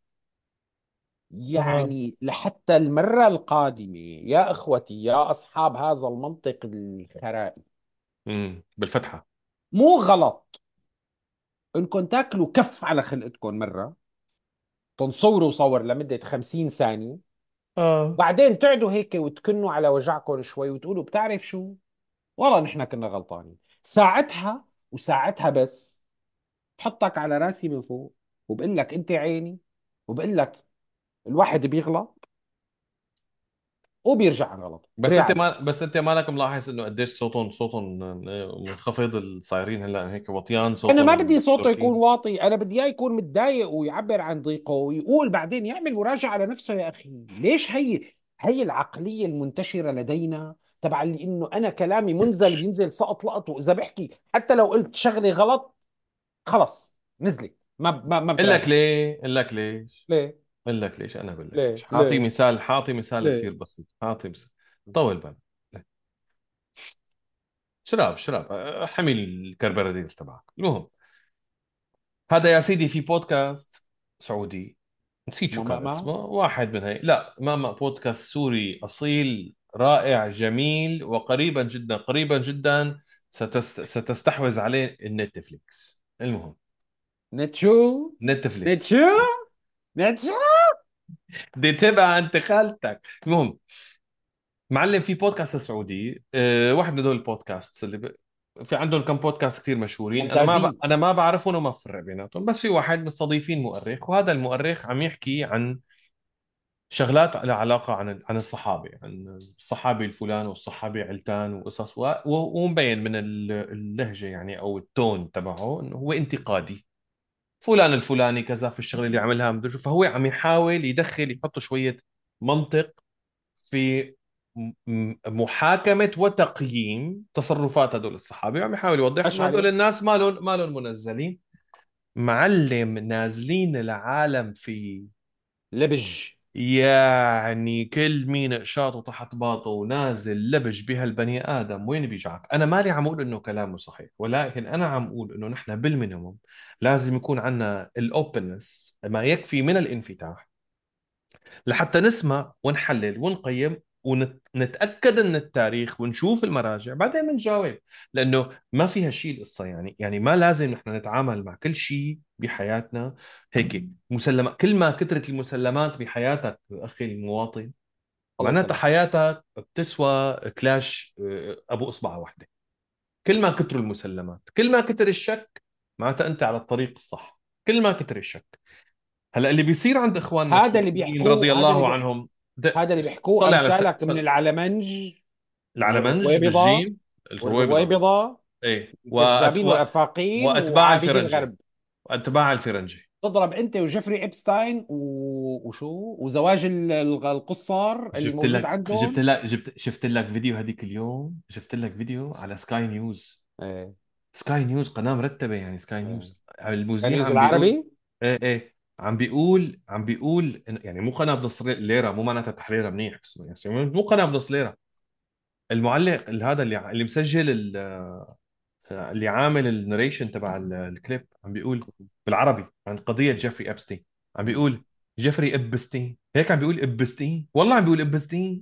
آه. يعني لحتى المرة القادمة يا اخوتي يا اصحاب هذا المنطق الخرائي، امم بالفتحه. مو غلط انكم تاكلوا كف على خلقتكم مرة، تنصوروا صور لمدة خمسين ثانية، اه بعدين تقعدوا هيك وتكنوا على وجعكم شوي وتقولوا بتعرف شو، والله نحن كنا غلطانين. ساعتها وساعتها بس بحطك على راسي من فوق وبقول لك انت عيني، وبقول لك الواحد بيغلط وبيرجع عن غلطه بس انت رعد. ما بس انت مالك ملاحظ انه قديش صوتهم صوتهم منخفض، الصايرين هلا هيك وطيان انا صوتهم ما بدي صوته يكون التركيين. واطي، انا بدي اياه يكون متضايق ويعبر عن ضيقه ويقول، بعدين يعمل مراجعه على نفسه. يا اخي ليش هي هي العقليه المنتشره لدينا تبع اللي انه انا كلامي منزل بينزل سقط لقط، واذا بحكي حتى لو قلت شغله غلط خلص نزلت، ما ما ما اقول لك بتراجع. ليه اقول لك ليش ليه اقول لك ليش انا اقول لك ليش. ليه حاعطي ليه مثال حاعطي مثال كثير ليه بسيط. حاعطي مثال. طول بالك. شراب شراب أه، حمي الكربرادير تبعك. المهم، هذا يا سيدي في بودكاست سعودي، نسيت شو ما ما كان ما اسمه، واحد من هي، لا ما ما بودكاست سوري أصيل رائع جميل، وقريبا جدا قريبا جدا ستست... ستستحوذ عليه النتفليكس. المهم، نتشو نتفليكس نتشو نتشو. دي تبع انت خالتك. المهم، معلم في بودكاست سعودي، أه واحد من هدول البودكاست اللي ب... في عندهم كم بودكاست كثير مشهورين، انا ما ب... ممتازين. انا ما بعرفهم وما بفرق بيناتهم، بس في واحد مستضيفين مؤرخ، وهذا المؤرخ عم يحكي عن شغلات لها علاقة عن عن الصحابة، عن الصحابي الفلان والصحابي علتان وقصص، و- و- ومبين من ال- اللهجة يعني أو التون تبعه إنه هو انتقادي. فلان الفلاني كذا في الشغله اللي عملها مدري شو، فهو عم يحاول يدخل يحط شويه منطق في م- م- محاكمه وتقييم تصرفات هدول الصحابه، وعم يحاول يوضح ايش انه هدول عليه؟ الناس مالهم مالهم منزلين. معلم نازلين العالم في، لبج. يعني كل مين شاطه تحت باطه ونازل لبج بهالبني ادم وين بيجعك. انا مالي عم اقول انه كلامه صحيح، ولكن انا عم اقول انه نحن بالمينيموم لازم يكون عندنا الاوبنس ما يكفي من الانفتاح لحتى نسمع ونحلل ونقيم ونتأكد من التاريخ ونشوف المراجع بعدين بنجاوب. لأنه ما فيها شيء القصة، يعني يعني ما لازم نحن نتعامل مع كل شيء بحياتنا هيك مسلمات. كل ما كثرت المسلمات بحياتك أخي المواطن، الله معناتها يسلمك. حياتك بتسوى كلاش آه، أبو إصبع واحدة. كل ما كثروا المسلمات، كل ما كثر الشك، معناتها أنت على الطريق الصح. كل ما كثر الشك. هلا اللي بيصير عند اخواننا هذا اللي السوريين رضي بيحكوه هذا اللي الله بيح... عنهم، د... هذا اللي بيحكوه صلي على س... امثالك من صل... العلمنج العلمنج والرويبضة بالجيم، الرويبضة، والرويبضة، ايه وأت... الكذابين و... والافاقين واتباع وعابدي الفرنجي، الغرب. واتباع الفرنجي. تضرب انت وجيفري ابستاين و... وشو وزواج ال- ال- القصار اللي جبت موجود لك جبت عندهم. لك جبت شفت لك فيديو هذيك اليوم، شفت لك فيديو على سكاي نيوز. ايه سكاي نيوز قناة مرتبة يعني، سكاي ايه. نيوز المذيع كنيوز عم بيقول، العربي. ايه ايه عم بيقول عم بيقول إنه- يعني مو قناة بنص ليرة، مو معناتها تحريرها منيح، بس يعني مو قناة بنص ليرة. المعلق ال- هذا اللي اللي مسجل ال- اللي عامل النريشن تبع ال- الكليب عم بيقول بالعربي عن قضية جيفري أبستين. عم بيقول جيفري ابستين، هيك عم بيقول ابستين، والله عم بيقول ابستين.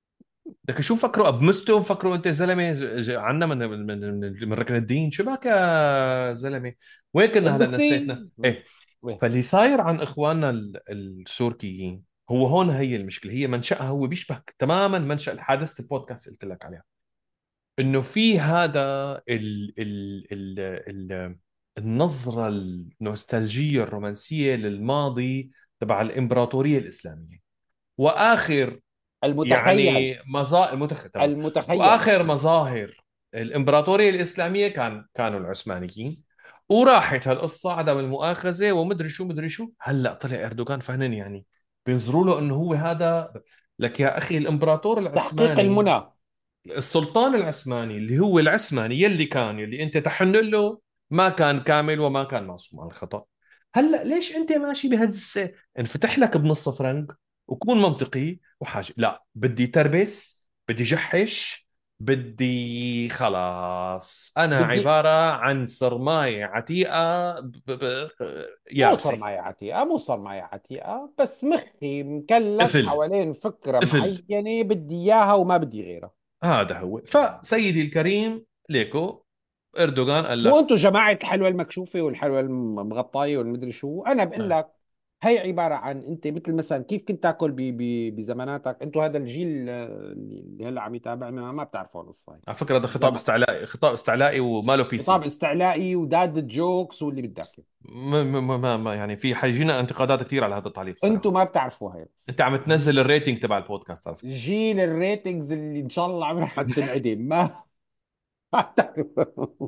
لك شو فكروا ابمستو، فكروا انت زلمه ج- ج- عنا من من من, من ركن الدين، شو بك يا زلمه. وين كنا هلا ابسي. نسيتنا ايه. فاللي صاير عن اخواننا ال- السوريين هو هون هي المشكله، هي منشأها هو بيشبه تماما منشأ الحادثه البودكاست اللي قلت لك عليها، انه في هذا ال ال ال ال النظره النوستالجيه الرومانسيه للماضي تبع الامبراطوريه الاسلاميه، واخر المتخيل. يعني مظاهر المتخ... تمام، المتخيل. واخر مظاهر الامبراطوريه الاسلاميه كان كانوا العثمانيين، وراحت هالقصه عدم المؤاخذه ومدري شو مدري شو، هلا طلع اردوغان فهنن يعني بينظروا له انه هو هذا. لك يا اخي الامبراطور تحقيق العثماني، المنى. السلطان العثماني اللي هو العثماني يلي كان يلي انت تحن له، ما كان كامل وما كان معصوم عن الخطأ. هلا ليش انت ماشي بهالزة؟ انفتح لك بنص فرنك وكون منطقي وحاجة، لا بدي تربس، بدي جحش، بدي خلاص انا بدي عبارة عن صرماية عتيقة ب... ب... مو صار يابسة. معي عتيقة، مو صار معي عتيقة، بس مخي مكلف قفل حوالين فكرة قفل، معينة بدي إياها وما بدي غيرها. هذا هو. فسيدي الكريم ليكو اردوغان قال مو لك انتم جماعة الحلوى المكشوفة والحلوى المغطاية والمدري شو، انا بقول آه. لك هي عبارة عن انت مثل مثلا كيف كنت تاكل ب- ب- بزماناتك، انتم هذا الجيل آه، اللي هلا عم يتابعنا ما بتعرفوا القصة هي. على فكرة ده خطاب زمان استعلائي، خطاب استعلائي وماله بي خطاب سي. استعلائي وداد جوكس واللي بدك إياه. ما, ما, ما ما- يعني في حيجينا انتقادات كثير على هذا التعليق انتم صراحة. ما بتعرفوا هاي القصة. انت عم تنزل الريتنج تبع البودكاست على فكرة. جيل الريتنجز اللي ان شاء الله عمرها حتنعدم ما ما بتعرفوا.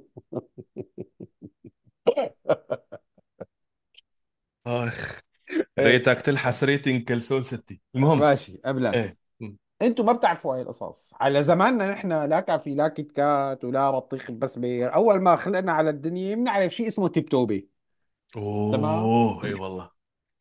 اخ، ايه ريتك تلحس ريتنج كلسون ستي. المهم ماشي قبلك. ايه م. انتوا ما بتعرفوا هاي القصص. على زماننا نحن لا كافي لا كيت كات ولا بطيخ بسبير، اول ما خلقنا على الدنيا بنعرف شيء اسمه تبتوبه. تمام. اوه اي والله.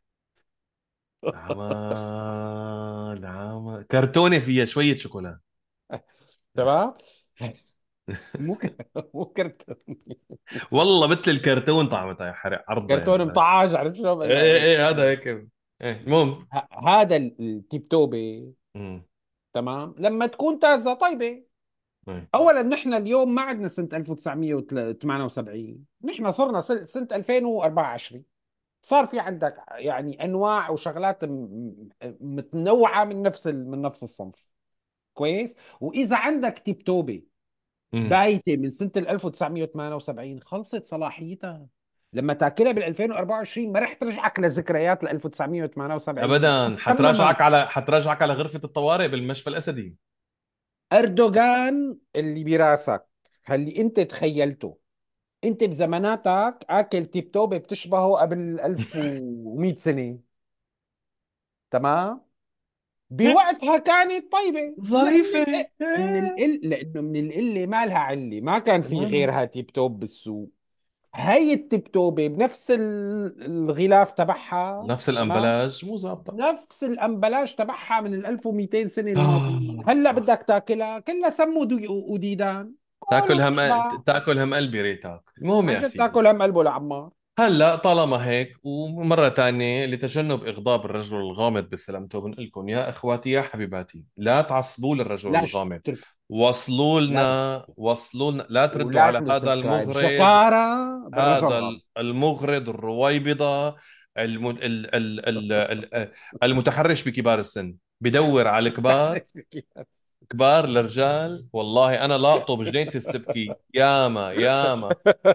عمال عمال كرتونة فيها شوية شوكولا. تمام. مو ك... مو كرتون. والله مثل الكرتون طعمتها يا حرق عرضها يا كرتون زلمة. مطعاج، عرفت شلون ايه بقول لك؟ ايه بس ايه هذا هيك. ايه المهم. ه... هذا التبتوبه، م. تمام، لما تكون تازه طيبه. ايه. اولا نحن اليوم ما عندنا سنه ألف وتسعمية وثمانية وسبعين، نحن صرنا سنه سنة ألفين وأربعة وعشرين. صار في عندك يعني انواع وشغلات م- م- متنوعه من نفس ال- من نفس الصنف. كويس. واذا عندك تبتوبه م. بايته من سنه ال ألف وتسعمية وثمانية وسبعين، خلصت صلاحيتها. لما تاكلها بال ألفين وأربعة وعشرين ما رح ترجعك لذكريات ال ألف وتسعمية وثمانية وسبعين ابدا، تماما. حتراجعك على حتراجعك على غرفة الطوارئ بالمشفى الاسدي. اردوغان اللي براسك، اللي انت تخيلته، انت بزماناتك اكل تبتوبه بتشبهه قبل ألف ومئة سنه. تمام. بوقتها كانت طيبة لأن ظريفة. الإ- من القل لأنه من القلة ما لها علة، ما كان في تماما. غيرها تيب توب بالسوق. هي التبتوبة بنفس ال- الغلاف تبعها. نفس تمام. الامبلاج مو ظابطة. نفس الأمبلاج تبعها من ال ألف ومئتين سنة الماضيين، آه. هلا آه. بدك تاكلها كلها سم ودي- وديدان. كل تاكل هم واشبع. تاكل هم قلبي ريتك. المهم عن يا جد سيدي، تاكل هم قلبه لعمار. هلا طالما هيك ومرة تانية لتجنب إغضاب الرجل الغامض بسلامته بنقول لكم يا إخواتي يا حبيباتي لا تعصبوا للرجل لا الغامض. اشتركوا. وصلوا لا لنا وصلوا لنا، لا تردوا على ولاعملوا هذا سبسكرايب المغرض، شكارة بالرجل هذا الغامض. المغرض الرويبضة، الم... ال... ال... ال... ال... المتحرش بكبار السن، بدور على الكبار، كبار الرجال. والله أنا لاقطه بجنينة السبكي ياما ياما.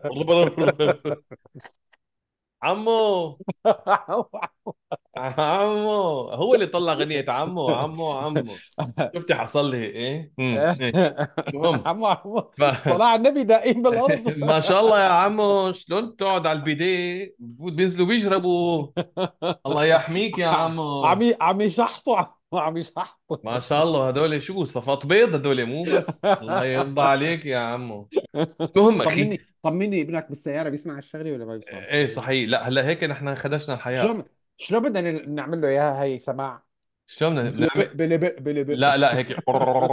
عمو، عمو، هو اللي طلع غنية عمو عمو عمو. شفتي حصل لي ايه؟ امم ايه. المهم، عمو عمو ف... الصلاة على النبي دائم بالأرض. ما شاء الله يا عمو، شلون بتقعد على البيديه بفوت بينزلوا بيشربوا. الله يحميك يا عم عمو. ي- عم يشحطوا، عم يشحطوا. ما شاء الله هدول شو صفات بيض هدول مو بس، الله يرضى عليك يا عمو. المهم اخي، طمني طمني، ابنك بالسيارة بيسمع الشغلة ولا ما بيسمع ايه الشغلة؟ صحيح، لا هلا هيك نحن خدشنا الحياة. شلون شلون بدنا نعمل له اياها هي سماع؟ شلون بدنا بنعمل؟ بلبق بلبق بلبق. لا لا هيك.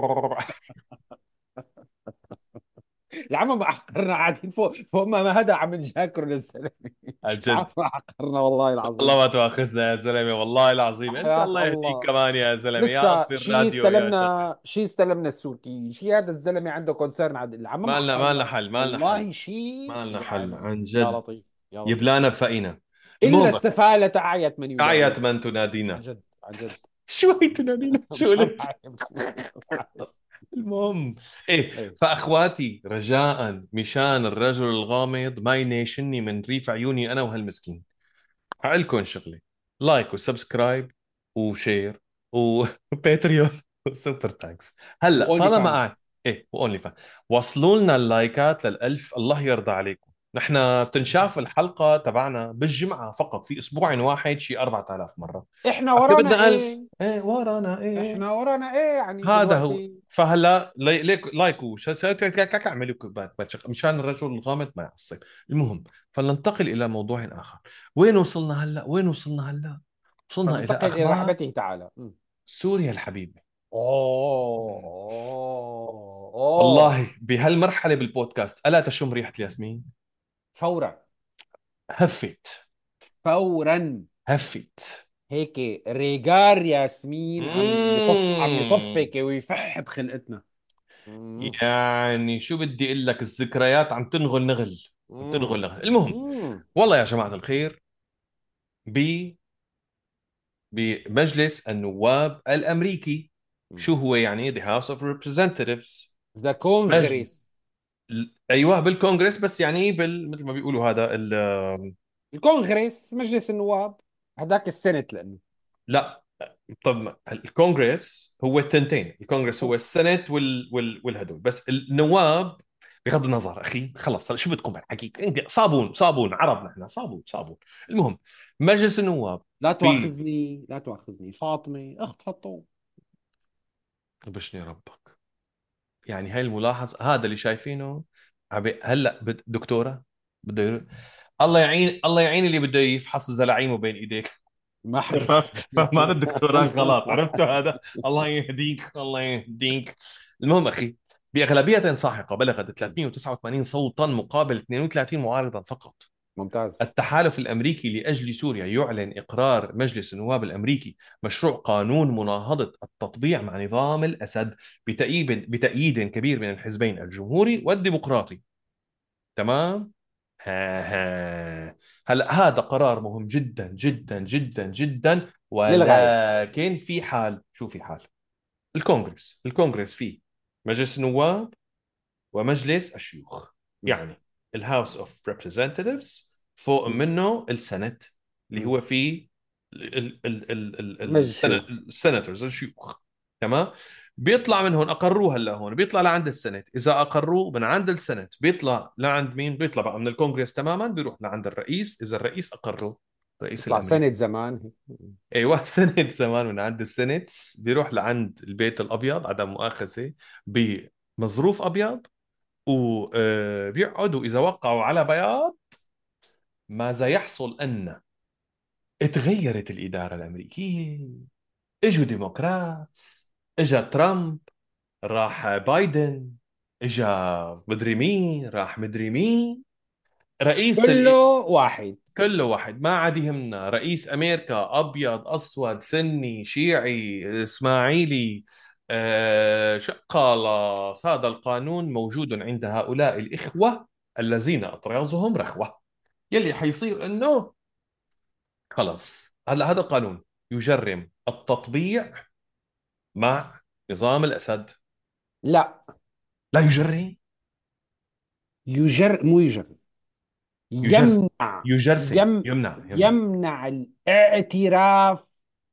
يا عم ما عقرنا قاعدين فوق فوق ما هذا عم نشاكر للزلمه. عن يا عم جد. ما عقرنا والله الله العظيم. ما تواخذنا يا زلمه، والله العظيم انت يا الله يهديك الله. كمان يا زلمه، يا لسه اطفي شي الراديو يا شغله. استلمنا شي استلمنا السوري، شي هذا الزلمه عنده كونسيرن عاد العم ما لنا ما لنا معقرنا. حل ما لنا حل والله شي ما لنا حل يعني. عن يا جد. لطيف يا لطيف. يبلانا بفقينا. الا المهم، السفاله اعيت من أعيت يداويها. من عن تنادينا. جد. عن جد. شوي تنانين شو ما قلت؟ بعرف شو. المهم، ايه، ايه. فاخواتي رجاء مشان الرجل الغامض ما ينيشني من ريف عيوني انا وهالمسكين، هقلكن شغله: لايك وسبسكرايب وشير وباتريون وسوبر تاكس. هلا واونلي طالما فانز. قاعد، ايه، واونلي فان، وصلوا لنا اللايكات للألف، الله يرضى عليكم. نحن بتنشاف الحلقة تبعنا بالجمعة فقط، في أسبوع واحد شي أربعة آلاف مرة. احنا عرفتي ورانا بدنا ألف، ايه؟ ايه ورانا ايه. احنا ورانا ايه يعني هذا هو. دلوقتي؟ فهلا لي- ليك لايكو اعملوا كبات باتشق مشان الرجل الغامض ما يعصب. المهم، فلننتقل الى موضوع اخر. وين وصلنا هلا؟ وين وصلنا هلا؟ وصلنا الى فننتقل الى اخبار رحبته تعالى. م. سوريا الحبيبه. اوه اوه اوه. والله بهالمرحله بالبودكاست الا تشم ريحه الياسمين. فورا. هفت. فورا. هفت. هيك ريجار ياسمين عم يطف، عم يطف مم. هيك ويفح بخلقتنا. مم. يعني شو بدي اقول لك، الذكريات عم تنغل نغل. عم تنغل مم. نغل. المهم، مم. والله يا جماعه الخير، ب بمجلس النواب الأمريكي. شو هو يعني؟ The House of Representatives. ذا مجلس كونغرس. ال- أيوه بالكونغرس، بس يعني بال... مثل ما بيقولوا هذا ال... الكونغرس مجلس النواب، هذاك السنت لانه. لا، طب الكونغرس هو التنتين، الكونغرس هو السنت وال... وال... والهدول، بس النواب بغض النظر اخي، خلص هلا شو بدكم بالحقيقه، انت صابون صابون عرب، نحن صابون صابون. المهم، مجلس النواب لا ب تواخذني، لا تواخذني، فاطمه اخت فطوم. بشني ربك، يعني هاي الملاحظ هذا اللي شايفينه. عبي هلا بد- دكتوره بده ير... الله يعين، الله يعين اللي بده يفحص زلاعيمه بين ايديك. ما حدا. فهمان الدكتوراه غلط، عرفت هذا؟ الله يهديك، الله يهديك. المهم اخي، باغلبيه ساحقه بلغت ثلاثمئة وتسعة وثمانين صوتا مقابل اثنين وثلاثين معارضا فقط. ممتاز. التحالف الامريكي لاجل سوريا يعلن اقرار مجلس النواب الامريكي مشروع قانون مناهضه التطبيع مع نظام الاسد، بتأييد بتأييد كبير من الحزبين الجمهوري والديمقراطي. تمام. ها ها. هلا هذا قرار مهم جدا جدا جدا جدا، للغايه. ولكن في حال، شو في حال؟ الكونغرس، الكونغرس فيه مجلس النواب ومجلس الشيوخ. م. يعني الهاوس اوف ريبريزنتيفز، فوق م. منه السنت اللي م. هو فيه مجلس شيوخ. السناترز الشيوخ. تمام. بيطلع من هون، اقروه هلا هون، بيطلع لعند السنت، اذا اقروه من عند السنت بيطلع لعند مين؟ بيطلع بقى من الكونغرس تماما، بيروح لعند الرئيس، اذا الرئيس اقره، الرئيس يطلع الامريكي. سنة زمان. ايوه سنت زمان، من عند السنت بيروح لعند البيت الابيض عدم مؤاخذه، بمظروف ابيض، وبيقعدوا إذا وقعوا على بياض ماذا يحصل أن اتغيرت الإدارة الأمريكية، اجوا ديمقراط، اجا ترامب، راح بايدن، اجا مدري مين، راح مدري مين، رئيس كله ال... واحد. كله واحد، ما عاد يهمنا رئيس أمريكا أبيض أسود سني شيعي إسماعيلي. آه ش- خلاص هذا القانون موجود عند هؤلاء الإخوة الذين أطرازهم رخوة. يلي حيصير انه خلص هلا هذا القانون يجرم التطبيع مع نظام الاسد. لا، لا يجري. يجر، مو يجر، يجر يمنع. يجرسم، يم يمنع يمنع. يمنع الاعتراف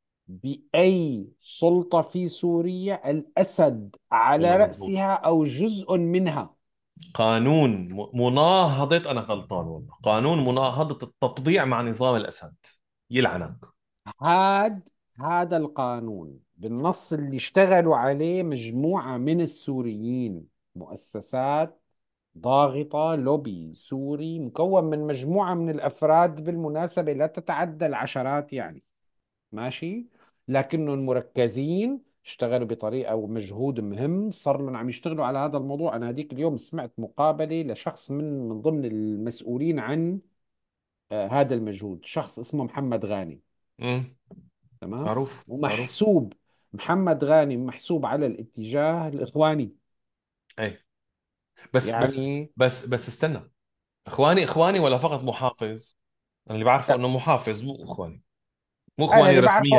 بأي سلطة في سوريا الأسد على والله مزبوط. رأسها أو جزء منها. قانون م- مناهضة، أنا غلطان والله، قانون مناهضة التطبيع مع نظام الأسد. يلعنك. هاد هذا القانون بالنص اللي اشتغلوا عليه مجموعة من السوريين، مؤسسات ضاغطة، لوبي سوري مكون من مجموعة من الأفراد بالمناسبة لا تتعدى العشرات يعني. ماشي. لكنهم مركزين، اشتغلوا بطريقة ومجهود مهم، صار لهم عم يشتغلوا على هذا الموضوع. أنا هذيك اليوم سمعت مقابلة لشخص من من ضمن المسؤولين عن آه هذا المجهود، شخص اسمه محمد غاني. امم تمام. معروف معروف. ومحسوب، محمد غاني محسوب على الاتجاه الإخواني اي، بس بس يعني. بس بس استنى، اخواني اخواني ولا فقط محافظ؟ انا اللي بعرفه لا، انه محافظ، مو اخواني، مو أنا اخواني اللي رسميا بعرفه، يعني.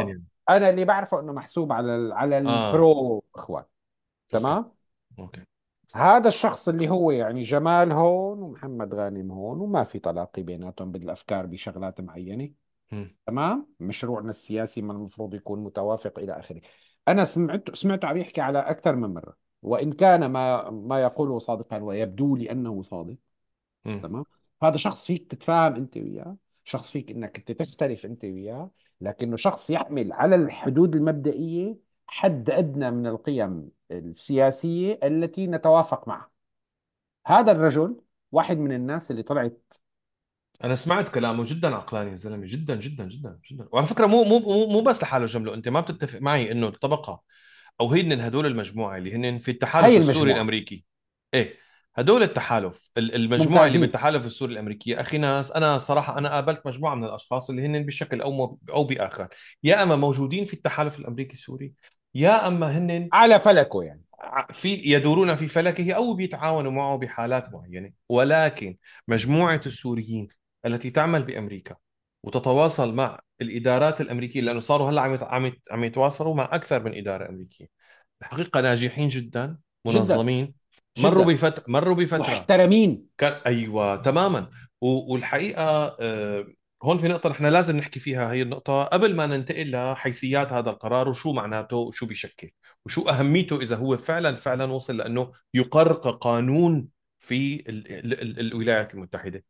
انا اللي بعرفه انه محسوب على ال على اه. البرو اخوان. اوكي. تمام. اوكي. هذا الشخص اللي هو يعني جمال هون ومحمد غانم هون، وما في تلاقي بيناتهم بالافكار بشغلات معينه. مم. تمام. مشروعنا السياسي ما المفروض يكون متوافق الى اخره. انا سمعت سمعته عم يحكي على اكثر من مره، وان كان ما ما يقوله صادقا ويبدو لي انه صادق. مم. تمام. هذا شخص فيك تتفاهم انت وياه، شخص فيك انك انت تختلف انت وياه، لكنه شخص يحمل على الحدود المبدئيه حد ادنى من القيم السياسيه التي نتوافق معها. هذا الرجل واحد من الناس اللي طلعت. انا سمعت كلامه، جدا عقلاني الزلمه، جدا جدا جدا جدا. وعلى فكره مو مو مو مو بس لحاله جمله، انت ما بتتفق معي انه الطبقه او هن هدول المجموعه اللي هن في هاي التحالف السوري المجموعه الامريكي. ايه، هدول التحالف، ال- المجموعه اللي ممتازين. بالتحالف السوري الامريكي، يا اخي ناس، انا صراحه انا قابلت مجموعه من الاشخاص اللي هن بشكل او مو- او باخر يا اما موجودين في التحالف الامريكي السوري، يا اما هن على فلكه يعني. ع- في يدورون في فلكه او بيتعاونوا معه بحالات معينه. ولكن مجموعه السوريين التي تعمل بامريكا وتتواصل مع الادارات الامريكيه، لانه صاروا هلا عم يت- عم يت- عم يتواصلوا مع اكثر من اداره امريكيه، الحقيقه ناجحين جدا، جدا منظمين، مروا جدا. بفتره مروا بفتره محترمين. كان. ايوه تماما. و- والحقيقه آه، هون في نقطه نحن لازم نحكي فيها، هي النقطه قبل ما ننتقل لحيثيات هذا القرار وشو معناته وشو بيشكل وشو اهميته اذا هو فعلا فعلا وصل لانه يقرر قانون في ال ال ال الولايات المتحده.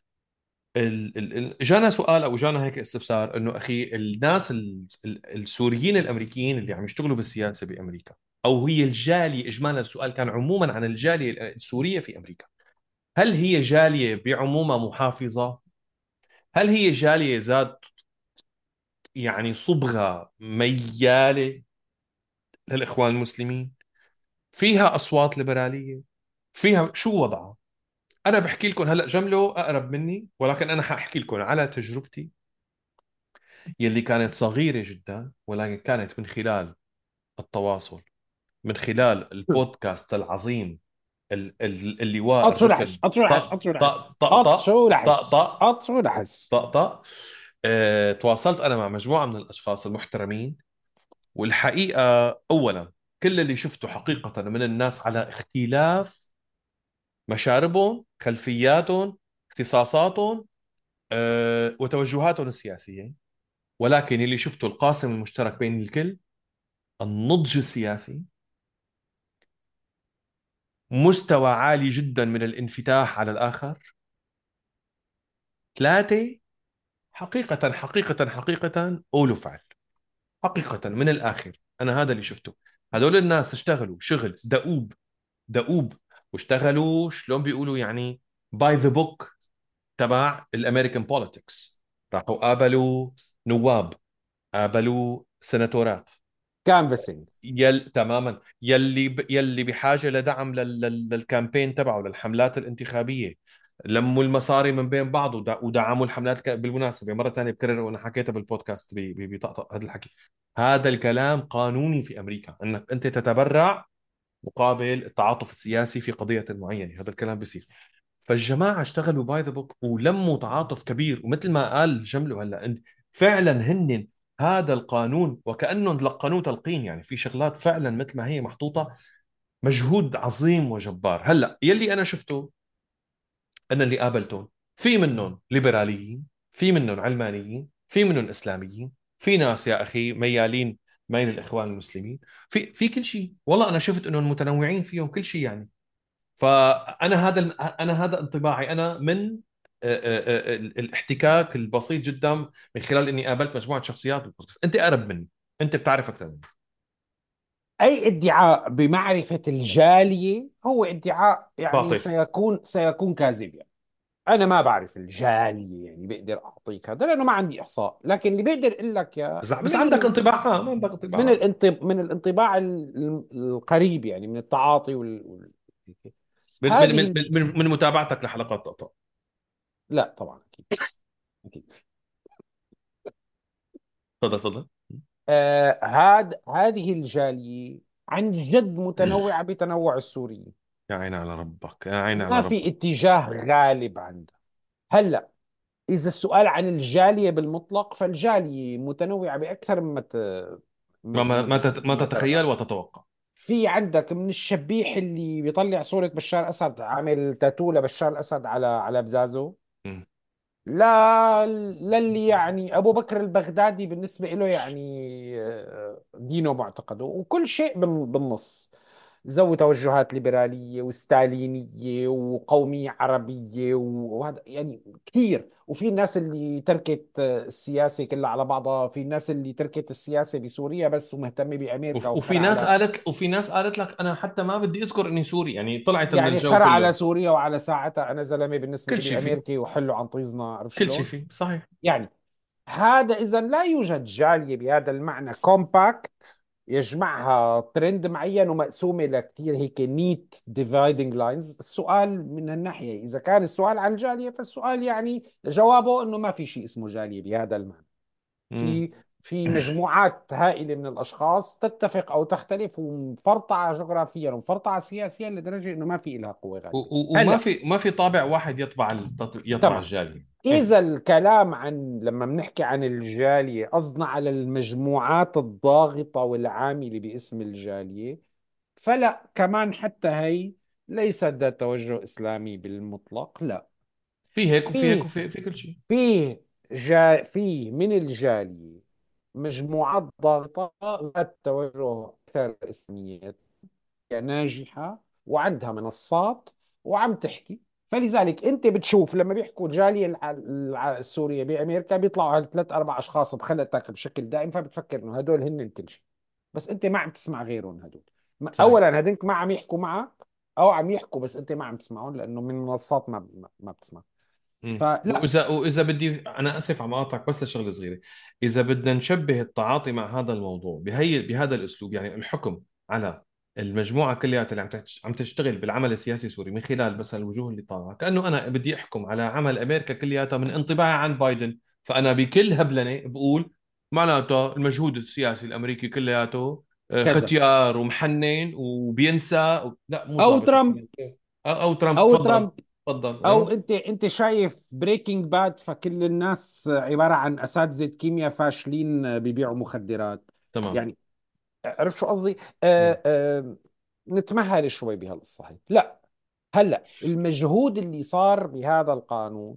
ال- ال- ال- اجانا سؤال او اجانا هيك استفسار انه اخي، الناس ال- ال- السوريين الامريكيين اللي عم يشتغلوا بالسياسه بامريكا، او هي الجاليه اجمالا، السؤال كان عموما عن الجاليه السوريه في امريكا، هل هي جالية بعمومها محافظة؟ هل هي جالية ذات يعني صبغة ميالة للإخوان المسلمين؟ فيها أصوات ليبرالية؟ فيها شو وضعها؟ أنا بحكي لكم هلأ، جملة أقرب مني، ولكن أنا حأحكي لكم على تجربتي يلي كانت صغيرة جدا، ولكن كانت من خلال التواصل، من خلال البودكاست العظيم، ال- ال- اللواء اطروا الحش، الركن اطروا الحش، طق اطروا الحش، طق طق طق اطروا طق الحش، طق اطروا الحش. طقطق. أه، تواصلت أنا مع مجموعة من الأشخاص المحترمين، والحقيقة أولا كل اللي شفته حقيقة من الناس على اختلاف مشاربهم، خلفياتهم، اختصاصاتهم، أه، وتوجهاتهم السياسية، ولكن اللي شفته القاسم المشترك بين الكل النضج السياسي، مستوى عالي جدا من الانفتاح على الآخر، ثلاثة، حقيقة حقيقة حقيقة قولوا فعل، حقيقة من الآخر أنا هذا اللي شفته. هدول الناس اشتغلوا شغل دؤوب دؤوب، واشتغلوا شلون بيقولوا يعني باي ذا بوك تبع الامريكان بوليتكس. راحوا قابلوا نواب، قابلوا سناتورات، كانفاسينج. يل تماما، يلي ب... يلي بحاجه لدعم لل... لل... للكامبين تبعه، للحملات الانتخابيه، لموا المصاري من بين بعض ودع... ودعموا الحملات. ك... بالمناسبه مره ثانيه بكرر وانا حكيتها بالبودكاست ب... ب... بطقطق هذا الحكي، هذا الكلام قانوني في امريكا، انك انت تتبرع مقابل التعاطف السياسي في قضيه معينه، هذا الكلام بيصير. فالجماعه اشتغلوا باي ذا بوك ولموا تعاطف كبير، ومثل ما قال جمله هلا انت، فعلا هن هذا القانون وكانهم لقنوه تلقين، يعني في شغلات فعلا مثل ما هي محطوطه، مجهود عظيم وجبار. هلا يلي انا شفته، انا اللي قابلتهم، في منهم ليبراليين، في منهم علمانيين، في منهم اسلاميين، في ناس يا اخي ميالين ميل الاخوان المسلمين، في في كل شيء، والله انا شفت انهم متنوعين فيهم كل شيء يعني. فانا هذا انا هذا انطباعي انا من آه، آه، آه، الاحتكاك البسيط جدا، من خلال اني قابلت مجموعه شخصيات بالبودكاست. انت اقرب مني، انت بتعرف اكثر مني. اي ادعاء بمعرفة الجالية هو ادعاء يعني باطل. سيكون سيكون كاذب يعني. انا ما بعرف الجالية يعني بقدر اعطيك هذا لانه ما عندي احصاء، لكن اللي بقدر اقول لك يا بس بس من عندك ال... انطباع، ما عندك من انطباع. الانطب... من الانطباع ال- القريب يعني من التعاطي وال... وال... من من هذه من الج... من, من متابعتك لحلقات طقطقه. لا طبعا اكيد. اكيد. تفضل تفضل. آه هاد هذه الجالية عن جد متنوعة بتنوع السوريين. يا عيني على ربك، يا عيني على ما في ربك. اتجاه غالب عندها. هلا إذا السؤال عن الجالية بالمطلق، فالجالية متنوعة بأكثر مما ت... ما ما ما م- تت- ما مما تتخيل ترى. وتتوقع. في عندك من الشبيح اللي بيطلع صورة بشار أسد عامل تاتو لبشار الأسد على على بزازه، مم. لا للي يعني ابو بكر البغدادي بالنسبه له يعني آه، دينه ومعتقده، وكل شيء بال- بالنص. ذوي توجهات ليبراليه وستالينيه وقوميه عربيه وهذا يعني كثير. وفي الناس اللي تركت آه، السياسه كلها على بعضها، في الناس اللي تركت السياسه بسوريا بس ومهتمه بامريكا وف- وخرع وفي ناس على، قالت وفي ناس قالت لك انا حتى ما بدي اذكر اني سوري، يعني طلعت من يعني الجو خرع على كله. سوريا وعلى ساعتها انا زلمه بالنسبه كل لي شيء فيه. امريكي وحلوا عن طيزنا، عرفت كل شيء شلون؟ فيه صحيح. يعني هذا إذا لا يوجد جالية بهذا المعنى كومباكت يجمعها ترند معين ومقسومة لكثير هيك نيت ديفايدنج لاينز. السؤال من الناحية، إذا كان السؤال عن الجالية، فالسؤال يعني جوابه إنه ما في شيء اسمه جالية بهذا المعنى. مم. في في مجموعات هائلة من الأشخاص تتفق أو تختلف ومفرطعة جغرافيا ومفرطعة سياسيا لدرجة إنه ما في لها قوة و- غالبة. و- وما هلا في ما في طابع واحد يطبع التط- يطبع تمام. الجالية. ايه. إذا الكلام عن لما بنحكي عن الجالية قصدنا على المجموعات الضاغطة والعاملة باسم الجالية، فلا كمان حتى هي ليست ذات توجه إسلامي بالمطلق، لا. في هيك وفي هيك في وفي في كل شيء. في جا في من الجالية مجموعات ضاغطة ذات توجه أكثر إسلامية ناجحة وعندها منصات وعم تحكي. فلذلك انت بتشوف لما بيحكوا الجاليه الع- الع- السوريه بامريكا بيطلعوا هالثلاث اربع اشخاص بخلتك بشكل دائم، فبتفكر انه هدول هن كل شيء. بس انت ما عم تسمع غيرهم هدول. ما- صحيح. اولا هذنك ما عم يحكوا معك، او عم يحكوا بس انت ما عم تسمعهم لانه من المنصات ما ما ما بتسمع. مم. فلا. واذا واذا بدي انا اسف عم اقاطعك بس لشغله صغيره. اذا بدنا نشبه التعاطي مع هذا الموضوع بهي بهذا الاسلوب، يعني الحكم على المجموعه كلياتها اللي عم تحت- عم تشتغل بالعمل السياسي السوري من خلال بس الوجوه اللي طالعه، كانه انا بدي احكم على عمل امريكا كلياتها من انطباعي عن بايدن، فانا بكل هبلنه بقول معناته المجهود السياسي الامريكي كلياته آه، كذا. ختيار ومحنن وبينسى. لا مو او ضابط ترامب. الكلام. او أو ترامب. او تفضل. ترامب. تفضل او ايوه. انت انت شايف بريكنج باد، فكل الناس عباره عن اساتذه كيمياء فاشلين بيبيعوا مخدرات. تمام. يعني عرفت شو قصدي؟ آه آه نتمهل شوي بهالقصه هي. لا، هلا المجهود اللي صار بهذا القانون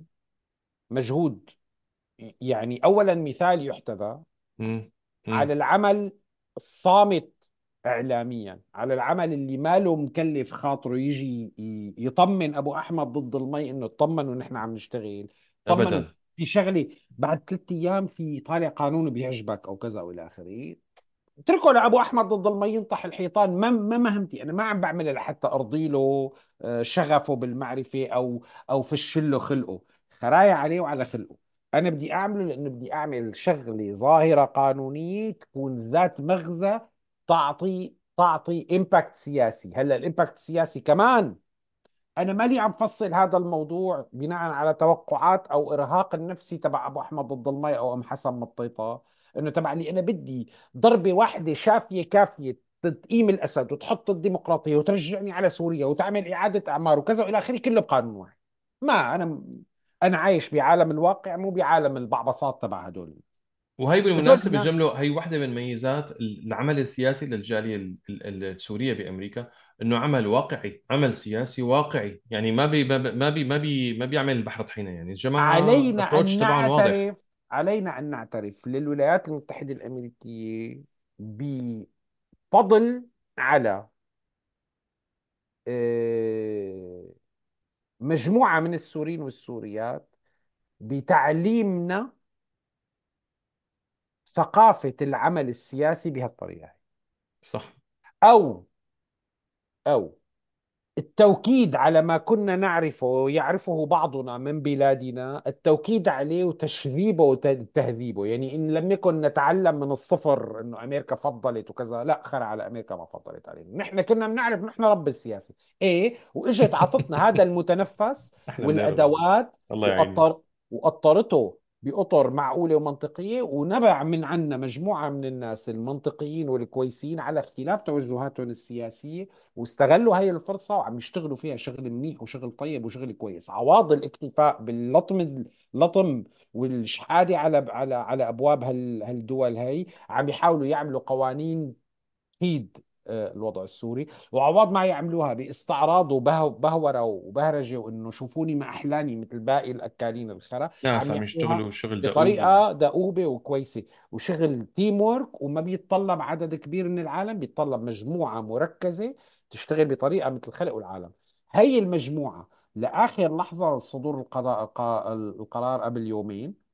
مجهود يعني اولا مثال يحتذى مم. على مم. العمل الصامت اعلاميا، على العمل اللي ماله مكلف خاطره يجي ي- يطمن ابو احمد ضد المي انه اطمنوا نحن عم نشتغل. طمنوا ابدا. في شغله بعد ثلاث ايام في طالع قانون بيعجبك او كذا والى اخره، اتركوا لابو احمد ضد المي ينطح الحيطان. ما ما مهمتي، انا ما عم بعملها لحتى ارضي له آه، شغفه بالمعرفه او او فشل له خلقه. خرايا عليه وعلى خلقه. انا بدي اعمله لانه بدي اعمل شغله ظاهره قانونيه تكون ذات مغزى، تعطي تعطي امباكت سياسي. هلا الامباكت السياسي كمان انا مالي عم فصل هذا الموضوع بناء على توقعات او ارهاق النفسي تبع ابو احمد ضد المي او ام حسن مطيطه، انه تبع اللي انا بدي ضربه واحده شافيه كافيه تقيم الاسد وتحط الديمقراطيه وترجعني على سوريا وتعمل اعاده اعمار وكذا والى اخره، كله بقانون واحد. ما انا انا عايش بعالم الواقع مو بعالم البعبصات تبع هدول. وهي هدول بالمناسبة الناس جملة، هي واحدة من ميزات العمل السياسي للجالية ال- ال- السورية بأمريكا، إنه عمل واقعي، عمل سياسي واقعي، يعني ما بي ما بي ما بي ما, بي ما بيعمل البحر طحينة، يعني الجماعة علينا الابروتش ان تبعهم واضح. نعترف علينا ان نعترف للولايات المتحده الامريكيه فضل على آه، مجموعة من السوريين والسوريات بتعليمنا ثقافة العمل السياسي بهالطريقة. صح. أو أو التوكيد على ما كنا نعرفه ويعرفه بعضنا من بلادنا، التوكيد عليه وتشذيبه وتهذيبه. يعني إن لم يكن نتعلم من الصفر إنه أمريكا فضلت وكذا، لا خير على أمريكا ما فضلت علينا، نحن كنا بنعرف نحن رب السياسة إيه، وإجت عطتنا هذا المتنفس احنا بنعرف. والأدوات الله يعيننا. وأطر وأطرته بأطر معقولة ومنطقية، ونبع من عنا مجموعة من الناس المنطقيين والكويسين على اختلاف توجهاتهم السياسية، واستغلوا هاي الفرصة وعم يشتغلوا فيها شغل منيح وشغل طيب وشغل كويس، عواض الاكتفاء باللطم اللطم والشحادة على على على أبواب هال- هالدول هاي، عم يحاولوا يعملوا قوانين تهيد آه، الوضع السوري، وعوض ما يعملوها باستعراض وبهوره وبهرجه وانه شوفوني ما احلاني مثل باقي الاكالين الخرا، ناس عم عم يعملوها يشتغلوا شغل دؤوب و... بطريقه دؤوبه وكويسه وشغل تيم وورك، وما بيتطلب عدد كبير من العالم، بيتطلب مجموعه مركزه تشتغل بطريقه مثل خلق العالم. هي المجموعه لاخر لحظه صدور القضاء الق- القرار قبل يومين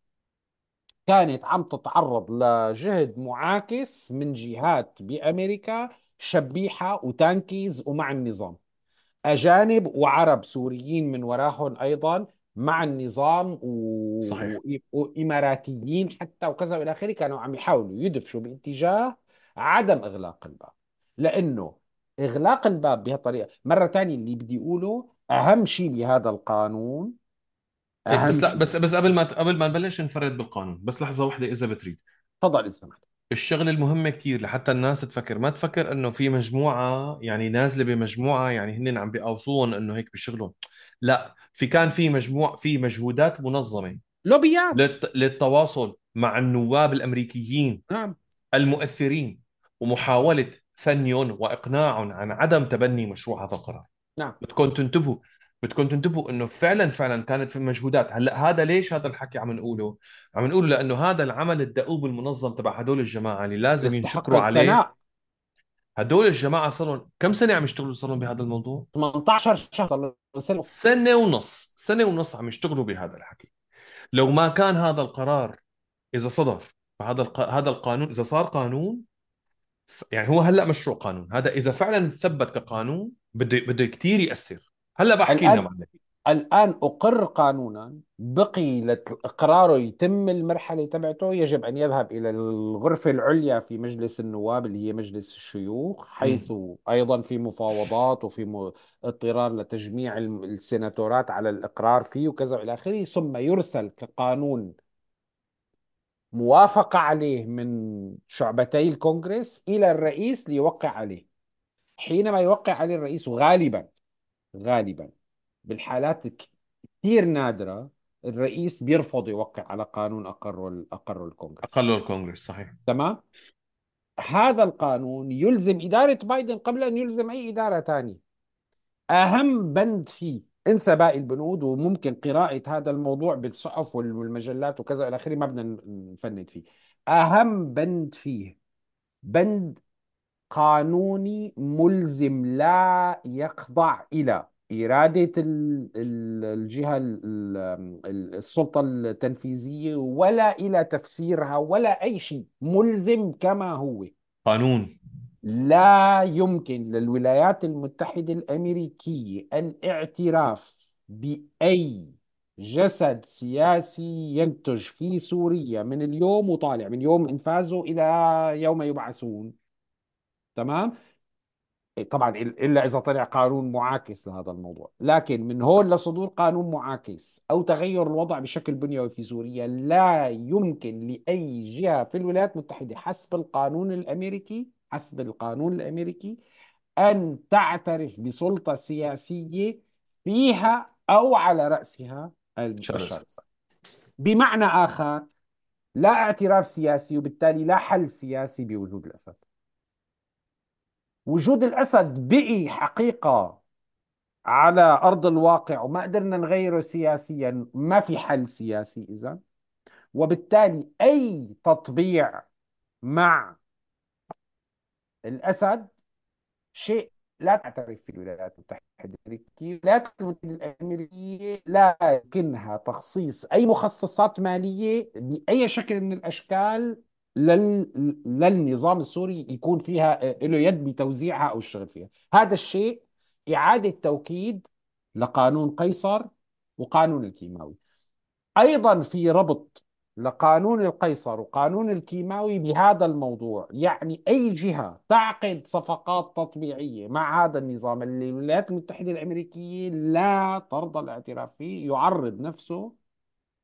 كانت عم تتعرض لجهد معاكس من جهات بأمريكا شبيحة وتانكيز ومع النظام، أجانب وعرب سوريين من وراهم أيضا مع النظام و... صحيح. و... وإماراتيين حتى وكذا وإلى آخره، كانوا عم يحاولوا يدفشوا باتجاه عدم إغلاق الباب. لأنه إغلاق الباب بهالطريقة، مرة ثانية اللي بدي أقوله، أهم شيء بهذا القانون، إيه، أهم بس لا، شيء. بس بس قبل ما قبل ما نبلش نفرد بالقانون، بس لحظة واحدة إذا بتريد. تفضل إذا سمحت. الشغل المهمة كتير لحتى الناس تفكر، ما تفكر انه في مجموعة يعني نازلة بمجموعة يعني هن عم بيقوصون انه هيك بيشتغلون. لا، في كان في مجموع في مجهودات منظمة لوبيات. للت... للتواصل مع النواب الامريكيين نعم. المؤثرين، ومحاولة ثنيهم واقناعهم عن عدم تبني مشروع هذا القرار. نعم. بدكم تنتبهوا، بدكم تنتبهوا انه فعلا فعلا كانت في مجهودات. هلا هذا ليش هذا الحكي عم نقوله؟ عم نقوله لانه هذا العمل الدؤوب المنظم تبع هدول الجماعه اللي لازم يستحق ينشكروا عليه. الثناء. هدول الجماعه صار لهم كم سنه عم يشتغلوا، صار لهم بهذا الموضوع؟ ثمانية عشر شهر، صار له سنة ونص. سنه ونص، سنه ونص عم يشتغلوا بهذا الحكي. لو ما كان هذا القرار اذا صدر، فهذا الق... هذا القانون اذا صار قانون، ف- يعني هو هلا مشروع قانون، هذا اذا فعلا ثبت كقانون بده بده كثير ياثر. هلا بحكي لنا الآن معنا. الآن أقر قانونا، بقي لإقراره يتم المرحلة تبعته، يجب أن يذهب إلى الغرفة العليا في مجلس النواب اللي هي مجلس الشيوخ، حيث أيضا في مفاوضات وفي م- اضطرار لتجميع الم- السيناتورات على الإقرار فيه وكذا إلى آخره، ثم يرسل كقانون موافقة عليه من شعبتي الكونغرس إلى الرئيس ليوقع عليه. حينما يوقع عليه الرئيس، غالبا غالبا بالحالات ك- كثير نادرة الرئيس بيرفض يوقع على قانون أقره أقره الكونغرس. اقله الكونغرس، صحيح. تمام. هذا القانون يلزم إدارة بايدن قبل أن يلزم أي إدارة ثانية. أهم بند فيه، انسى باقي البنود، وممكن قراءة هذا الموضوع بالصحف وال- والمجلات وكذا إلى آخره، ما بدنا نفند فيه. أهم بند فيه بند قانوني ملزم، لا يخضع إلى إرادة ال- ال- الجهة ال- ال- السلطة التنفيذية، ولا إلى تفسيرها ولا أي شيء، ملزم كما هو. قانون. لا يمكن للولايات المتحدة الأمريكية الاعتراف بأي جسد سياسي ينتج في سوريا من اليوم وطالع، من يوم إنفاذه إلى يوم يبعثون. تمام. إيه، طبعا الا اذا طلع قانون معاكس لهذا الموضوع، لكن من هون لصدور قانون معاكس او تغير الوضع بشكل بنيوي في سوريا، لا يمكن لاي جهه في الولايات المتحده حسب القانون الامريكي، حسب القانون الامريكي، ان تعترف بسلطه سياسيه فيها او على راسها البشار شرس. الاسد. بمعنى اخر، لا اعتراف سياسي، وبالتالي لا حل سياسي بوجود الاسد. وجود الاسد بقي حقيقه على أرض الواقع، وما قدرنا نغيره سياسيا، ما في حل سياسي إذا. وبالتالي أي تطبيع مع الأسد شيء لا تعترف فيه الولايات المتحدة الأمريكية. الولايات المتحدة الأمريكية لا يمكنها تخصيص أي مخصصات مالية بأي شكل من الأشكال لل... للنظام السوري يكون فيها له يد بتوزيعها أو الشغل فيها. هذا الشيء إعادة توكيد لقانون قيصر وقانون الكيماوي. أيضا في ربط لقانون القيصر وقانون الكيماوي بهذا الموضوع، يعني أي جهة تعقد صفقات تطبيعية مع هذا النظام اللي الولايات المتحدة الأمريكية لا ترضى الاعتراف فيه، يعرض نفسه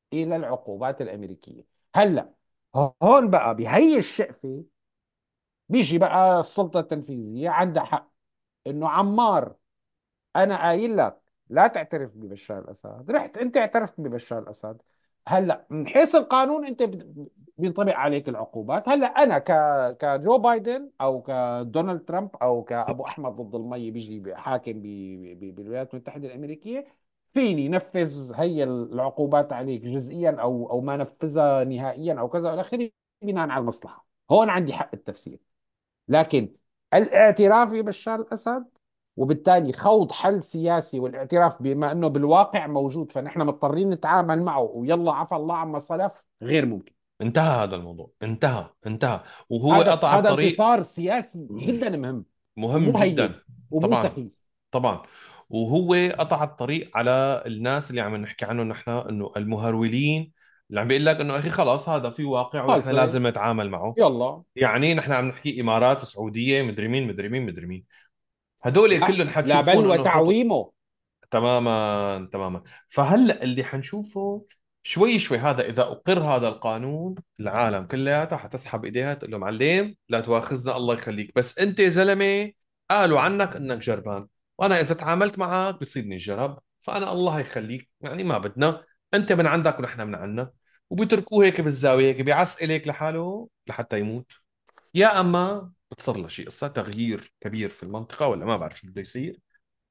الى العقوبات الامريكيه. هلا هون بقى بهي الشقفه بيجي بقى السلطه التنفيذيه عندها حق، انه عمار انا قايل لك لا تعترف ببشار الاسد، رحت انت اعترفت ببشار الاسد. هلا من حيث القانون انت بت- بينطبق عليك العقوبات. هلا انا ك كجو بايدن او كدونالد ترامب او كابو احمد ضد المي بيجي حاكم ب- ب- بالولايات المتحده الامريكيه، فيني نفذ هي العقوبات عليك جزئيا او او ما نفذها نهائيا او كذا الى اخره، بناء على المصلحه. هون عندي حق التفسير. لكن الاعتراف ببشار الاسد وبالتالي خوض حل سياسي والاعتراف بما انه بالواقع موجود فنحن مضطرين نتعامل معه ويلا عفى الله عما سلف، غير ممكن. انتهى هذا الموضوع، انتهى انتهى. وهو هذا قطع هذا الطريق. انتصار سياسي جدا مهم، مهم ومو جدا. هين ومو طبعا. سخيف. طبعا. وهو قطع الطريق على الناس اللي عم نحكي عنهم نحن، انه المهرولين، اللي عم بيقول لك انه اخي خلاص هذا في واقع ونحن خلص، لازم نتعامل معه. يلا. يعني نحن عم نحكي امارات، سعوديه، مدري مين مدري مين مدري مين، هدول لا كلهم لا، بل حتشوفون انه خطوه. وتعويمه. تماما تماما. فهلا اللي حنشوفه شوي شوي، هذا اذا اقر هذا القانون، العالم كلياتها حتسحب ايديها تقول له معلم لا تواخذنا الله يخليك، بس انت يا زلمه قالوا عنك انك جربان، وانا اذا تعاملت معك بتصيبني الجرب، فانا الله يخليك يعني ما بدنا، انت من عندك ونحن من عندنا. وبيتركوه هيك بالزاويه، هيك بيعسقل هيك لحاله لحتى يموت. يا اما بتصير له شيء قصه تغيير كبير في المنطقه، ولا ما بعرف شو بده يصير،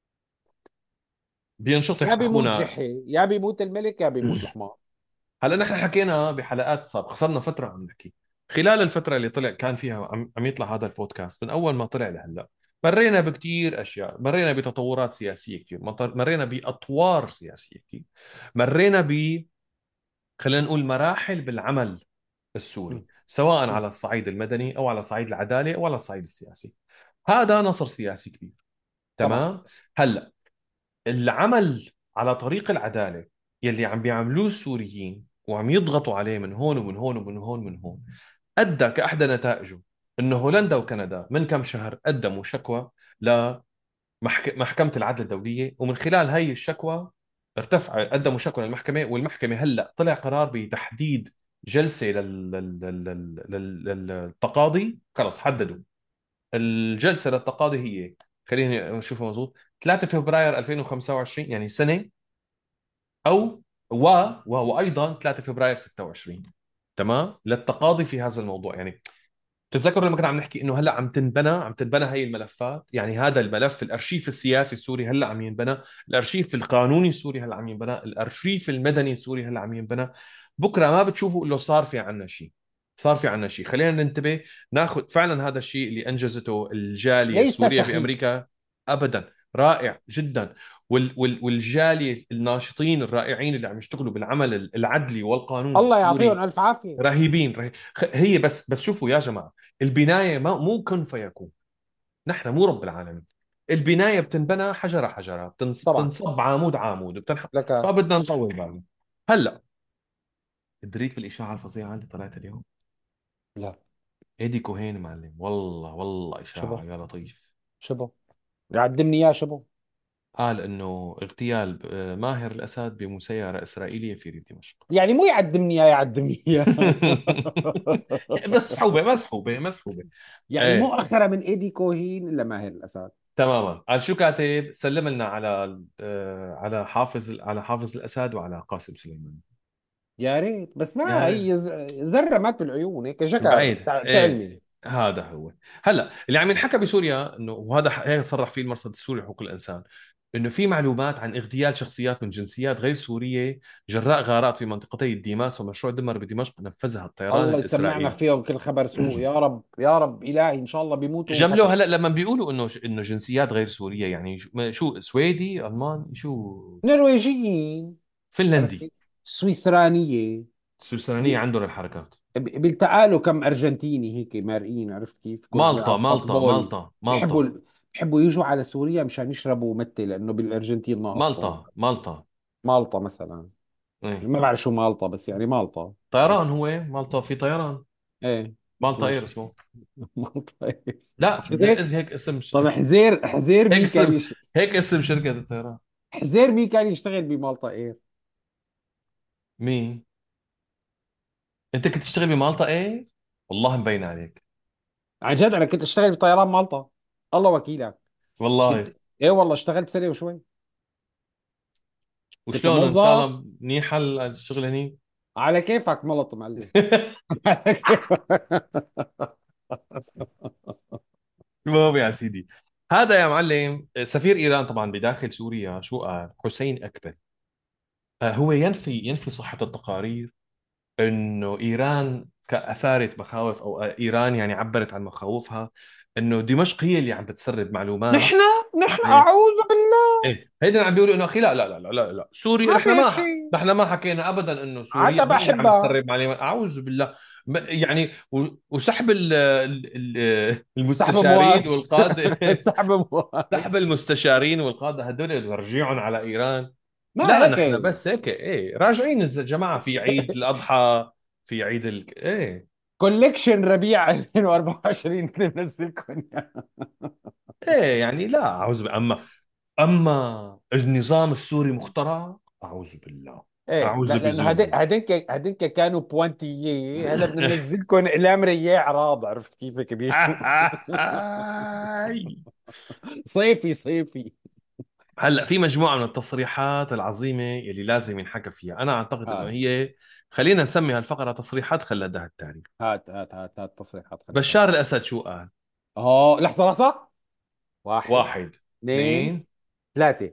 يا بينشطح بيموت اخونا. جحي، يا بيموت الملك، يا بيموت الحمار. هلا نحن حكينا بحلقات سابقه، صرنا فتره عم نحكي، خلال الفتره اللي طلع كان فيها عم, عم يطلع هذا البودكاست من اول ما طلع لهلا، مرينا بكتير اشياء، مرينا بتطورات سياسيه كثير، مطر- مرينا باطوار سياسيه كثير، مرينا ب، خلينا نقول مراحل بالعمل السوري، م- سواء م. على الصعيد المدني او على صعيد العداله او على الصعيد السياسي. هذا نصر سياسي كبير. طبعا. تمام. هلا العمل على طريق العدالة يلي عم بيعملوه السوريين وعم يضغطوا عليه من هون ومن هون ومن هون ومن هون، أدى كأحدى نتائجه أنه هولندا وكندا من كم شهر قدموا شكوى لمحكمة العدل الدولية، ومن خلال هاي الشكوى ارتفع، قدموا شكوى للمحكمة، والمحكمة هلأ طلع قرار بتحديد جلسة لل- لل- لل- لل- للتقاضي، خلص حددوا الجلسة للتقاضي هي، خليني اشوفها مضبوط، ثلاثة فبراير ألفين وخمسة وعشرين يعني سنة، او و وهو ايضا ثلاثة فبراير ستة وعشرين. تمام، للتقاضي في هذا الموضوع. يعني تتذكروا لما كنا عم نحكي انه هلا عم تنبنى عم تنبنى هي الملفات، يعني هذا الملف الارشيف السياسي السوري هلا عم ينبنى، الارشيف القانوني السوري هلا عم ينبنى، الارشيف المدني السوري هلا عم ينبنى. بكره ما بتشوفوا انه صار في عنا شيء، صار في عنا شيء، خلينا ننتبه، ناخذ فعلا هذا الشيء اللي انجزته الجاليه ليس السوريه في سخيف. امريكا. ابدا، رائع جدا. وال وال والجاليه الناشطين الرائعين اللي عم يشتغلوا بالعمل العدلي والقانوني الله يعطيهم السوري الف عافيه. رهيبين رهيب. خ- هي بس بس شوفوا يا جماعه، البنايه ما مو كن فيكون، نحن مو رب العالمين، البنايه بتنبنى حجره حجره، بتنص- طبعا. بتنصب عمود عمود بتنح... لك. ما بدنا نطول بالنا. هلا دريت بالاشاعه الفظيعه اللي طلعت اليوم، لا. ايدي كوهين معلم، والله والله شبه اشاعه يا لطيف. شبه يعدمني اياه شبه. قال انه اغتيال آه، ماهر الاسد بمسيره اسرائيليه في ريف دمشق. يعني مو يعدمني اياه، يعدمني اياه. مسحوبه مسحوبه مسحوبه. يعني مو ايه اخر من ايدي كوهين الا ماهر الاسد. تماما. قال شو كاتب؟ سلم لنا على آه، على حافظ على حافظ الاسد وعلى قاسم سليمان. يا ريت، بس ما يا ريت. هي ز- ذره مات بالعيون هيك شكا بعيد تع- ايه. تعلمي. هذا هو. هلا اللي عم ينحكى بسوريا انه، وهذا ح- هيك صرح فيه المرصد السوري لحقوق الانسان، انه في معلومات عن اغتيال شخصيات من جنسيات غير سوريه جراء غارات في منطقتي الديماس ومشروع دمر بدمشق نفذها الطيران الله يسمعنا الاسرائيلي. فيهم كل خبر سوء، يا رب يا رب الهي ان شاء الله بيموتوا جمله. ونحطهم. هلا لما بيقولوا انه انه جنسيات غير سوريه، يعني شو شو سويدي، الماني، شو، نرويجيين. فنلندي، عرفتي؟ سويسرانيه. السويسرانيه بي- عندهم الحركات. ب- بيلتقالوا كم ارجنتيني هيك مارقين، عرفت كيف؟ كل مالطا بيلعبوا مالطا فوتبول. مالطا مالطا بيحبوا ال- بيحبوا يجوا على سوريا مشان يشربوا متة لانه بالارجنتين ناقصهم. مالطا مالطا. مالطا مثلا. ايه. ما بعرف شو مالطا، بس يعني مالطا. طيران، عرفت؟ هو مالطا في طيران، ايه. مالطا اير ماشي. اسمه. مالطا إيه. لا ده حزير. إز- هيك اسم ش... طب حزير حزير هيك مين كان اسم يش... هيك اسم شركة الطيران. حزير مين كان يشتغل بمالطا ايه؟ مين؟ انت كنت تشتغل بمالطا ايه؟ والله مبين عليك. عن جد انا كنت اشتغل بطيران مالطا، الله وكيلك. كنت، والله. ايه والله اشتغلت سنه وشوي. كنت وشلون ان شاء موظف. الله منيحه الشغل هني؟ على كيفك ملط معلم. على كيفك. المهم يا سيدي، هذا يا معلم سفير ايران طبعا بداخل سوريا شو قال حسين اكبر. آه، هو ينفي ينفي صحه التقارير انه ايران اثارت مخاوف، او ايران يعني عبرت عن مخاوفها انه دمشق هي اللي عم بتسرب معلومات. نحن نحن ايه اعوذ بالله. ايه هيدا عم بيقولوا انه اخي لا لا لا لا لا لا سوريا، ما نحن في هيك ما شيء. نحن ما حكينا ابدا انه سوريا عتا هي اللي عم بحبها. تسرب معلومات، اعوذ بالله. م- يعني و- وسحب ال- ال- ال- سحب المستشارين مواس. والقاده. سحب سحب مواس. المستشارين والقاده هدول ترجيعهم على ايران. ما لا هيك. نحن بس هيك ايه راجعين الجماعه في عيد الاضحى، في عيد ال... ايه كوليكشن ربيع ألفين وأربعة وعشرين بننزلكم إياه. ايه يعني لا اعوذ بالله. اما اما النظام السوري مخترع، اعوذ بالله. ايه لا، اعوذ لانه هدي- بزوزو. هدينك هدينك كانوا بوانتييه، هلا بدنا ننزلكم اقلام رياح عراض، عرفت كيف هيك بيشتغل. صيفي صيفي. هلا في مجموعه من التصريحات العظيمه يلي لازم ينحكى فيها، انا اعتقد انه هات هي، خلينا نسمي هالفقره تصريحات خلدها التاريخ. هات هات هات هات تصريحات خلال. بشار الاسد شو قال؟ اه لحظة لحظة. واحد، واحد، اثنين، اثنين، ثلاثة.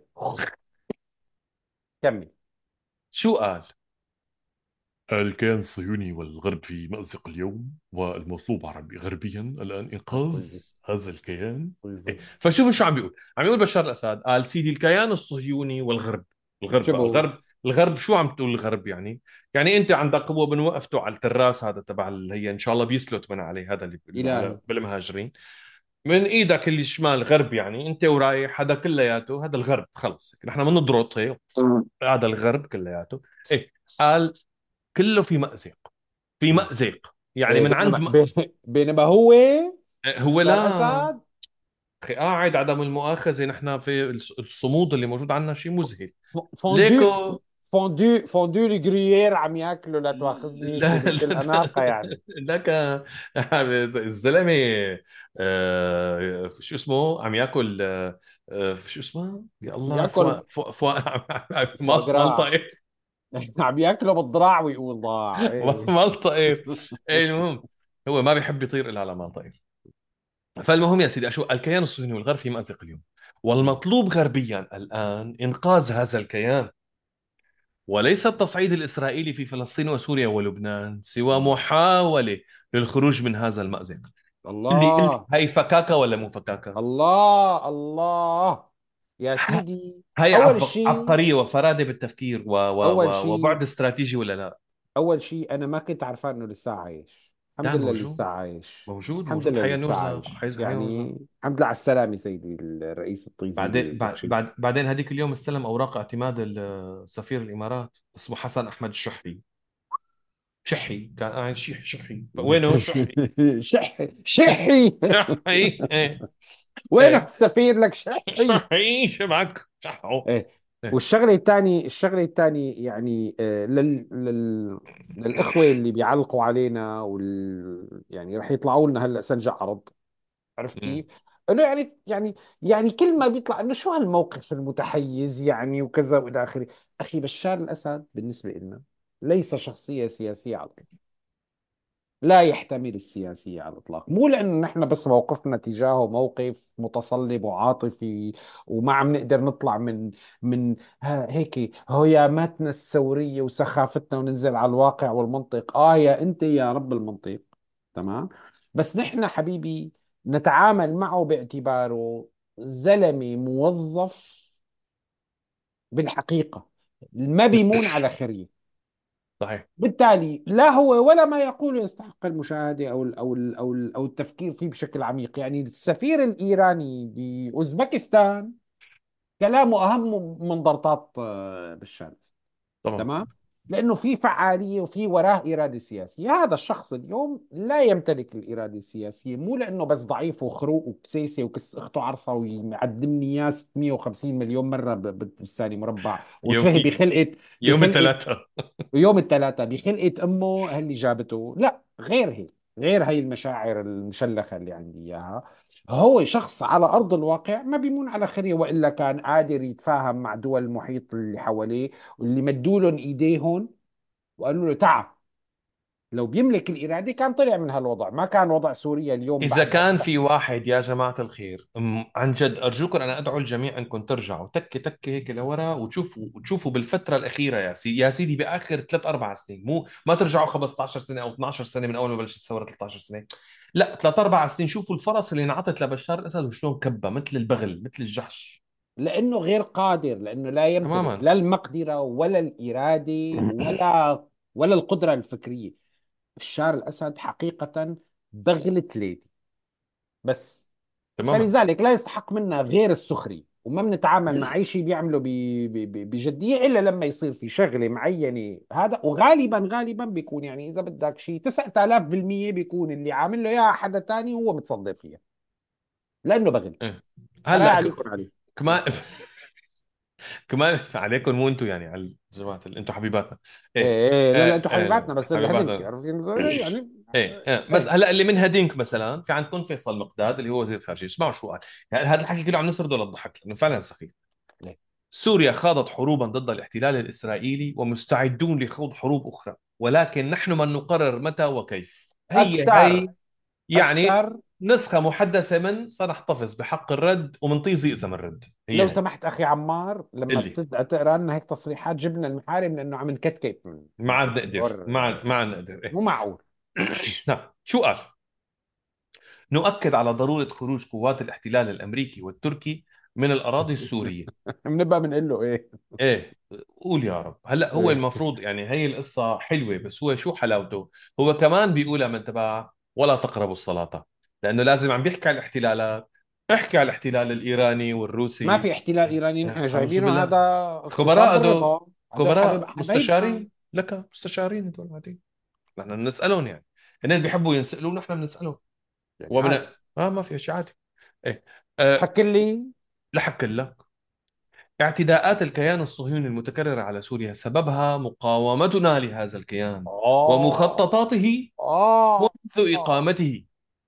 كمل. شو قال؟ الكيان الصهيوني والغرب في مأزق اليوم، والمطلوب عربي غربيا الآن إنقاذ أصطيزي. هذا الكيان. أصطيزي. إيه. فشوف شو عم بيقول، عم يقول بشار الأسد قال سيدي الكيان الصهيوني والغرب. الغرب بقى، شبو. الغرب الغرب شو عم تقول الغرب يعني؟ يعني انت عندك قوه بنوقفته على التراس هذا تبع اللي هي ان شاء الله بيسلط من عليه هذا اللي اللي على إلهي. بالمهاجرين، من ايدك اللي شمال غرب، يعني انت ورايح هذا كلياته هذا الغرب، خلص نحن بنضرط هيك، هذا الغرب كلياته. ايه قال كله في مأزق، في مأزق يعني إيه من عند بينما م... بي- بينما هو هو بشار لا الأسد. اخي قاعد عدم المؤاخذه، نحن في الص- الصمود اللي موجود عندنا شيء مذهل. فوندو. ليكو فوندو فوندو الجريير عم ياكلوا، لا تواخذني لا قلة لا الأناقة يعني. لك الزلمه، آه شو اسمه عم ياكل، آه آه، شو اسمه يا الله، فوا ياكل فوا فوا مالطا فواجراع. ايه. عم ياكله بالضراع ويقول ضاع ايه. مالطا ايه. إيه المهم، هو ما بيحب يطير الا على مالطا إيه. فالمهم يا سيدي، أشو الكيان الصهيوني والغرب في مأزق اليوم، والمطلوب غربيا الآن إنقاذ هذا الكيان، وليس التصعيد الإسرائيلي في فلسطين وسوريا ولبنان، سوى محاولة للخروج من هذا المأزق. قل لي قل لي الله. هي فكاكة ولا مو فكاكة؟ الله الله. يا ه- سيدي. هي اول عب- شيء. عبقرية وفرادة بالتفكير و و اول و شيء وبعد استراتيجي ولا لا؟ اول شيء انا ما كنت عارفان انه لسه عايش. الحمد لا لله موجود، لسه عايش. موجود الحمد موجود، لله حيا لسه نورزا، عايش حيا حيا نورزا. يعني. الحمد لله على السلامة سيدي الرئيس الطيزي بعدين بعد الوحشي. بعد بعدين هذيك اليوم استلم اوراق اعتماد ال- سفير الامارات، اسمه حسن احمد الشحي. شحي كان قاعد شيح شحي، وينه شحي؟ شحي شحي. شحي ايه. وينه ايه السفير لك شحي. شحي شبعك شحو. ايه. ايه. والشغله الثانيه الشغله الثانيه يعني آه، لل... لل... للاخوه اللي بيعلقوا علينا وال... يعني رح يطلعوا لنا هلا سنجة عرض، عرفت مم. كيف؟ انه يعني يعني يعني كل ما بيطلع انه شو هالموقف المتحيز يعني وكذا والى اخره. اخي بشار الاسد بالنسبه لنا ليس شخصيه سياسيه على الإطلاق. لا يحتمل السياسية على الإطلاق، مو لأنه نحن بس موقفنا تجاهه موقف متصلب وعاطفي وما عم نقدر نطلع من من ها هيك هياماتنا الثورية وسخافتنا وننزل على الواقع والمنطق. آه يا أنت يا رب المنطق. تمام. بس نحن حبيبي نتعامل معه باعتباره زلمة موظف بالحقيقة، ما بيمون على خريه. صحيح. بالتالي لا هو ولا ما يقول يستحق المشاهدة أو ال أو ال أو ال أو التفكير فيه بشكل عميق. يعني السفير الإيراني بأوزبكستان كلامه أهم من ضرطات آه، بالشمس. طبعا. تمام. لأنه في فعالية وفي وراه إرادة سياسية. هذا الشخص اليوم لا يمتلك الإرادة السياسية، مو لأنه بس ضعيف وخروق وبسيسة وكس أخته عرصة ويعدمني إياه ستمية وخمسين مليون مرة ب- ب- بالثانية مربع، يوم وتفهم بخلقة يوم بخلقة الثلاثاء. يوم الثلاثاء بخلقة أمه اللي جابته. لا، غير هيك، غير هاي المشاعر المشلخة اللي عندي إياها. هو شخص على أرض الواقع ما بيمون على خير، وإلا كان قادر يتفاهم مع دول المحيط اللي حواليه واللي مدوا لهم إيديهم وقالوا له تعال. لو بيملك الإرادة كان طلع من هالوضع، ما كان وضع سوريا اليوم إذا بعد كان هالشكل. في واحد يا جماعة الخير، أم- عن جد أرجوكم، أنا أدعو الجميع أنكم ترجعوا تكة تكة هيك لورا وتشوفوا وتشوفوا بالفترة الأخيرة يا سيدي، يا سيدي بآخر ثلاث أربع سنين، مو ما ترجعوا خمسة عشر سنة أو اثني عشر سنة من أول ما بلشت الثورة ثلاث عشر سنة. لا، ثلاث أربع سنين، شوفوا الفرص اللي انعطت لبشار الأسد وشلون كبه مثل البغل مثل الجحش. لأنه غير قادر، لأنه لا يمتلك تماما. لا المقدرة ولا الإرادة ولا ولا القدرة الفكرية. بشار الأسد حقيقة بغلة ليدي بس. تماما. فلذلك لا يستحق منا غير السخرية، وما بنتعامل مع أي شيء بيعمله ب- ب- ب- بجدية إلا لما يصير في شغلة معينة. هذا وغالبا غالبا بيكون يعني إذا بدك شيء تسعة آلاف بالمية بيكون اللي عامل له إياها حدا تاني وهو متصدر فيها، لأنه بغل. إيه. خراي هلا ك- عليكم عليه. كمان كمان عليكم مو انتم يعني، على جماعه ال- انتم حبيباتنا. ايه. إيه إيه، لا لا، آه أنتم آه لا حبيباتنا بس الهدنك حبيباتنا. عرفتين يعني. ايه آه. بس إيه. هلا اللي من هدينك مثلا في عندكم فيصل مقداد اللي هو وزير الخارجيه، اسمعوا شو قال. يعني هذا الحكي كله عم نسرده للضحك لانه فعلا سخيف. ليه؟ سوريا خاضت حروبا ضد الاحتلال الاسرائيلي ومستعدون لخوض حروب اخرى، ولكن نحن من نقرر متى وكيف. هي أكثر هي يعني أكثر. نسخه محدثه من سنحتفظ بحق الرد ومنطيزي اذا من الرد. هي لو هي سمحت أخي عمار، لما اللي بتبدأ تقرأ لنا هيك تصريحات جبنا المحارم لأنه عم نكتكت من ما من عاد نقدر، الدكتور. ما عاد ما عاد نقدر. إيه. مو معقول. نعم، شو قال؟ نؤكد على ضرورة خروج قوات الاحتلال الأمريكي والتركي من الأراضي السورية. بنبقى بنقول له إيه؟ إيه. قول يا رب. هلا هو إيه. المفروض يعني هي القصة حلوة، بس هو شو حلاوته؟ هو كمان بيقولها من تبع ولا تقربوا الصلاة، لأنه لازم عم بيحكي على الاحتلالات. احكي على الاحتلال الإيراني ما والروسي. في احتلال إيراني إيه، نحن أعوذ جايبينه، هذا بالله. اغتصاب خبراء هدول، بالرضا. هدول حبيب خبراء حبايبنا. مستشارين لك، مستشارين هدول عادي. نحن بنسألهم يعني، هن بيحبوا ينسألوا ونحن بنسألهم. يعني ومن عادي. اه ما في شيء عادي. ايه. أه. حكي لي. لحق لك. اعتداءات الكيان الصهيوني المتكررة على سوريا سببها مقاومتنا لهذا الكيان آه ومخططاته آه منذ آه إقامته.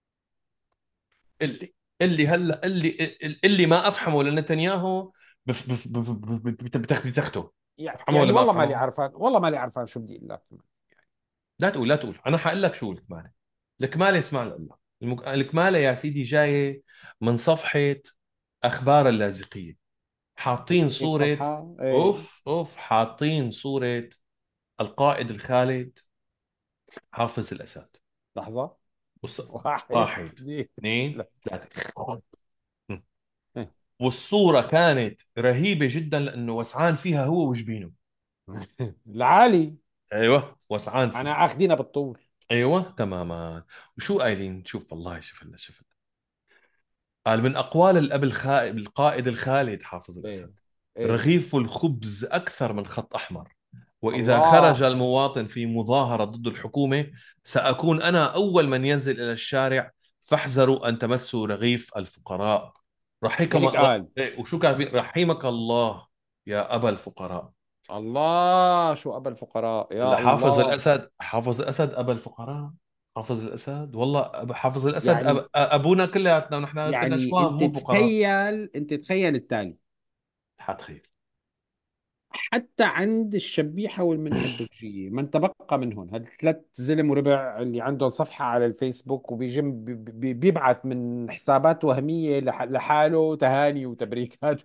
اللي اللي هلا اللي اللي ما أفحمه لنتنياهو بف بف بف بف بف- بتخ- بتخته. يع- أفحمه ولا يعني ما والله مالي أفحمه؟ عارفان، والله مالي عارفان شو بدي اقول لك. لا تقول، لا تقول، أنا حقول لك شو الكمالة. الكمالة اسمع لله. المك... الكمالة يا سيدي جاية من صفحة أخبار اللاذقية. حاطين ثلاثمية صورة. صفحة ايه. اوف اوف، حاطين صورة القائد الخالد حافظ الأسد. لحظة. بص. واحد واحد، اثنين. اثنين، لا. ثلاثة. م. إيه. والصورة كانت رهيبة جدا لأنه وسعان فيها هو وجبينه. العالي. ايوه وسعان انا فيها. اخذينها بالطول. ايوه تماما. وشو قايلين؟ شوف والله، شوف هلا شوف هلا. قال من أقوال الأب الخائب القائد الخالد حافظ ايه. الأسد: ايه. رغيف الخبز أكثر من خط أحمر، وإذا خرج الله. المواطن في مظاهرة ضد الحكومة سأكون أنا أول من ينزل إلى الشارع، فاحذروا أن تمسوا رغيف الفقراء. رحيكم هيك الله. قال. إيه، وشو كان رحيمك الله يا أبا الفقراء. الله، شو ابا الفقراء هلا يا حافظ الله. الأسد، حافظ الأسد أبا الفقراء. حافظ الأسد والله أب- حافظ الأسد أب... يعني أبونا كلياتنا ونحن كنا يعني شوام انت مو فقراء. تخيل، انت تخيل التالي. حتخيل. حتى عند الشبيحة والمنهبجية من تبقى منهم، هاد ثلاث زلم وربع اللي عندهم صفحة على الفيسبوك وبيجم بي- بي- بيبعت من حسابات وهمية لح- لحاله تهاني وتبريكات.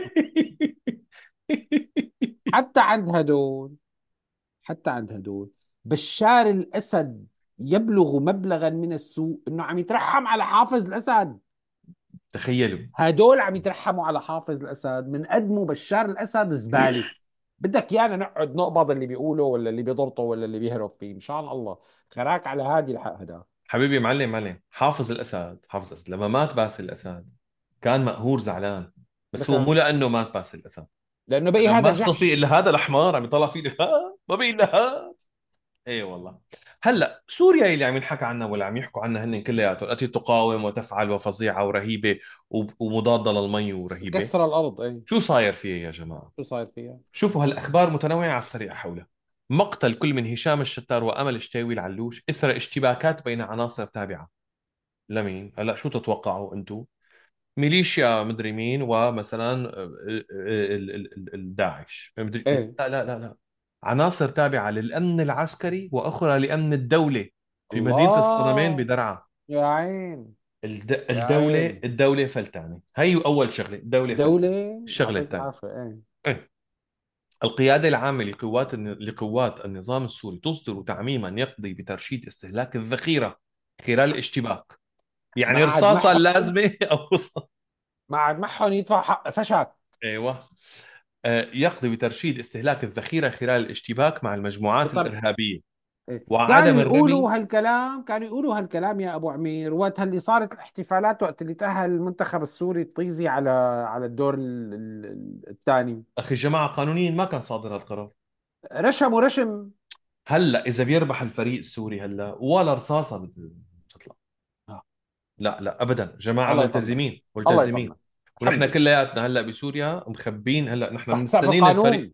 حتى عند هدول، حتى عند هدول بشار الأسد يبلغ مبلغا من السوء انه عم يترحم على حافظ الأسد. تخيلوا. هدول عم يترحموا على حافظ الأسد من قدموا بشار الأسد زبالة. بدك يانا نقعد نقبض اللي بيقوله ولا اللي بيضرطه ولا اللي بيهرب فيه؟ مشان الله خراك على هادي الحق هذا. حبيبي معلم معلم، حافظ الأسد حافظ الأسد لما مات باسل الأسد كان مقهور زعلان، بس هو لك مو لأنه مات باسل الأسد. لانه بقي انا هذا ما صفي جحش. الا هذا الحمار عم يطلع فيني، ها ما بقي الا هذا. ايه والله. هلا سوريا اللي عم ينحكى عنها ولا عم يحكوا عنها هن كلياتهم التي تقاوم وتفعل وفظيعه ورهيبه وب- ومضاده للمي ورهيبه، مكسره الارض، اي. شو صاير فيها يا جماعه؟ شو صاير فيها؟ شوفوا هالاخبار متنوعه على السريع حولها. مقتل كل من هشام الشتار وامل شتاوي العلوش اثر اشتباكات بين عناصر تابعه لمين؟ هلا شو تتوقعوا انتم؟ ميليشيا مدري مين، ومثلا ال- ال- ال- ال- الداعش مدري. ايه. لا لا لا لا، عناصر تابعة للأمن العسكري وأخرى لأمن الدولة في مدينة الصنمين الله. بدرعا. يا عين. الد... يا الدولة عين. الدولة فلتانة، هي أول شغلة، الدولة فلتانة. دولة الشغلة يعطيك الثانية، العافية، ايه. إيه؟ القيادة العامة لقوات الن- لقوات النظام السوري تصدر تعميما يقضي بترشيد استهلاك الذخيرة خلال الاشتباك، ما يعني عاد رصاصة معهم. اللازمة أو ما عاد معهم يدفع حق فشات. ايوه. آه، يقضي بترشيد استهلاك الذخيرة خلال الاشتباك مع المجموعات طب الإرهابية إيه. كانوا وعدم الرمي. يقولوا هالكلام، كانوا يقولوا هالكلام يا ابو عمير وقت اللي صارت الاحتفالات، وقت اللي تأهل المنتخب السوري الطيزي على على الدور الثاني. أخي جماعة قانونيا ما كان صادر هالقرار. رشم ورشم. هلا إذا بيربح الفريق السوري هلا ولا رصاصة بت- بتطلع. آه. لا لا أبدا، جماعة الله يطمن. ملتزمين الله ملتزمين. يطمن. الحمد ونحن لله. كلياتنا هلا بسوريا مخبين، هلا نحن تحت سقف مستنين الفريق القانون.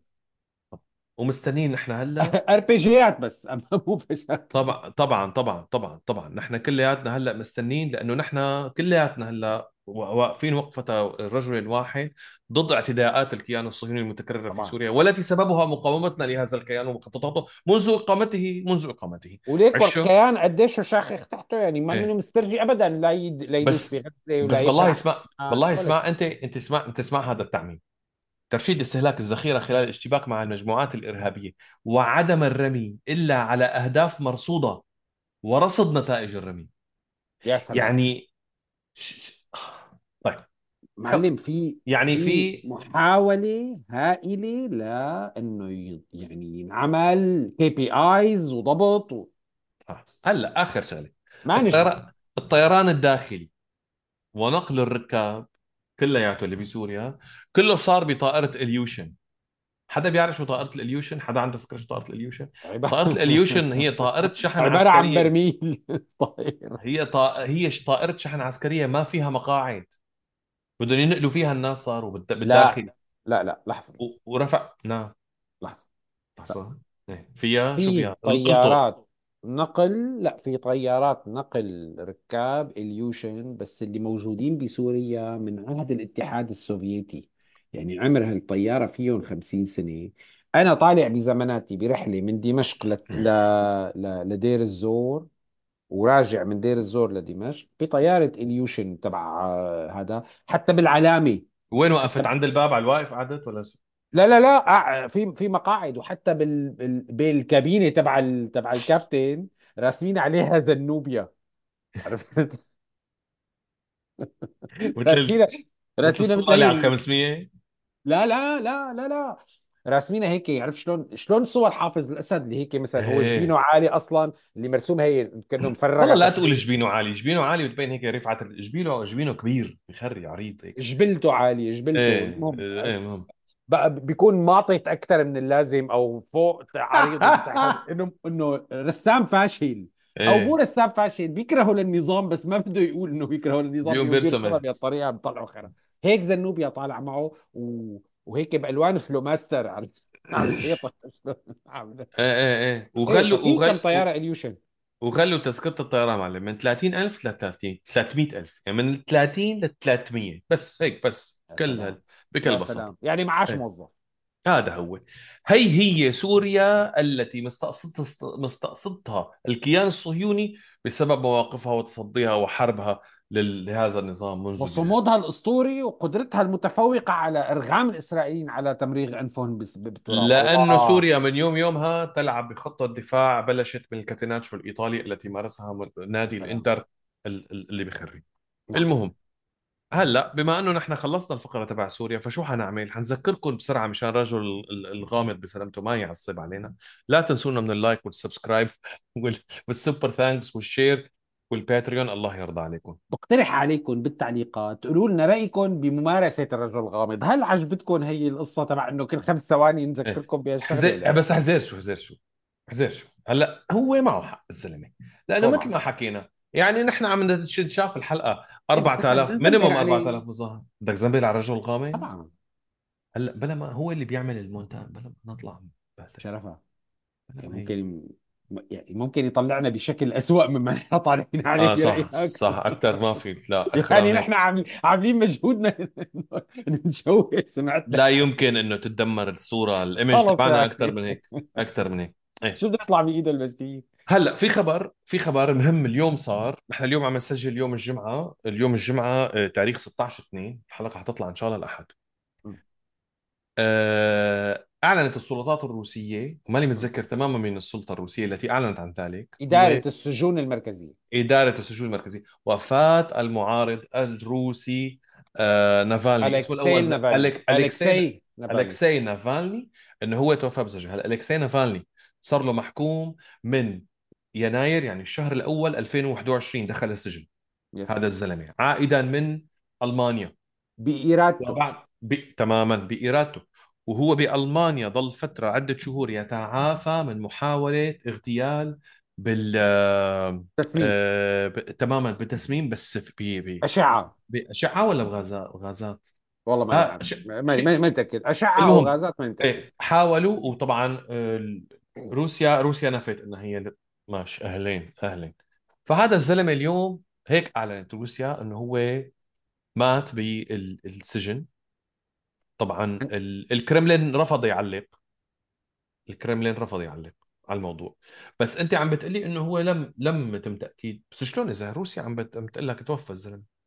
ومستنين نحن هلا. اربيجيات بس اما مو فشات. طبعا طبعا طبعا طبعا طبعا نحن كلياتنا هلا مستنين، لانه نحن كلياتنا هلا واقفين وقفة رجل واحد ضد اعتداءات الكيان الصهيوني المتكررة في طبعا. سوريا، والتي سببها مقاومتنا لهذا الكيان ومخططاته منذ اقامته منذ اقامته. وليك عشو والكيان قديش شاخخ تحته، يعني ما منه ايه. مسترجي ابدا لا يد... لا يدوس في بس غزه ولا بس يدخل بالله على اسمع، لبنان بالله ولا اسمع شيء. انت انت اسمع انت اسمع هذا التعميم: ترشيد استهلاك الذخيرة خلال الاشتباك مع المجموعات الإرهابية وعدم الرمي إلا على أهداف مرصودة ورصد نتائج الرمي. يا سلام. يعني ش... ش- طيب. معلم، في يعني في في محاولة هائلة لأنه ي- يعني ينعمل كي بي ايز وضبط و... آه. هلا اخر شغله: ما نجحت. الطيران الطيران الداخلي ونقل الركاب كلياته اللي بسوريا كله صار بطائره اليوشن. حدا بيعرف شو طائره الاليوشن؟ حدا عنده فكره شو طائره الاليوشن؟ طائره عبارة الاليوشن هي طائره شحن عبارة عن عسكريه. برميل طاير. هي طا... هي ش- طائره شحن عسكريه ما فيها مقاعد، بدهم ينقلوا فيها الناس صاروا بالد... لا بالداخل. لا لا، لحظة و... لحظة ورفع نعم. لحظة. لا. لحظه. إيه. فيها شو في فيها ال- الطر. طيارات نقل، لا في طيارات نقل ركاب اليوشن بس اللي موجودين بسوريا من عهد الاتحاد السوفيتي، يعني عمر هالطيارة فيهم خمسين سنة. أنا طالع بزماناتي برحلة من دمشق ل... ل... ل... لدير الزور، وراجع من دير الزور لدمشق بطيارة اليوشن تبع آه، هذا حتى بالعلامة. وين حتى وقفت؟ عند الباب على الواقف قعدت ولا؟ لا لا لا، آه، في في مقاعد، وحتى بال بال- بالكابينه تبع ال... تبع الكابتن راسمين عليها زنوبيا. عرفت؟ مثل راسمينها مثل راسمينها مثل الصومالي على ال هي. خمسمية. لا لا لا لا لا، راسمينها هيك. عرفت شلون؟ شلون صور حافظ الاسد اللي هيك مثلا هو جبينه ايه عالي اصلا، اللي مرسومه هي كانه والله مفرغه لا تقول تفريغ. جبينه عالي، جبينه عالي بتبين هيك رفعة ال- جبينه جبينه كبير بخري عريض هيك شوي. جبلته عاليه، جبلته ايه المهم. ايه إيه، مهم. بقى بيكون ماطط اكثر من اللازم، او فوق عريض وتحت، انه انه رسام فاشل. او مو ايه رسام فاشل، بيكرهوا للنظام بس ما بده يقول انه بيكرهوا للنظام، بيقوم فيهم بيرسمها بيرسمه. بهالطريقه بيطلعوا خيرها. هيك زنوبيا طالع معه و... وهيك بالوان فلوماستر على على الحيطه شلون عامله. ايه ايه ايه ايه، وغلوا ففي كم وغل طياره اليوشن. وغلوا تذكرة الطيران معلم من ثلاثين ألف ل ثلاثين ثلاثمية ألف، يعني من ثلاثين ل ثلاثمية بس هيك بس يا كل سلام. هال بكل يا بساطة. سلام، يعني معاش إيه. موظف. هذا هو. هي هي سوريا التي مستقصد مستقصدها الكيان الصهيوني بسبب مواقفها وتصديها وحربها لل- لهذا النظام منذ البداية. وصمودها الاسطوري وقدرتها المتفوقه على ارغام الاسرائيليين على تمريغ انفهم بس- بالتراب. لأنه الله. سوريا من يوم يومها تلعب بخطة دفاع بلشت من الكاتيناتشو الإيطالي التي مارسها من- يا نادي سلام. الإنتر ال- ال- اللي بخري. نعم. المهم، هلا بما انه نحن خلصنا الفقره تبع سوريا، فشو حنعمل؟ حنذكركم بسرعه مشان الرجل ال- الغامض بسلامته ما يعصب علينا. لا تنسونا من اللايك والسبسكرايب وال- والسوبر ثانكس والشير. والباتريون الله يرضى عليكم. بقترح عليكم بالتعليقات تقولوا لنا رأيكم بممارسة الرجل الغامض. هل عجبتكم هي القصة تبع انه كل خمس ثواني إيه. نذكركم بهالشغلة ولا حزر لا؟ بس حزير شو حزير شو حزير شو هلا هو معه حق الزلمه، لانه هو مثل معه ما حق. حكينا، يعني نحن عم نشد شاف الحلقه ايه بس نحن بدنا أربعة آلاف نزنبر مينيموم عليه. أربعة آلاف مظاهر، بدك زنبيل على الرجل الغامض. طبعا. هلا بلا ما هو اللي بيعمل المونتاج، بلا ما نطلع بهدل، شرفها. بلا يعني ما هي. ممكن يعني ممكن يطلعنا بشكل أسوأ مما نحن طالعين عليه اه صح برأيك. صح، اكثر ما في، لا اخرها يعني نحن هيك. عامل عاملين مجهودنا إنه نشوه سمعتنا. لا يمكن انه تتدمر الصوره الايمج خلص يا تبعنا اكثر اخي. من هيك، اكثر من هيك. ايه. شو بده يطلع بايده المسكين؟ هلا في خبر، في خبر مهم اليوم صار، نحن اليوم عم نسجل يوم الجمعه، اليوم الجمعه آه، تاريخ ستة عشر اثنين، الحلقه حتطلع ان شاء الله الاحد. آه، اعلنت السلطات الروسيه، وماني متذكر تماما من السلطه الروسيه التي اعلنت عن ذلك، هو إدارة السجون المركزية. اداره السجون المركزيه، وفاه المعارض الروسي آه، نافالني، اسمه أليكسي الاول ز- نافالني. أليك الكسي أليكسي نافالني. الكسي نافالني، انه هو توفى بسجن. هلا الكسي نافالني صار له محكوم من يناير، يعني الشهر الاول ألفين وواحد وعشرين دخل السجن. يس. هذا الزلمه عائدا من المانيا، بإرادته. وبعد ب... تماما بإرادته، وهو بألمانيا ظل فترة عدة شهور يتعافى من محاولة اغتيال بال تسميم. آه... ب... تماما بتسميم، بس في ب... ب... أشعة. بأشعة ولا بغازات غازات. والله ماني آه عارف، ش... ما شيء. ما ما متأكد، أشعة أو المهم غازات ماني متأكد. ايه حاولوا، وطبعا آه، روسيا روسيا نفت انها هي اللي- ماشي، اهلين اهلين. فهذا الزلمه اليوم هيك اعلنت روسيا انه هو مات بالسجن. طبعا ال- الكرملين رفض يعلق، الكرملين رفض يعلق على الموضوع. بس انت عم بتقلي انه هو لم لم يتم تاكيد، بس شلون اذا روسيا عم بت- عم بتقول لك توفى الزلمه؟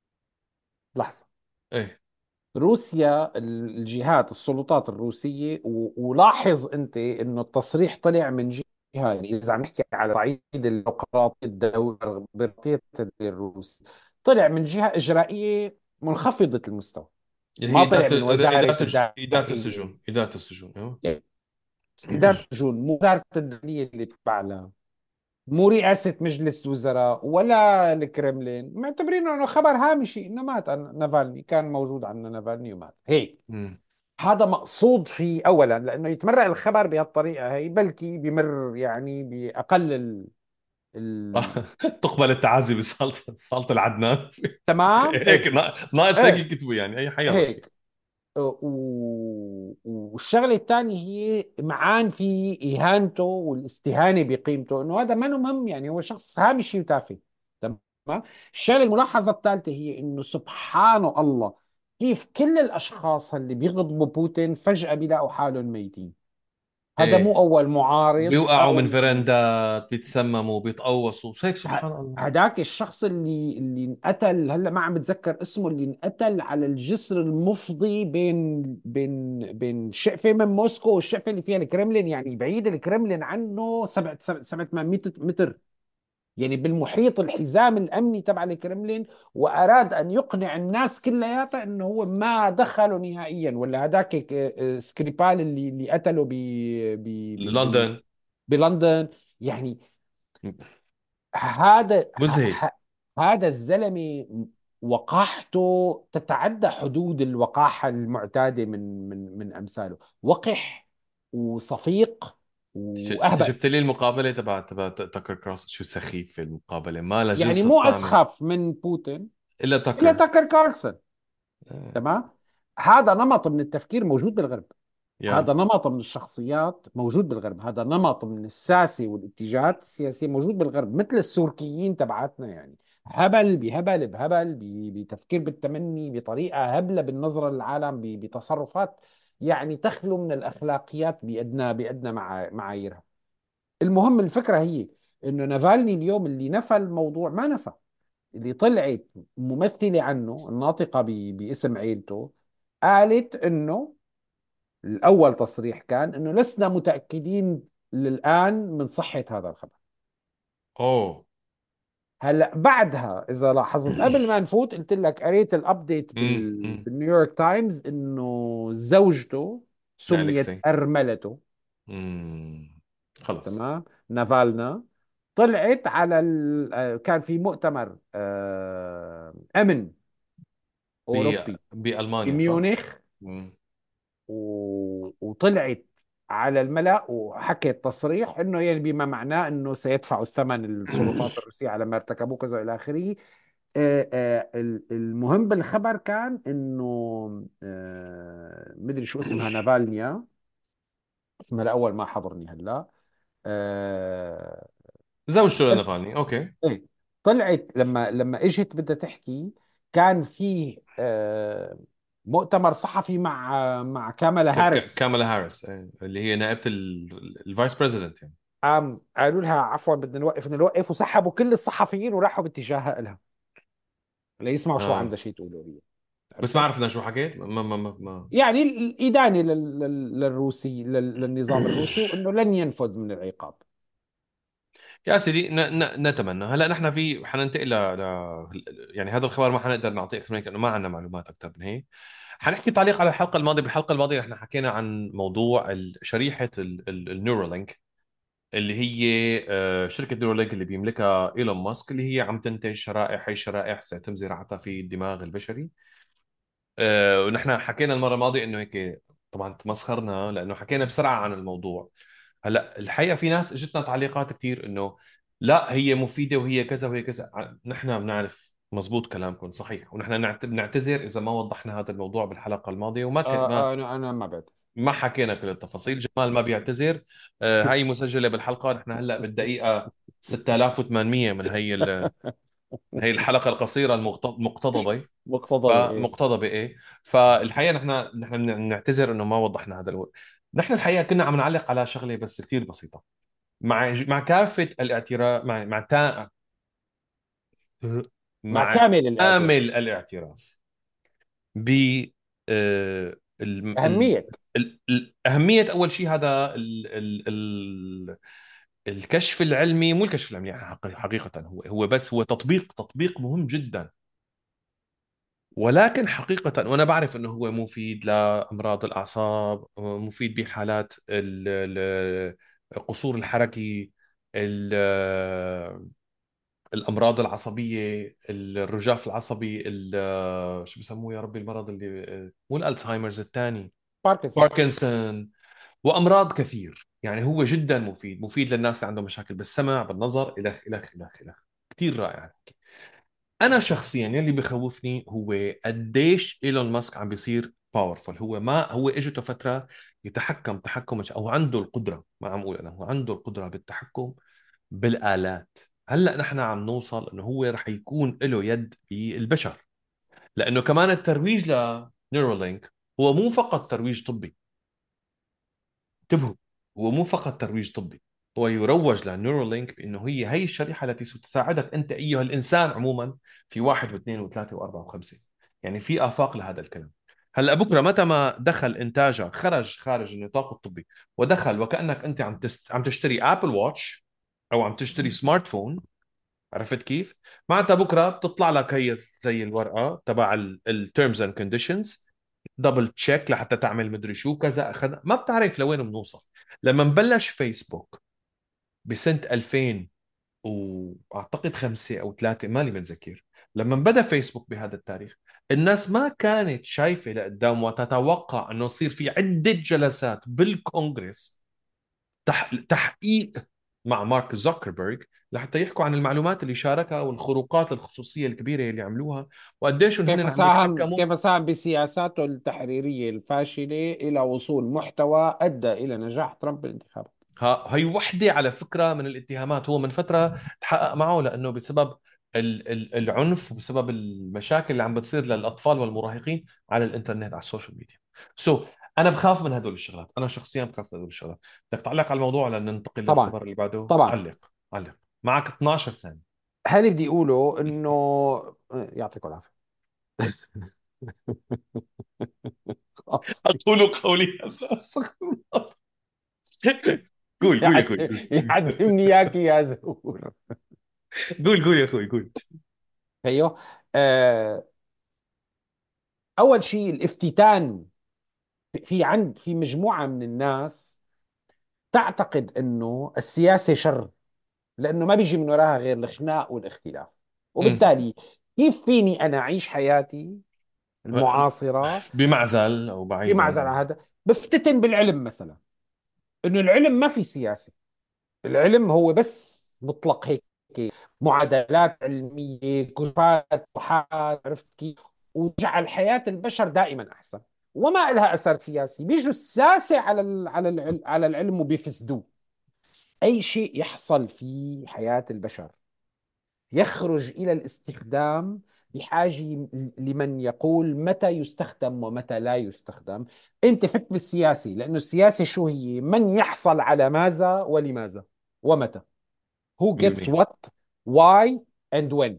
لحظة. ايه. روسيا الجهات السلطات الروسية و- ولاحظ أنت أنه التصريح طلع من جهة، يعني إذا عم نحكي على صعيد الديمقراطية الديمقراطية الروس، طلع من جهة إجرائية منخفضة المستوى. اللي هي ما طلع اداره من وزارة اداره الج- اداره الداخلية. السجون، اداره السجون ايوه. يعني إدارة السجون، مو وزارة الداخلية اللي تبع لها، مو رئاسة مجلس الوزراء ولا الكرملين، معتبرين انه خبر هامشي انه مات نافالني، كان موجود عندنا نافالني ومات هيك. امم. هذا مقصود فيه اولا لانه يتمرق الخبر بهالطريقه هي، بلكي بمر يعني باقل ال... ال... تقبل التعازي بسلطه سلطه العدنان. تمام هيك هيك. نا- ناقص هيك ايه يكتبوا، يعني اي حي الله شيء. هيك. و... والشغله الثانيه هي معان في اهانته والاستهانه بقيمته، انه هذا ما مهم، يعني هو شخص هامشي وتافه. تمام. الشغله الملاحظه الثالثه هي انه سبحان الله، كيف كل الاشخاص اللي بيغضبوا بوتين فجاه بيلاقوا حالهم ميتين. هذا مو ايه. اول معارض بيوقعوا من او فيرندات، بيتسمموا، بيتقوصوا هيك، ه- سبحان الله. هداك الشخص اللي اللي انقتل، هلا ما عم بتذكر اسمه، اللي انقتل على الجسر المفضي بين بين بين شقفه من موسكو والشقفه اللي فيها الكرملين، يعني بعيد الكرملين عنه سبع سبع سبع ثمانمئة متر، يعني بالمحيط الحزام الامني تبع الكرملين. واراد ان يقنع الناس كلياتها انه هو ما دخله نهائيا، ولا هداك ك- آه، سكريبال اللي اللي قتله ب ب ب بال- لندن. بلندن. يعني هذا ه- مزهق. ه- هذا الزلمه وقاحته تتعدى حدود الوقاحه المعتاده من من من امثاله. وقح وصفيق ش- انت واهبل. شفت لي المقابله تبع تبع تاكر كارلسون؟ شو سخيفه المقابله، ما لها يعني جلسه مو طعمه. اسخف من بوتين الا الا تاكر. تاكر كارلسون. آه. تمام. هذا نمط من التفكير موجود بالغرب. يا. هذا نمط من الشخصيات موجود بالغرب. هذا نمط من الساسة والاتجاهات السياسية موجود بالغرب، مثل السوركيين تبعاتنا يعني. هبل بهبل بهبل ب- بتفكير بالتمني بطريقة هبلة بالنظرة للعالم، ب- بتصرفات يعني تخلو من الأخلاقيات بأدنى بأدنى مع معاييرها. المهم الفكرة هي إنه نافالني اليوم اللي نفى الموضوع، ما نفى، اللي طلعت ممثلة عنه الناطقة ب- باسم عيلته قالت إنه الأول تصريح كان أنه لسنا متأكدين للآن من صحة هذا الخبر. اوه. هلا بعدها إذا لاحظت قبل ما نفوت قلت لك قريت الأبديت امم بال... امم. بالنيويورك تايمز إنه زوجته سميت الكسي. أرملته. امم. خلص. تمام. نافالنا. طلعت على ال... آه، كان في مؤتمر آه، امن ب... اوروبي في بالمانيا صح؟ ميونخ، مم. و... وطلعت على الملأ وحكت تصريح انه يعني بما معناه انه سيدفع الثمن السلطات الروسية على ما ارتكبوه كذا الى اخره. آه، آه، ال- المهم بالخبر كان انه آه، مدري شو اسمها، نافالنيا اسمها الاول ما حضرني هلا. آه، زوجته لنافالني، اوكي. إيه. طلعت لما لما اجت بدها تحكي، كان في آه، مؤتمر صحفي مع مع كامالا ك... ك... هاريس. كامالا هاريس، إيه، اللي هي نائبة ال- الفايس بريزيدنت يعني. قام قالوا لها عفوا بدنا نوقف بدنا نوقف، وسحبوا كل الصحفيين وراحوا باتجاهها لها ليسمعوا شو اه عندها شيء تقوله هي. بس ما عرفت؟ عرفنا شو حكيت، ما ما ما, ما. يعني الإدانة لل- لل- للروسي لل- للنظام الروسي، وأنه لن ينفذ من العقاب. يا سيدي، ن... ن... نتمنى. هلا نحن في حننتقل ل... ل... يعني هذا الخبر ما حنقدر نعطيه اكثر من هيك لانه ما عندنا معلومات اكثر من هيك. حنحكي تعليق على الحلقه الماضيه. بالحلقه الماضيه نحن حكينا عن موضوع ال- شريحه ال... ال... النيورالينك، اللي هي آه، شركه نيورالينك اللي بيملكها ايلون ماسك، اللي هي عم تنتج شرائح. هي الشرائح سيتم زراعتها في الدماغ البشري. آه، ونحن حكينا المره الماضيه انه هيك، طبعا تمسخرنا لانه حكينا بسرعه عن الموضوع. هلا الحقيقه في ناس اجتنا تعليقات كثير انه لا هي مفيده وهي كذا وهي كذا. ع- نحن بنعرف مزبوط كلامكم صحيح، ونحن نعت- بنعتذر اذا ما وضحنا هذا الموضوع بالحلقه الماضيه وما ك... آه ما آه أنا أنا ما بعد. ما حكينا كل التفاصيل. جمال ما بيعتذر. آه، هاي مسجله بالحلقه. نحن هلا بالدقيقه ستة آلاف وثمانمئة من هي ال... هي الحلقه القصيره المقت- المقتضبه. مقتضبة إيه. فمقتضبة ايه. فالحقيقة نحن نحن بنعتذر انه ما وضحنا هذا الوقت. نحن الحقيقة كنا عم نعلق على شغلة بس كثير بسيطة. مع مع كافة الاعتراف، مع مع تا... مع مع كامل الاعتراف. كامل الاعتراف ب آه، ال... ال... أهمية. ال... ال- أهمية أول شيء هذا ال... ال... ال... الكشف العلمي. مو الكشف العلمي حق- حقيقة، هو هو بس هو تطبيق تطبيق مهم جدا. ولكن حقيقة وأنا بعرف أنه هو مفيد لأمراض الأعصاب، مفيد بحالات ال- ال- القصور الحركي، ال- الأمراض العصبية، الرجاف العصبي، ال- شو بسموه يا ربي المرض اللي مو الألزهايمرز الثاني، باركنسون. باركنسون، وأمراض كثير. يعني هو جدا مفيد، مفيد للناس اللي عندهم مشاكل بالسمع بالنظر إلخ إلخ إلخ إلخ. كثير رائع. انا شخصيا يلي بخوفني هو قديش ايلون ماسك عم بيصير باورفul. هو ما هو اجته فتره يتحكم تحكم، او عنده القدره، ما عم اقول انا، هو عنده القدره بالتحكم بالالات. هلا نحن عم نوصل انه هو رح يكون له يد بالبشر. لانه كمان الترويج لنيورالينك هو مو فقط ترويج طبي. انتبهوا، هو مو فقط ترويج طبي، هو يروج لنيورالينك بانه هي هي الشريحه التي ستساعدك انت ايها الانسان عموما في واحد واثنين وثلاثه واربعه وخمسه. يعني في افاق لهذا الكلام. هلا بكره متى ما دخل انتاجها، خرج خارج النطاق الطبي ودخل وكانك انت عم تست... عم تشتري ابل واتش او عم تشتري سمارت فون. عرفت كيف؟ معناتها بكره بتطلع لك هي زي الورقه تبع التيرمز اند كونديشنز، دبل تشيك لحتى تعمل مدري شو كذا اخذ. ما بتعرف لوين بنوصل. لما بلش فيسبوك بسنة ألفين واعتقد خمسة او ثلاثة، ماني متذكر، لما بدا فيسبوك بهذا التاريخ، الناس ما كانت شايفة لقدام وتتوقع انه يصير في عدة جلسات بالكونغرس تح... تحقيق مع مارك زوكربيرج لحتى يحكوا عن المعلومات اللي شاركها والخروقات الخصوصية الكبيرة اللي عملوها، وقديش هن كيف عم ساهم يتحكموا. كيف ساهم بسياساته التحريرية الفاشلة إلى وصول محتوى أدى إلى نجاح ترامب بالانتخابات. ها هي وحدة على فكرة من الاتهامات. هو من فترة تحقق معه لأنه بسبب ال- ال- العنف وبسبب المشاكل اللي عم بتصير للأطفال والمراهقين على الإنترنت على السوشيال ميديا. سو so, أنا بخاف من هدول الشغلات. أنا شخصيا بخاف من هدول الشغلات. بدك تعلق على الموضوع لأن ننتقل طبعا. للخبر اللي بعده؟ طبعا. علق علق. معك اثناشر ثانية. هل بدي أقوله إنه يعطيكم العافية. خلاص. أقول قولي أساسا. قول قول يا أخوي، يعد- قول يعدمني إياك يا زهور. قول قول يا أخوي قول. ايوه. آه، اول شيء الافتتان. في عند في مجموعه من الناس تعتقد انه السياسه شر، لانه ما بيجي من وراها غير الخناق والاختلاف. امم. وبالتالي كيف فيني انا اعيش حياتي المعاصرة بمعزل او في بعيدا معزل او. عن هذا؟ بفتتن بالعلم مثلا، انه العلم ما في سياسة. العلم هو بس مطلق هيك، معادلات علمية، كشوفات، أبحاث، عرفت كيف؟ وجعل حياة البشر دائما أحسن، وما لها أثر سياسي. بيجوا الساسة على ال- على العلم على العلم وبيفسدوه. أي شيء يحصل في حياة البشر يخرج إلى الاستخدام بحاجة لمن يقول متى يستخدم ومتى لا يستخدم. أنت فت بالسياسي، لأنه السياسة شو هي؟ من يحصل على ماذا ولماذا ومتى. Who gets مية بالمية. what, why, and when.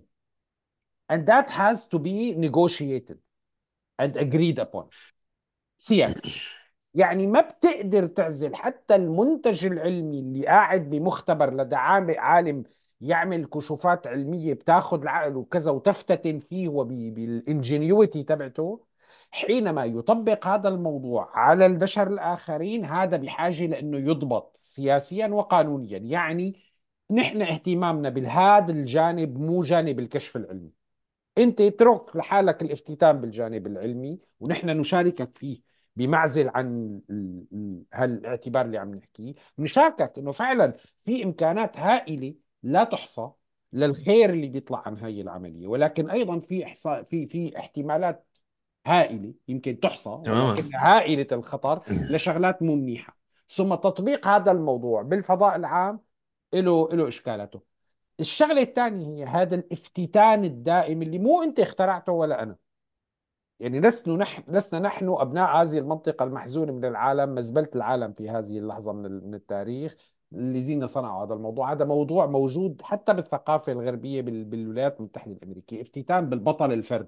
And that has to be negotiated and agreed upon. سياسي. يعني ما بتقدر تعزل حتى المنتج العلمي اللي قاعد بمختبر لدى عام- عالم يعمل كشوفات علمية بتاخذ العقل وكذا وتفتتن فيه وبالانجنيويتي تبعته. حينما يطبق هذا الموضوع على البشر الآخرين، هذا بحاجة لأنه يضبط سياسيا وقانونيا. يعني نحن اهتمامنا بهذا الجانب مو جانب الكشف العلمي. انت اترك لحالك الافتتان بالجانب العلمي ونحن نشاركك فيه بمعزل عن ال- ال- هالاعتبار اللي عم نحكيه. نشاركك انه فعلا في امكانات هائله لا تحصى للخير اللي بيطلع عن هاي العمليه، ولكن ايضا في احصاء في في احتمالات هائله يمكن تحصى تماما. ولكنها هائله الخطر لشغلات مو منيحه. ثم تطبيق هذا الموضوع بالفضاء العام له له اشكالاته. الشغلة الثانية هي هذا الافتتان الدائم اللي مو أنت اخترعته ولا أنا. يعني لسنا نحن لسنا نحن أبناء هذه المنطقة المحزونة من العالم، مزبلة العالم في هذه اللحظة من ال- من التاريخ. الذين صنعوا هذا الموضوع، هذا موضوع موجود حتى بالثقافة الغربية بال- بالولايات المتحدة الأمريكية. افتتان بالبطل الفرد،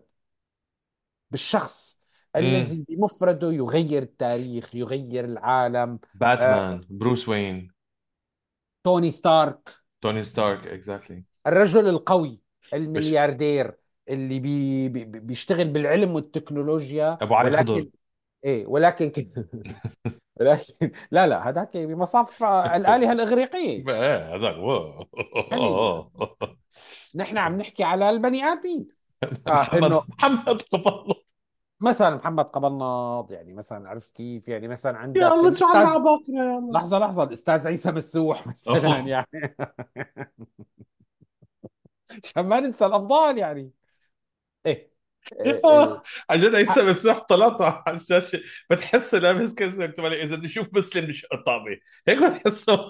بالشخص امم. الذي بمفرده يغير التاريخ، يغير العالم. آه، باتمان، بروس وين. توني ستارك، توني ستارك، اكزاكتلي. الرجل القوي مش الملياردير اللي بي بي بيشتغل بالعلم والتكنولوجيا، ابو علي خضر. ولكن ايه ولكن ولكن لا لا، هذاك بمصاف الآلهة الإغريقية. ايه هذاك يعني واو. نحن عم نحكي على البني آدمين. آه محمد انه محمد قبل. مثلا محمد قبلناط، يعني مثلا عرفت كيف؟ يعني مثلا يا عندك الله شو عنا الأستاذ، عباقنا يا الله. لحظة لحظة، الأستاذ عيسى مسوح مثلا أوه. يعني. عشان ما ننسى الأفضال يعني. ايه, إيه, آه، إيه. عن جد هيثم مسوح طلعته على الشاشه بتحسه لابس كذا مكتوب عليه اذا بدي اشوف مسلم مش قطابه. هيك بتحسه.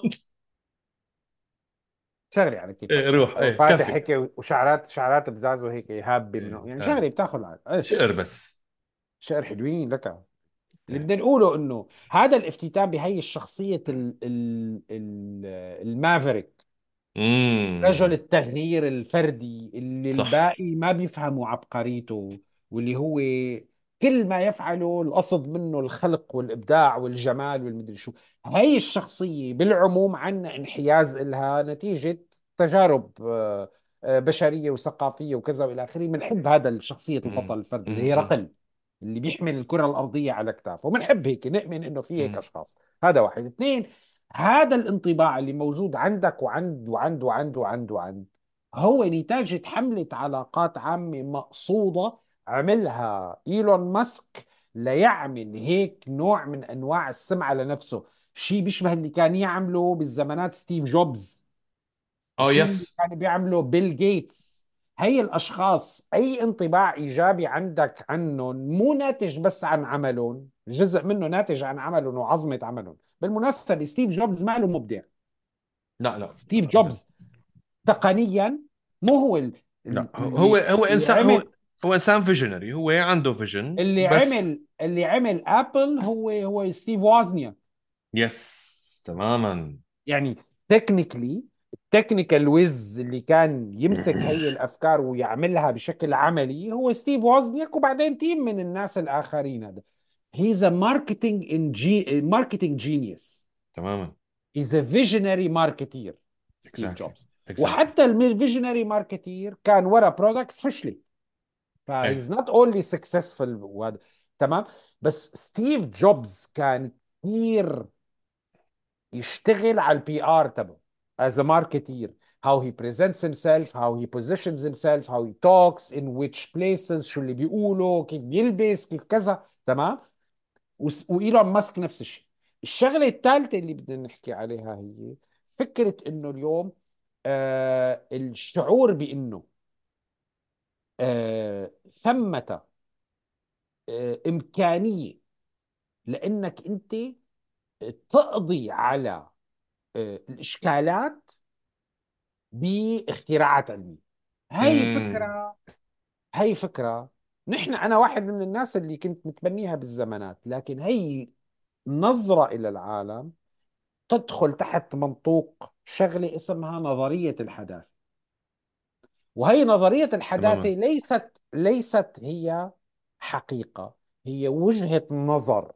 شغلي على كيفك إيه يعني، روح او ايه فاتح كفي. هيك وشعرات شعرات بزاز وهيك هابه منه، ايه يعني ايه شغلي بتاخذ على ايه. شعر بس. شعر حلوين لك. اللي ايه. بدنا نقوله انه هذا الافتتان بهي الشخصيه ال ال ال المافريك، رجل امم. التغيير الفردي اللي صح. الباقي ما بيفهموا عبقريته، واللي هو كل ما يفعله القصد منه الخلق والإبداع والجمال والمدري شو. هاي الشخصية بالعموم عنا انحياز إلها نتيجة تجارب آه، آه، بشرية وثقافية وكذا وإلى آخره. بنحب هذا الشخصية امم. البطل الفردي اللي هي امم. رقل، اللي بيحمل الكرة الأرضية على كتافه، وبنحب هيك، نؤمن إنه في هيك امم. أشخاص. هذا واحد. اثنين، هذا الانطباع اللي موجود عندك وعند وعند وعند وعند وعند هو نتاجة حملة علاقات عامة مقصودة عملها إيلون ماسك ليعمل هيك نوع من أنواع السمعة لنفسه. شيء بيشبه اللي كان يعمله بالزمانات ستيف جوبز، اه وشيء اللي يس. كان بيعمله بيل جيتس. هي الأشخاص أي انطباع إيجابي عندك عنهم مو ناتج بس عن عملهم، جزء منه ناتج عن عملهم وعظمة عملهم. بالمناسبة ستيف جوبز ما له مبدع. لا لا ستيف لا ابدا. جوبز تقنيا مو هو ال- لا ال- هو اللي هو اللي انسان، هو عمل هو انسان فيجنري، هو عنده فيجن اللي بس. عمل اللي عمل ابل هو هو ستيف وازنيا. يس تماما. يعني تكنيكلي، التكنيكال ويز اللي كان يمسك هي الافكار ويعملها بشكل عملي هو ستيف وازنياك، وبعدين تيم من الناس الاخرين. هذا هيز ا ماركتينج ان جي ماركتينج جينيوس. تماما. هيز ا فيجنري ماركتير ستيف اكزاكتلي. جوبز. اكزاكتلي. وحتى الفيجنري ماركتير كان ورا برودكتس فشلت، فهيز ايه. نوت اونلي سكسسفul وهذا. تمام. بس ستيف جوبز كان كثير يشتغل على البي ار تبعه از ماركتير. how he presents himself, how he positions himself, how he talks, in which places، شو اللي بيقوله، كيف بيلبس، كيف كذا. تمام. وس- وإيلون ماسك نفس الشيء. الشغلة الثالثة اللي بدنا نحكي عليها هي فكرة انه اليوم آه الشعور بانه آه ثمة آه إمكانية لأنك أنت تقضي على آه الإشكالات باختراعات علمية. هي امم. فكرة هي فكرة نحن أنا واحد من الناس اللي كنت متبنيها بالزمانات، لكن هي نظرة إلى العالم تدخل تحت منطوق شغلة اسمها نظرية الحداثة. وهي نظرية الحداثة تماما. ليست ليست هي حقيقة، هي وجهة نظر.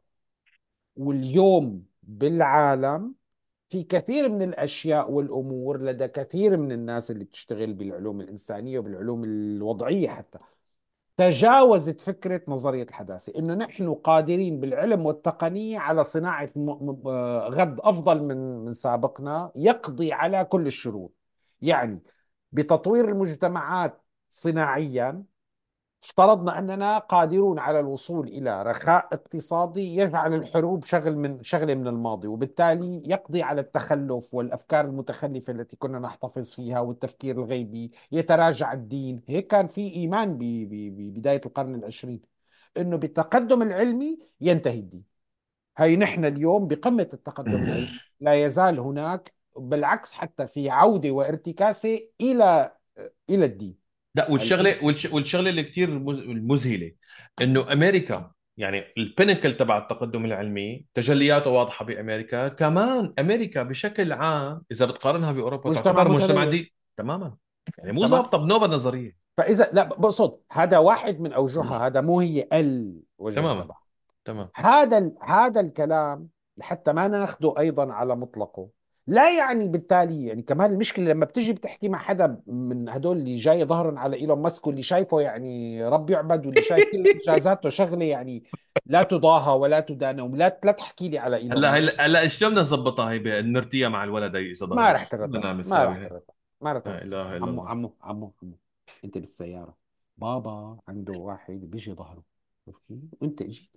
واليوم بالعالم في كثير من الأشياء والأمور لدى كثير من الناس اللي بتشتغل بالعلوم الإنسانية وبالعلوم الوضعية حتى تجاوزت فكرة نظرية الحداثة، إنه نحن قادرين بالعلم والتقنية على صناعة م- م- آه، غد أفضل من من سابقنا يقضي على كل الشرور. يعني بتطوير المجتمعات صناعيا افترضنا أننا قادرون على الوصول إلى رخاء اقتصادي يجعل الحروب شغل من شغلة من الماضي، وبالتالي يقضي على التخلف والأفكار المتخلفة التي كنا نحتفظ فيها والتفكير الغيبي، يتراجع الدين. هيك كان في إيمان ب- ب- ببداية القرن العشرين إنه بالتقدم العلمي ينتهي الدين. هي نحن اليوم بقمة التقدم العلمي، لا يزال هناك، بالعكس حتى في عودة وارتكاسة إلى إلى الدين. لا، والشغله والش... والشغله اللي كثير مذهله انه امريكا، يعني البينكل تبع التقدم العلمي تجلياته واضحه بامريكا. كمان امريكا بشكل عام اذا بتقارنها باوروبا مجتمع تعتبر مجتمع متدين. دي تماما، يعني مو تمام. ظابطه بنوبه نظريه. فاذا لا بقصد هذا واحد من اوجهها، هذا مو هي الوجه تماما. تبع تمام. هذا ال- هذا الكلام، لحتى ما ناخذه ايضا على مطلقه. لا يعني بالتالي يعني كمان المشكله لما بتجي بتحكي مع حدا من هدول اللي جاي ظهرا على ايلون ماسك واللي شايفه يعني رب يعبد، واللي شايف كل انجازاته شغله يعني لا تضاهى ولا تدانى، ولا لا تحكي لي على ايلون هلا ماسك. هلا هلا شلون بدنا نظبطها هي ب- نرتيها مع الولد هي اذا ما ظهرت رح شو ترتب، بدنا ما رح نساوي هي؟ ترتب، ما رح لا ترتب. اله الا عمو الله. عمو عمو عمو انت بالسيارة، بابا عنده واحد بيجي ظهره، شفتي وانت اجيت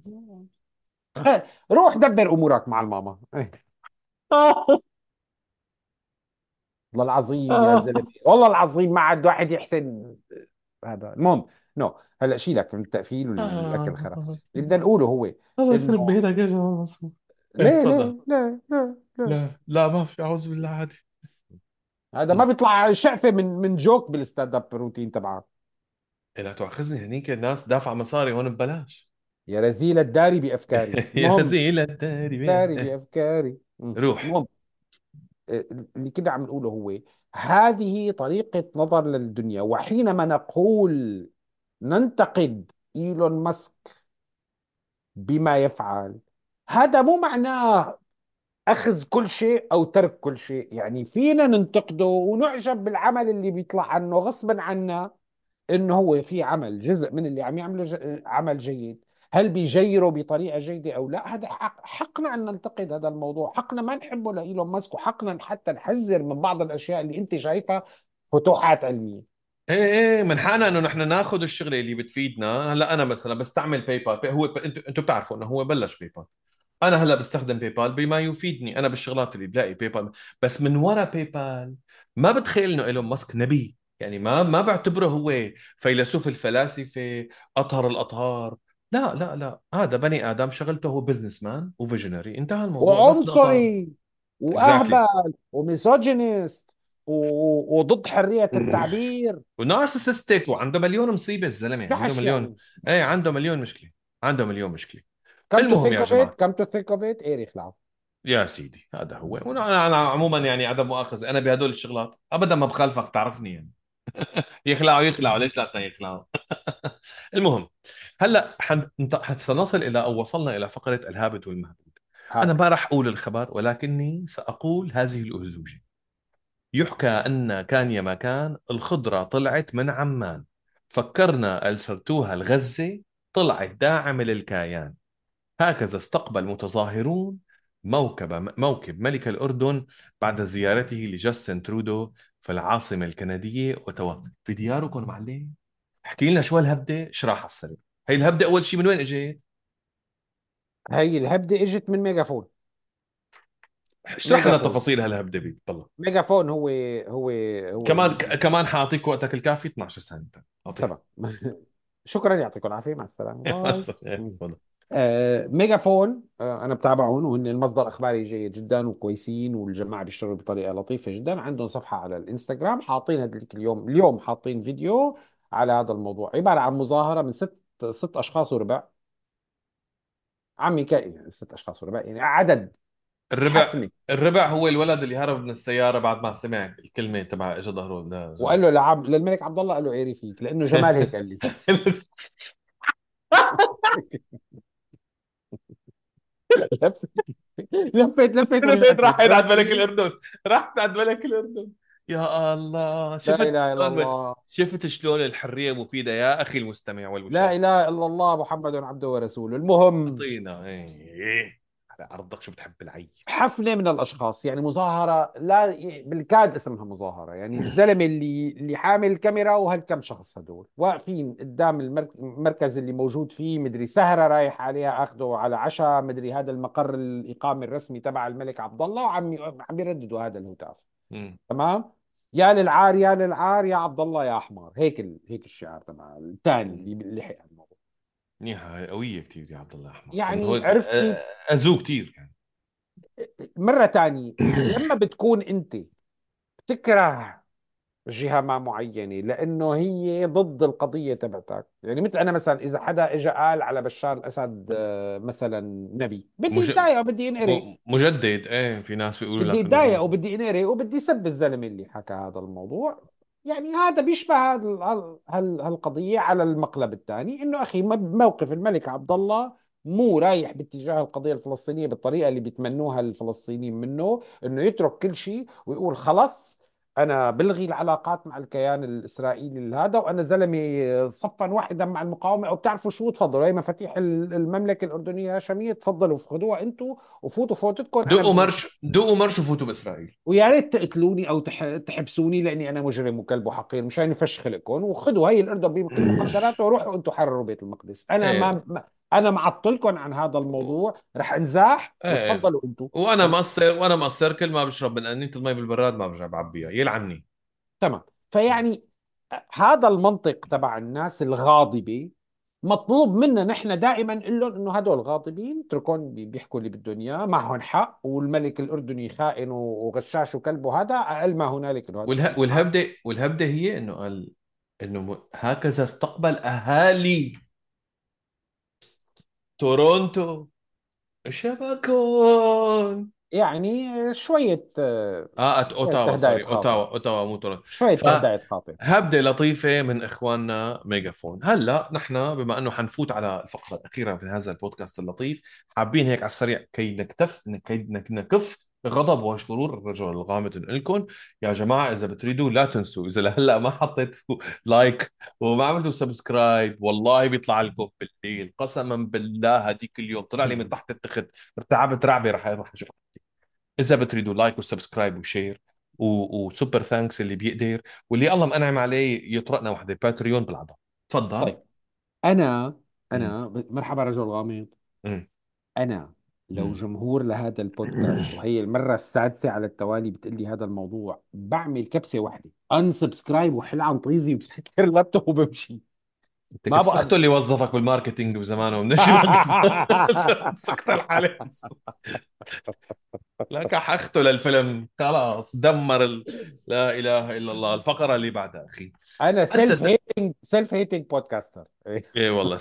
خ- روح دبر امورك مع الماما. إيه. والله العظيم يا زلمه، والله العظيم ما عاد واحد يحسن. هذا المهم. نو هلا شيلك من التقفيل والاكل الخرا. اللي بدنا نقوله هو الله يخرب انه بيتك يا جماعه. ايه ليه تفضل. ليه لا لا لا لا لا ما في، اعوذ بالله عادي. هذا ما بيطلع شعفه من من جوك بالستاند اب روتين تبعك. إيه، لا تؤاخذني، هنيك الناس دافعه مصاري هون ببلاش. يا رزيل الداري بافكاري. يا المهم، غزيل الداري داري بيه. بافكاري. مم. روح. المهم آه، اللي كده عم نقوله هو هذه طريقة نظر للدنيا. وحينما نقول ننتقد إيلون ماسك بما يفعل، هذا مو معناه أخذ كل شيء أو ترك كل شيء. يعني فينا ننتقده ونعجب بالعمل اللي بيطلع عنه غصبا عنا، انه هو في عمل، جزء من اللي عم يعمله ج... عمل جيد. هل بيجيره بطريقه جيده او لا؟ هذا حق، حقنا ان ننتقد هذا الموضوع، حقنا ما نحبه لايلون ماسك، وحقنا حتى نحذر من بعض الاشياء اللي انت شايفها فتوحات علميه. ايه ايه، من حقنا انه نحن ناخذ الشغله اللي بتفيدنا. هلا انا مثلا بستعمل باي بال. هو انتم انتم بتعرفوا انه هو بلش باي بال. انا هلا بستخدم باي بال بما يفيدني انا بالشغلات اللي بلاقي باي بال. بس من وراء باي بال ما بتخيل انه ايلون ماسك نبي، يعني ما ما بعتبره هو فيلسوف الفلاسفه، اطهر الاطهار. لا لا لا، هذا بني ادم شغلته هو بزنس مان وفيجنري، انتهى الموضوع، بس نقطه. وعنصري اكزاكتلي. واهبل وميسوجينيست و... وضد حريه التعبير. ونارسستيك، وعنده مليون مصيبه الزلمه، عنده كحش مليون. يعني. ايه عنده مليون مشكله. عنده مليون مشكله. come to المهم think يا of it جماعه، come to think of it ايه يخلعه. يا سيدي هذا هو. وانا أنا عموما يعني عدم مؤاخذه انا بهدول الشغلات ابدا ما بخالفك، تعرفني يعني. يخلعوا يخلعوا، ليش لا يخلعوا. المهم، هلا حنط- حسنصل الى او وصلنا الى فقره الهابط والمهبوط. انا هات. ما راح اقول الخبر ولكني ساقول هذه الأهزوجة. يحكى ان كان يا مكان الخضره طلعت من عمان، فكرنا ارسلتوها الغزه، طلعت داعم للكيان. هكذا استقبل متظاهرون موكب موكب ملك الأردن بعد زيارته لجاستن ترودو في العاصمة الكندية أوتاوا في دياركم معلم. احكي لنا شو هالهبدة، اشرح على السريع. هي الهبدة أول شيء من وين إجت؟ هي الهبده اجت من ميجافون. اشرح لنا ميجافون تفاصيل هالهبدة بيت بالله. ميجافون هو هو هو كمان ال... ك- كمان حاعطيك وقتك الكافي اثناشر ثانية، تمام. أعطيها. شكرا، يعطيكم العافيه، مع السلامه، باي. تفضل. آه ميجافون، آه انا بتابعهم، وهن المصدر اخباري جيد جدا وكويسين، والجماعه بيشتغلوا بطريقه لطيفه جدا. عندهم صفحه على الانستغرام، حاطين هذيك اليوم اليوم حاطين فيديو على هذا الموضوع، عباره عن مظاهره من ست ست اشخاص وربع. عمي كائن يعني ست اشخاص وربع، يعني عدد الربع. حفنه. الربع هو الولد اللي هرب من السيارة بعد ما سمع الكلمة تبع اجى ظهره لا وقال زبط. له لعب للملك عبد الله، قال له عيري فيك، لانه جمال هيك قال لي. لفت لفيت لفيت ورجعت لك، راحت عند بعرف ملك كيف. الأردن. راحت عند ملك الأردن. يا الله، لا شفت اله الا شلون؟ الله. شفت شلون الحرية مفيدة يا أخي المستمع لا والمشاهد. اله الا الله محمد عبده ورسوله. المهم، أعطينا إيه على أرضك شو بتحب العيب. حفنة من الأشخاص، يعني مظاهرة لا بالكاد اسمها مظاهرة. يعني الزلمة اللي اللي حامل كاميرا وهالكم شخص هدول واقفين قدام المرك- المركز اللي موجود فيه، مدري سهرة رايح عليها أخده على عشاء، مدري هذا المقر الإقامة الرسمي تبع الملك عبد الله، وعم ي- عم يرددوا هذا الهتاف. مم. تمام. يا للعار يا للعار يا عبد الله يا حمار، هيك ال... هيك الشعار تبع الثاني مم. اللي اللي لحق الموضوع. منيحة هاي، قوية كتير يا عبد الله أحمر، كنت هو يعني عرفت كيف. أزوه كتير يعني. مرة تانية، لما بتكون أنت بتكره جهة ما معينة لأنه هي ضد القضية تبعتك، يعني مثل أنا مثلا إذا حدا إجا قال على بشار الأسد آه، مثلا نبي، بدي مج... أتضايق وبدي أنقري. م... مجدد، ايه في ناس بيقولوا بدي لك انه أتضايق مجدد. وبدي أنقري وبدي سب الزلمة اللي حكى هذا الموضوع. يعني هذا بيشبه هذا هال- هال- هالقضية على المقلب الثاني، إنه أخي م- موقف الملك عبد الله مو رايح باتجاه القضية الفلسطينية بالطريقة اللي بيتمنوها الفلسطينيين منه، انه يترك كل شيء ويقول خلص انا بلغي العلاقات مع الكيان الاسرائيلي هذا، وانا زلمه صفا واحدا مع المقاومه. او بتعرفوا شو، تفضلوا هي مفاتيح ال- المملكه الاردنيه الهاشميه، تفضلوا خذوها انتم وفوتوا فوتتكم، انا دقوا ب... مرش دقوا مرش وفوتوا باسرائيل. ويا ريت تقتلوني او تح... تحبسوني لاني انا مجرم وكلب وحقير، مشان يفش خلقكم، وخذوا هي الاردن بقيمه مقدراته وروحوا انتم حرروا بيت المقدس. انا ايه ما ما- انا معطلكم عن هذا الموضوع، رح انزاح ايه. وتفضلوا انتم. وانا مقصر، وانا مقصر، كل ما بشرب من قنينة المي بالبراد ما برجع بعبيها، يلعني. تمام. فيعني هذا المنطق تبع الناس الغاضبة، مطلوب منا نحن دائما نقول لهم انه هدول غاضبين، اتركون بي- بيحكوا اللي بدهم اياه، معهم حق، والملك الاردني خائن وغشاش وكلب، وهذا اقل ما هنالك انه هذا والها الشيء معه. والهبده والهبده هي انه قال انه م- هكذا استقبل اهالي تورونتو شبكون. يعني شوية آه، اه أت- شوية اوتاوا، تهدئة سوري، خاطر، اوتاوا اوتاوا مو تورونتو. شوية تهدئة خاطر. فهبدة لطيفة من اخواننا ميجافون. هلا نحن بما انه حنفوت على الفقرة الأخيرة في هذا البودكاست اللطيف، حابين هيك على السريع كي نكتف كي نك- نكف غضب وشرور الرجل الغامض لكم. يا جماعة إذا بتريدوا لا تنسوا، إذا لهلا ما حطيتوا لايك وما عملتوا سبسكرايب، والله بيطلع لكم بالليل قسما بالله. هديك اليوم طلع لي من تحت التخت، ارتعبت رعبة رح يروح. اذا بتريدوا لايك وسبسكرايب وشير و... وسوبر ثانكس اللي بيقدر، واللي الله منعم عليه يطرقنا وحده باتريون بالعضل. تفضل. طيب، انا امم انا مرحبا رجل غامض. امم أنا لو امم جمهور لهذا البودكاست وهي المرة السادسة على التوالي بتقلي هذا الموضوع، بعمل كبسة واحدة انسبسكرايب وحل عن طريزي وبسكر اللابتوب وبمشي. انت ما بقى. كسخته اللي وظفك بالماركتينج بزمانه ومنجمك. سكت الحالة. لا كحخته للفيلم خلاص دمر ال... لا اله الا الله. الفقره اللي بعدها اخي. أنا انت سيلف ت... هيتنج سيلف هيتنج بودكاستر. ايه والله.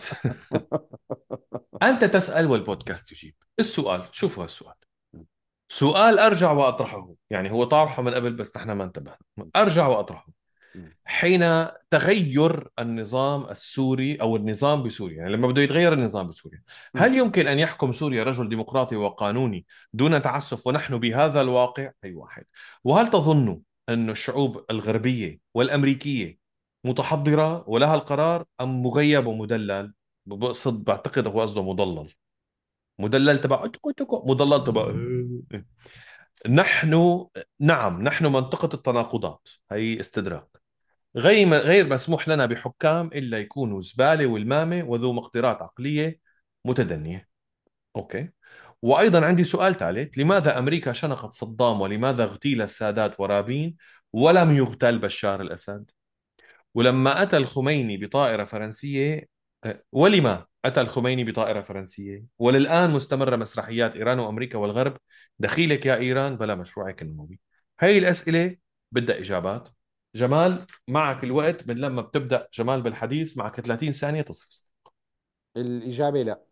انت تسال والبودكاست يجيب. السؤال، شوفوا هالسؤال، سؤال أرجع وأطرحه، يعني هو طرحه من قبل بس نحن ما انتبهنا. أرجع وأطرحه. حين تغير النظام السوري أو النظام بسوريا، يعني لما بده يتغير النظام بسوريا، هل يمكن أن يحكم سوريا رجل ديمقراطي وقانوني دون تعسف ونحن بهذا الواقع؟ أي واحد. وهل تظن أن الشعوب الغربية والأمريكية متحضرة ولها القرار، أم مغيب ومدلل؟ بقصد بعتقد هو قصده مضلل. مدلل تبع تكو تكو، مضلل تبع نحن. نعم، نحن منطقة التناقضات، هي استدراك. غير غير مسموح لنا بحكام إلا يكونوا زبالة والمامة وذو مقدرات عقلية متدنية. أوكي. وأيضا عندي سؤال ثالث: لماذا أمريكا شنقت صدام، ولماذا اغتيل السادات ورابين ولم يغتال بشار الأسد؟ ولما أتى الخميني بطائرة فرنسية، أه، ولما أتى الخميني بطائرة فرنسية؟ وللآن مستمرة مسرحيات إيران وأمريكا والغرب، دخيلك يا إيران بلا مشروعك النووي. هاي الأسئلة بدها إجابات. جمال، معك الوقت من لما بتبدأ جمال بالحديث، معك ثلاثين ثانية تصفص. الإجابة لا.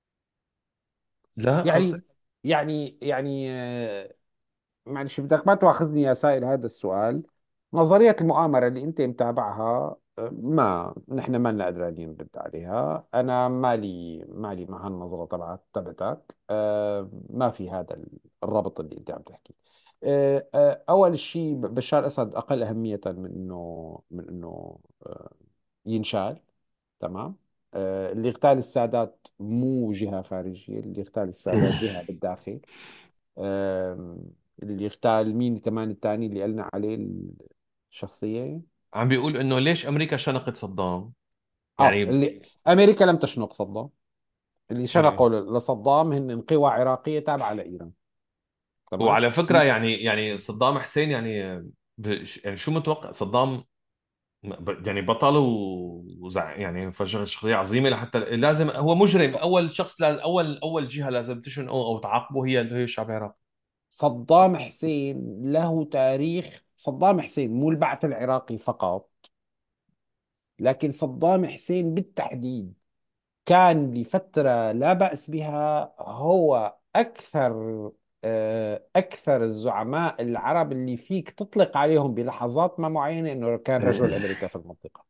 لا يعني خلصت. يعني يعني آه، معلش بدك ما تواخذني يا سائل هذا السؤال. نظرية المؤامرة اللي أنت متابعها، آه، ما نحن ما لنا قادرين نرد عليها. أنا مالي مالي مع هالنظرة تبعت تبعتك. آه، ما في هذا الربط اللي أنت عم تحكي. آه، آه، أول شيء بشار الأسد أقل أهمية من إنه من إنه آه، ينشال. تمام. آه، اللي اغتال السادات مو جهة خارجية، اللي اغتال السادات جهة بالداخل. آم، اللي اغتال مين كمان الثاني اللي قلنا عليه الشخصية؟ عم بيقول إنه ليش أمريكا شنقت صدام اه، يعني. اللي امريكا لم تشنق صدام. اللي إيه. شنقوا ل- لصدام هن قوى عراقية تابعة لإيران. تمام. وعلى فكرة يعني يعني صدام حسين يعني ب- يعني شو متوقع صدام؟ ب- يعني بطل و- وزع يعني فجر شخصية عظيمة، لحتى لازم هو مجرم. ص- أول شخص لازم، أول أول جهة لازم تشنقه أو تعاقبه هي هي الشعب العراقي. صدام حسين له تاريخ. صدام حسين مو البعث العراقي فقط، لكن صدام حسين بالتحديد كان لفترة لا بأس بها هو أكثر آه، أكثر الزعماء العرب اللي فيك تطلق عليهم بلحظات ما معينة إنه كان رجل أمريكا في المنطقة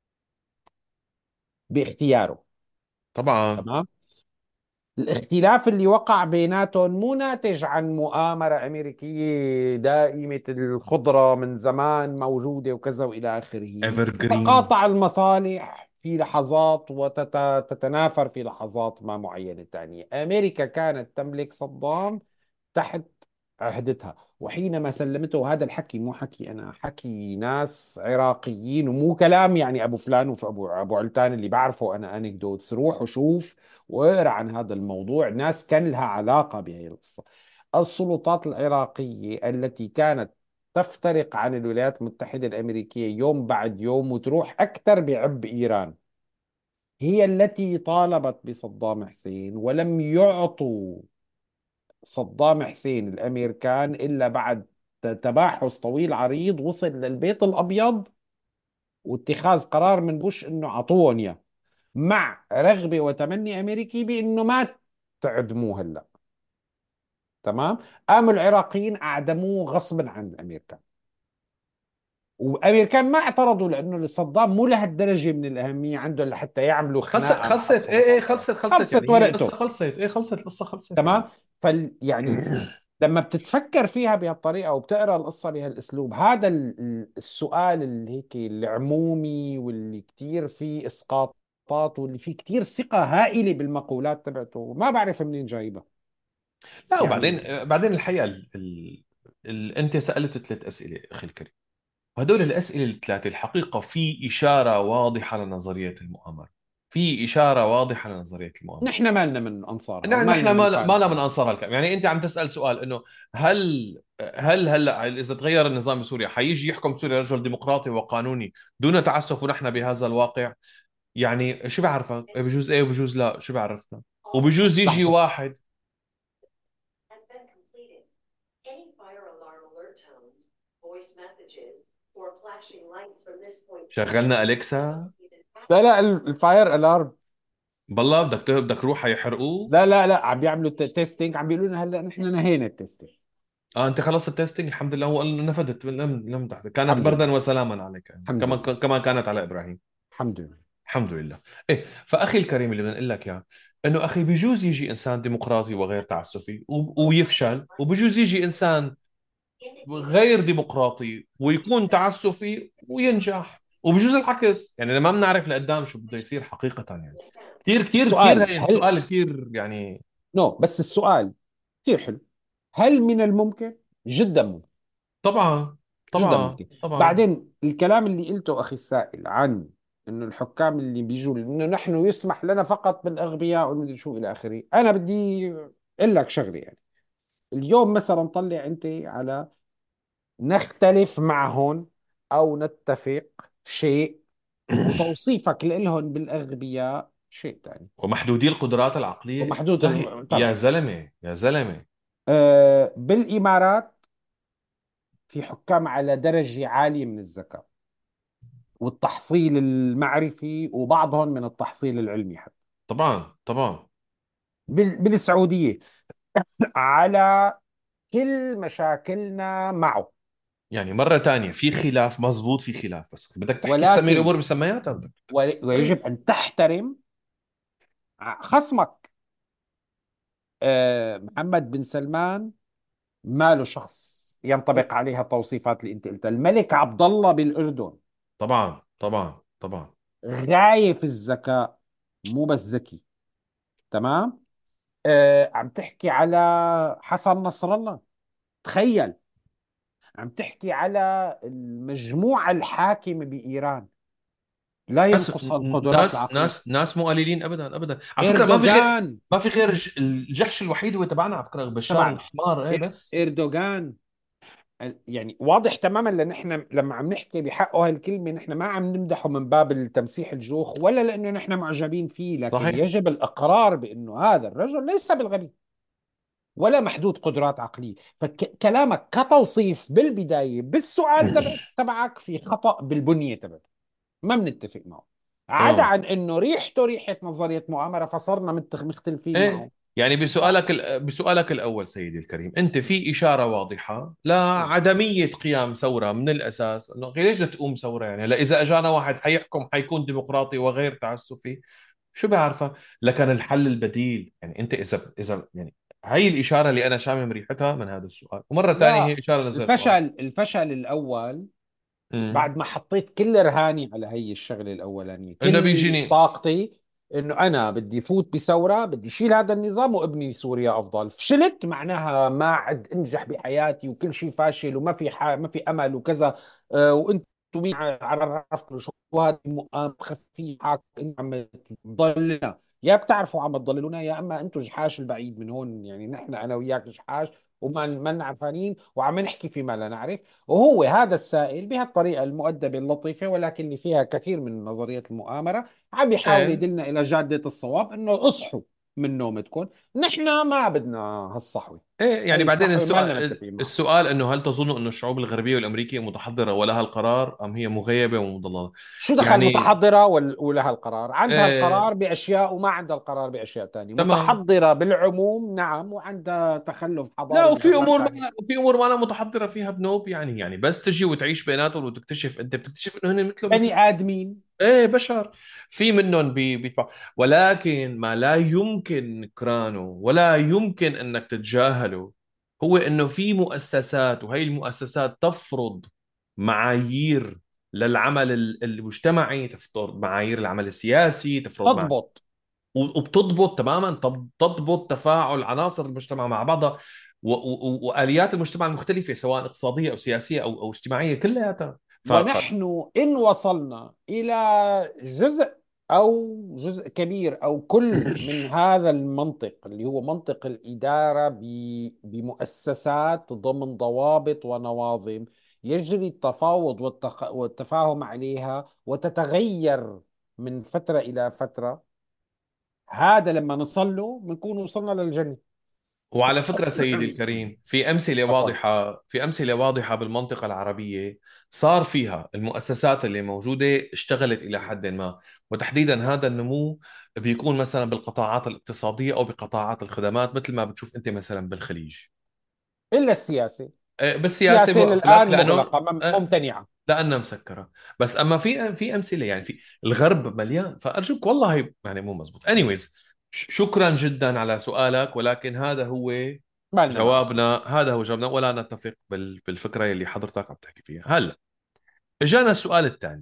باختياره. طبعا. تمام. الاختلاف اللي وقع بيناتهم مو ناتج عن مؤامرة أمريكية دائمة الخضرة من زمان موجودة وكذا وإلى آخره. ايفرجرين. تتقاطع المصالح في لحظات وتتنافر في لحظات ما معينة تانية. أمريكا كانت تملك صدام تحت عهدتها، وحينما سلمته، هذا الحكي مو حكي أنا، حكي ناس عراقيين ومو كلام يعني أبو فلان وأبو أبو علتان اللي بعرفه أنا، أنكدوتس. روح وشوف واقرا عن هذا الموضوع، ناس كان لها علاقة بهي القصة. السلطات العراقية التي كانت تفترق عن الولايات المتحدة الأمريكية يوم بعد يوم وتروح أكثر بعب إيران، هي التي طالبت بصدام حسين، ولم يعطوا صدام حسين الأمريكان إلا بعد تباحث طويل عريض وصل للبيت الأبيض واتخاذ قرار من بوش إنه عطوهم إياه، مع رغبة وتمني أمريكي بأنه ما تعدموه هلا. تمام. قاموا العراقيين أعدموه غصبا عن الأمريكان، والأمريكان ما اعترضوا لأنه صدام مو لهالدرجة من الأهمية عندهم لحتى يعملوا خلصت خناقة مع خلصت ايه ايه السلطات خلصت العراقية. خلصت يعني خلصت هي القصة ورقته. خلصت، ايه خلصت القصة خلصت يعني. تمام. فال يعني لما بتتفكر فيها بهالطريقة وبتقرأ القصة بهالأسلوب، هذا ال- ال- السؤال اللي هيك العمومي واللي كتير فيه إسقاطات واللي فيه كتير ثقة هائلة بالمقولات تبعته، ما بعرف منين جايبها. لا وبعدين، يعني بعدين الحقيقة ال... ال... ال... انت سألت ثلاث أسئلة اخي الكريم، وهدول الأسئلة الثلاثة الحقيقة في إشارة واضحة لنظرية المؤامرة. في إشارة واضحة لنظرية المؤامرة. نحن مالنا من أنصارها نحن نحن ومالنا من ما ما القائم لا من فيها. انصار هالكلام. يعني انت عم تسال سؤال انه هل هل هلا اذا تغير النظام بسوريا حيجي يحكم سوريا رجل ديمقراطي وقانوني دون تعسف ونحن بهذا الواقع؟ يعني شو بعرفك، بجوز ايه وبجوز لا، شو بعرفنا؟ وبجوز يجي لحظة. واحد. شغلنا اليكسا. لا لا، ال- الفاير الارم. بالله بدك بدك روح يحرقوه. لا لا لا، عم بيعملوا تيستينج، عم بيقولوا لنا هلا نحن نهينا التيستينج. اه انت خلصت التستنج الحمد لله. هو قال نفدت، لم لم تحت، كانت الحمد بردا لله. وسلاما عليك، الحمد كما لله. كما كانت على ابراهيم. الحمد لله. الحمد لله. ايه، فاخي الكريم اللي بدي اقول لك اياه انه اخي بجوز يجي انسان ديمقراطي وغير تعسفي و- ويفشل، وبجوز يجي انسان غير ديمقراطي ويكون تعسفي وينجح، وبجوز العكس. يعني ما بنعرف لقدام شو بده يصير حقيقة يعني. كثير كثير كثير السؤال هي هل السؤال كثير يعني. نو بس السؤال كثير حلو. هل من الممكن؟ جدا ممكن. طبعا جدا طبعا ممكن. طبعا. بعدين الكلام اللي قلته أخي السائل عن انه الحكام اللي بيجوا، انه نحن يسمح لنا فقط بالاغبياء والمدري شو الى اخره، انا بدي اقول لك شغله يعني. اليوم مثلا طلع انت على، نختلف معهم او نتفق شيء، وتوصيفك لهم بالاغبياء شيء ثاني ومحدودي القدرات العقلية، ومحدود لا هي- الم... يا تمام. زلمة يا زلمة. آه بالامارات في حكام على درجه عاليه من الذكاء والتحصيل المعرفي، وبعضهم من التحصيل العلمي حتى. طبعا طبعا. بال... بالسعوديه على كل مشاكلنا معه. يعني مرة تانية في خلاف، مزبوط في خلاف، بس بدك تحكي تسمي ولكن الأمور بسمياتها بدك. و- ويجب ان تحترم خصمك. آه، محمد بن سلمان ما له شخص ينطبق عليها التوصيفات اللي انت قلتها. الملك عبد الله بالاردن طبعا طبعا طبعا. غاية في الذكاء، مو بس ذكي. تمام. آه عم تحكي على حسن نصر الله، تخيل. عم تحكي على المجموعة الحاكمة بإيران لا ناس ينقصها القدرات ناس العقلية. ناس ناس مو قليلين ابدا ابدا، على فكره ما في غير، إردوغان ما في غير الج- الجحش الوحيد هو تبعنا على فكره، بشار تبعنا. الحمار، ايه إر- بس. إردوغان يعني واضح تماما، لان احنا لما عم نحكي بحقه هالكلمه نحن ما عم نمدحه من باب التمسيح الجوخ، ولا لانه نحن معجبين فيه، لكن صحيح. يجب الاقرار بانه هذا الرجل ليس بالغبي ولا محدود قدرات عقليه. فكلامك كتوصيف بالبدايه بالسؤال تبع تبعك في خطأ بالبنيه تبعك، ما بنتفق معه. عدا تماما. عن انه ريحته ريحه نظريه مؤامره فصرنا متخ- مختلفين معه. ايه يعني صح. بسؤالك ال- بسؤالك الاول سيدي الكريم، انت في اشاره واضحه لعدميه قيام ثوره من الاساس، انه أخي ليش بدها تقوم ثوره؟ يعني هلا اذا اجانا واحد حيحكم حيكون ديمقراطي وغير تعسفي، شو بعرفها. لكن الحل البديل، يعني انت اذا اذا يعني هي الاشاره اللي انا شامم ريحتها من هذا السؤال، ومره ثانيه هي لا، اشاره لزي الفشل الفؤاد. الفشل الاول امم بعد ما حطيت كل رهاني على هي الشغله الاولانيه، انه كل بيجيني. طاقتي انه انا بدي فوت بثوره، بدي اشيل هذا النظام وابني سوريا افضل. فشلت معناها ما عد انجح بحياتي وكل شيء فاشل وما في ح... ما في امل وكذا. أه وانتم مين عرفتوا شو هذه مؤامره خفيه حاكم عم تضلنا؟ يا بتعرفوا عم تضللونا، يا اما انتم جحاش البعيد من هون. يعني نحن انا وياك جحاش وما ما عارفانين وعم نحكي فيما لا نعرف. وهو هذا السائل بهالطريقة المؤدبة اللطيفة ولكن اللي فيها كثير من نظرية المؤامرة عم يحاول ايه يدلنا إلى جادة الصواب، إنه اصحوا من نومتكم. نحن ما بدنا هالصحوة. ايه يعني هي بعدين الصحوة ما لنا السؤال متفقين معها. السؤال انه هل تظن انه الشعوب الغربيه والامريكيه متحضره ولها القرار، ام هي مغيبه ومضلله؟ شو دخل يعني متحضرة وال- ولها القرار؟ عندها إيه القرار بأشياء وما عندها القرار بأشياء تانية. تمام. متحضرة بالعموم نعم، وعندها تخلف لا حضاري وفي بشغلات امور تانية. ما وفي امور ما انا متحضره فيها بنوب، يعني يعني بس تجي وتعيش بيناتهم وتكتشف، انت بتكتشف انه هن مثله بني مثلك. آدمين. ايه بشر. في منهم بي بيتبع، ولكن ما لا يمكن نكرانه ولا يمكن انك تتجاهله هو انه في مؤسسات، وهي المؤسسات تفرض معايير للعمل ال- المجتمعي، تفرض معايير العمل السياسي، تفرض مع تضبط. وبتضبط تماما، طب- تضبط تفاعل عناصر المجتمع مع بعضها، و- و- واليات المجتمع المختلفه سواء اقتصاديه او سياسيه او او اجتماعيه كلياتها. ف ف- ونحن إن وصلنا إلى جزء أو جزء كبير أو كل من هذا المنطق اللي هو منطق الإدارة ب- بمؤسسات ضمن ضوابط ونواظم يجري التفاوض والتق- والتفاهم عليها وتتغير من فترة إلى فترة، هذا لما نصل له بنكون وصلنا للجنة. وعلى فكرة سيدي الكريم، في أمثلة تفضل. واضحة في أمثلة واضحة بالمنطقة العربية صار فيها المؤسسات اللي موجودة اشتغلت إلى حد ما، وتحديدا هذا النمو بيكون مثلا بالقطاعات الاقتصادية أو بقطاعات الخدمات، مثل ما بتشوف أنت مثلا بالخليج. إلا السياسة. آه، بالسياسة السياسة بوقف لك الآن لأنه مغلقة مم- آه، ممتنعة. لأنها مسكرة. بس أما في في أمثلة، يعني في الغرب مليان، فأرجوك والله يعني مو مزبوط. anyways، ش- شكرا جدا على سؤالك، ولكن هذا هو ما لنا مانع. جوابنا، هذا هو جوابنا، ولا نتفق بال- بالفكرة اللي حضرتك عم تحكي فيها. هلا اجانا السؤال الثاني.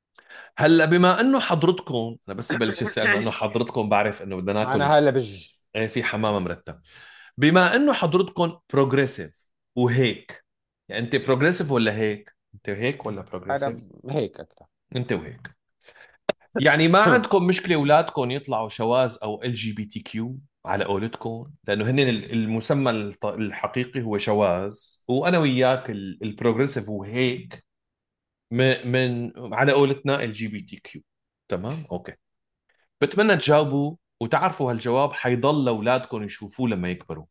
هلا بما انه حضرتكم، انا بس بلش اسال انه حضرتكم بعرف انه بدنا ناكل. أنا هلا بج ايه، في حمام مرتب. بما انه حضرتكم بروجريسيف وهيك، يعني انت بروجريسيف ولا هيك؟ انت هيك ولا بروجريسيف؟ انا هيك اكثر. انت وهيك. يعني ما عندكم مشكله اولادكم يطلعوا شواذ او ال جي بي تي كيو على قولتكم، لانه هن ال- المسمى الط- الحقيقي هو شواذ، وانا وياك ال- البروجريسيف وهيك م- من على قولتنا ال جي بي تي كيو. تمام، اوكي. بتمنى تجاوبوا وتعرفوا هالجواب حيضل لاولادكم يشوفوه لما يكبروا.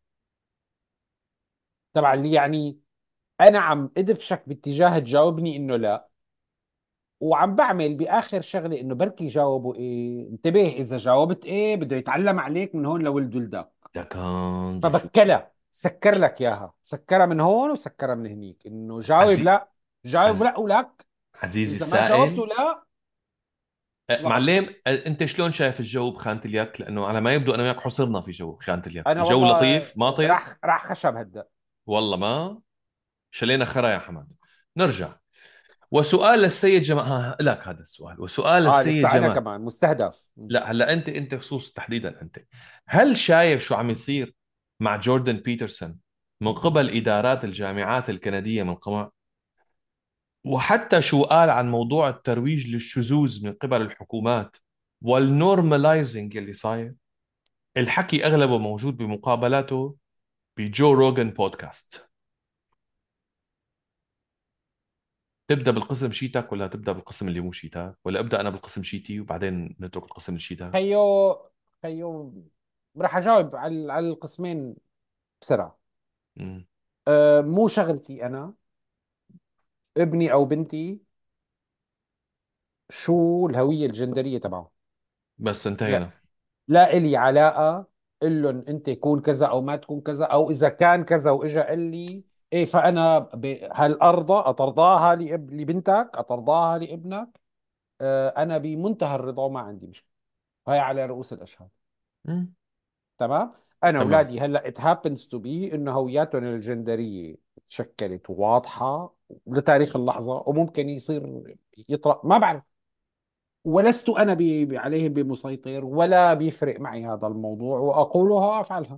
طبعا يعني انا عم ادفشك باتجاه تجاوبني انه لا، وعم بعمل باخر شغله انه بركي جاوبوا ايه. انتبه، اذا جاوبت ايه بده يتعلم عليك من هون لولد ولدك. دكان شو. فبكلها سكر لك اياها، سكرها من هون وسكرها من هنيك، انه جاوب عزي لا. جاوب عز... لا ولك. عزيزي اذا ما جاوبته السائل. لا. أه، لا، معلم، أه، انت شلون شايف الجو بخانة اليك؟ لانه على ما يبدو انا وياك حصرنا في جو خانة اليك. انا الجو والله لطيف ماطر. راح راح خشب هدا. والله ما شلينا خرا يا حماد. نرجع. وسؤال للسيد جمال، ها لك هذا السؤال، وسؤال اه للسيد لسه انا جمال. كمان مستهدف. لا هلا انت انت خصوص تحديدا انت، هل شايف شو عم يصير مع جوردن بيترسون من قبل ادارات الجامعات الكنديه من قبل، وحتى شو قال عن موضوع الترويج للشذوذ من قبل الحكومات والنورماليزنج اللي صاير؟ الحكي اغلبه موجود بمقابلاته بجو روجن بودكاست. تبدا بالقسم شيتك ولا تبدا بالقسم اللي مو شيتك، ولا ابدا انا بالقسم شيتي وبعدين نترك القسم اللي شيتك؟ خيو خيو راح اجاوب على على القسمين بسرعه. مم. أه مو شغلتي انا ابني او بنتي شو الهويه الجندريه تبعه. بس لا، انتهينا. لا إلي علاقه. قل لهم انت كون كذا او ما تكون كذا، او اذا كان كذا واجا قال لي ايه فانا ب- هل ارضى اترضاها لاب لبنتك، اترضاها لابنك. أه انا بمنتهى الرضا وما عندي مشكله. هاي على رؤوس الاشهاد. مم. تمام. انا تمام. اولادي هلا ات هابنز تو بي انه هوياتهم الجندريه تشكلت واضحه لتاريخ اللحظه، وممكن يصير يطرأ ما بعرف. ولست انا ب- ب- عليهم بمسيطر، ولا بيفرق معي هذا الموضوع، واقولها وافعلها.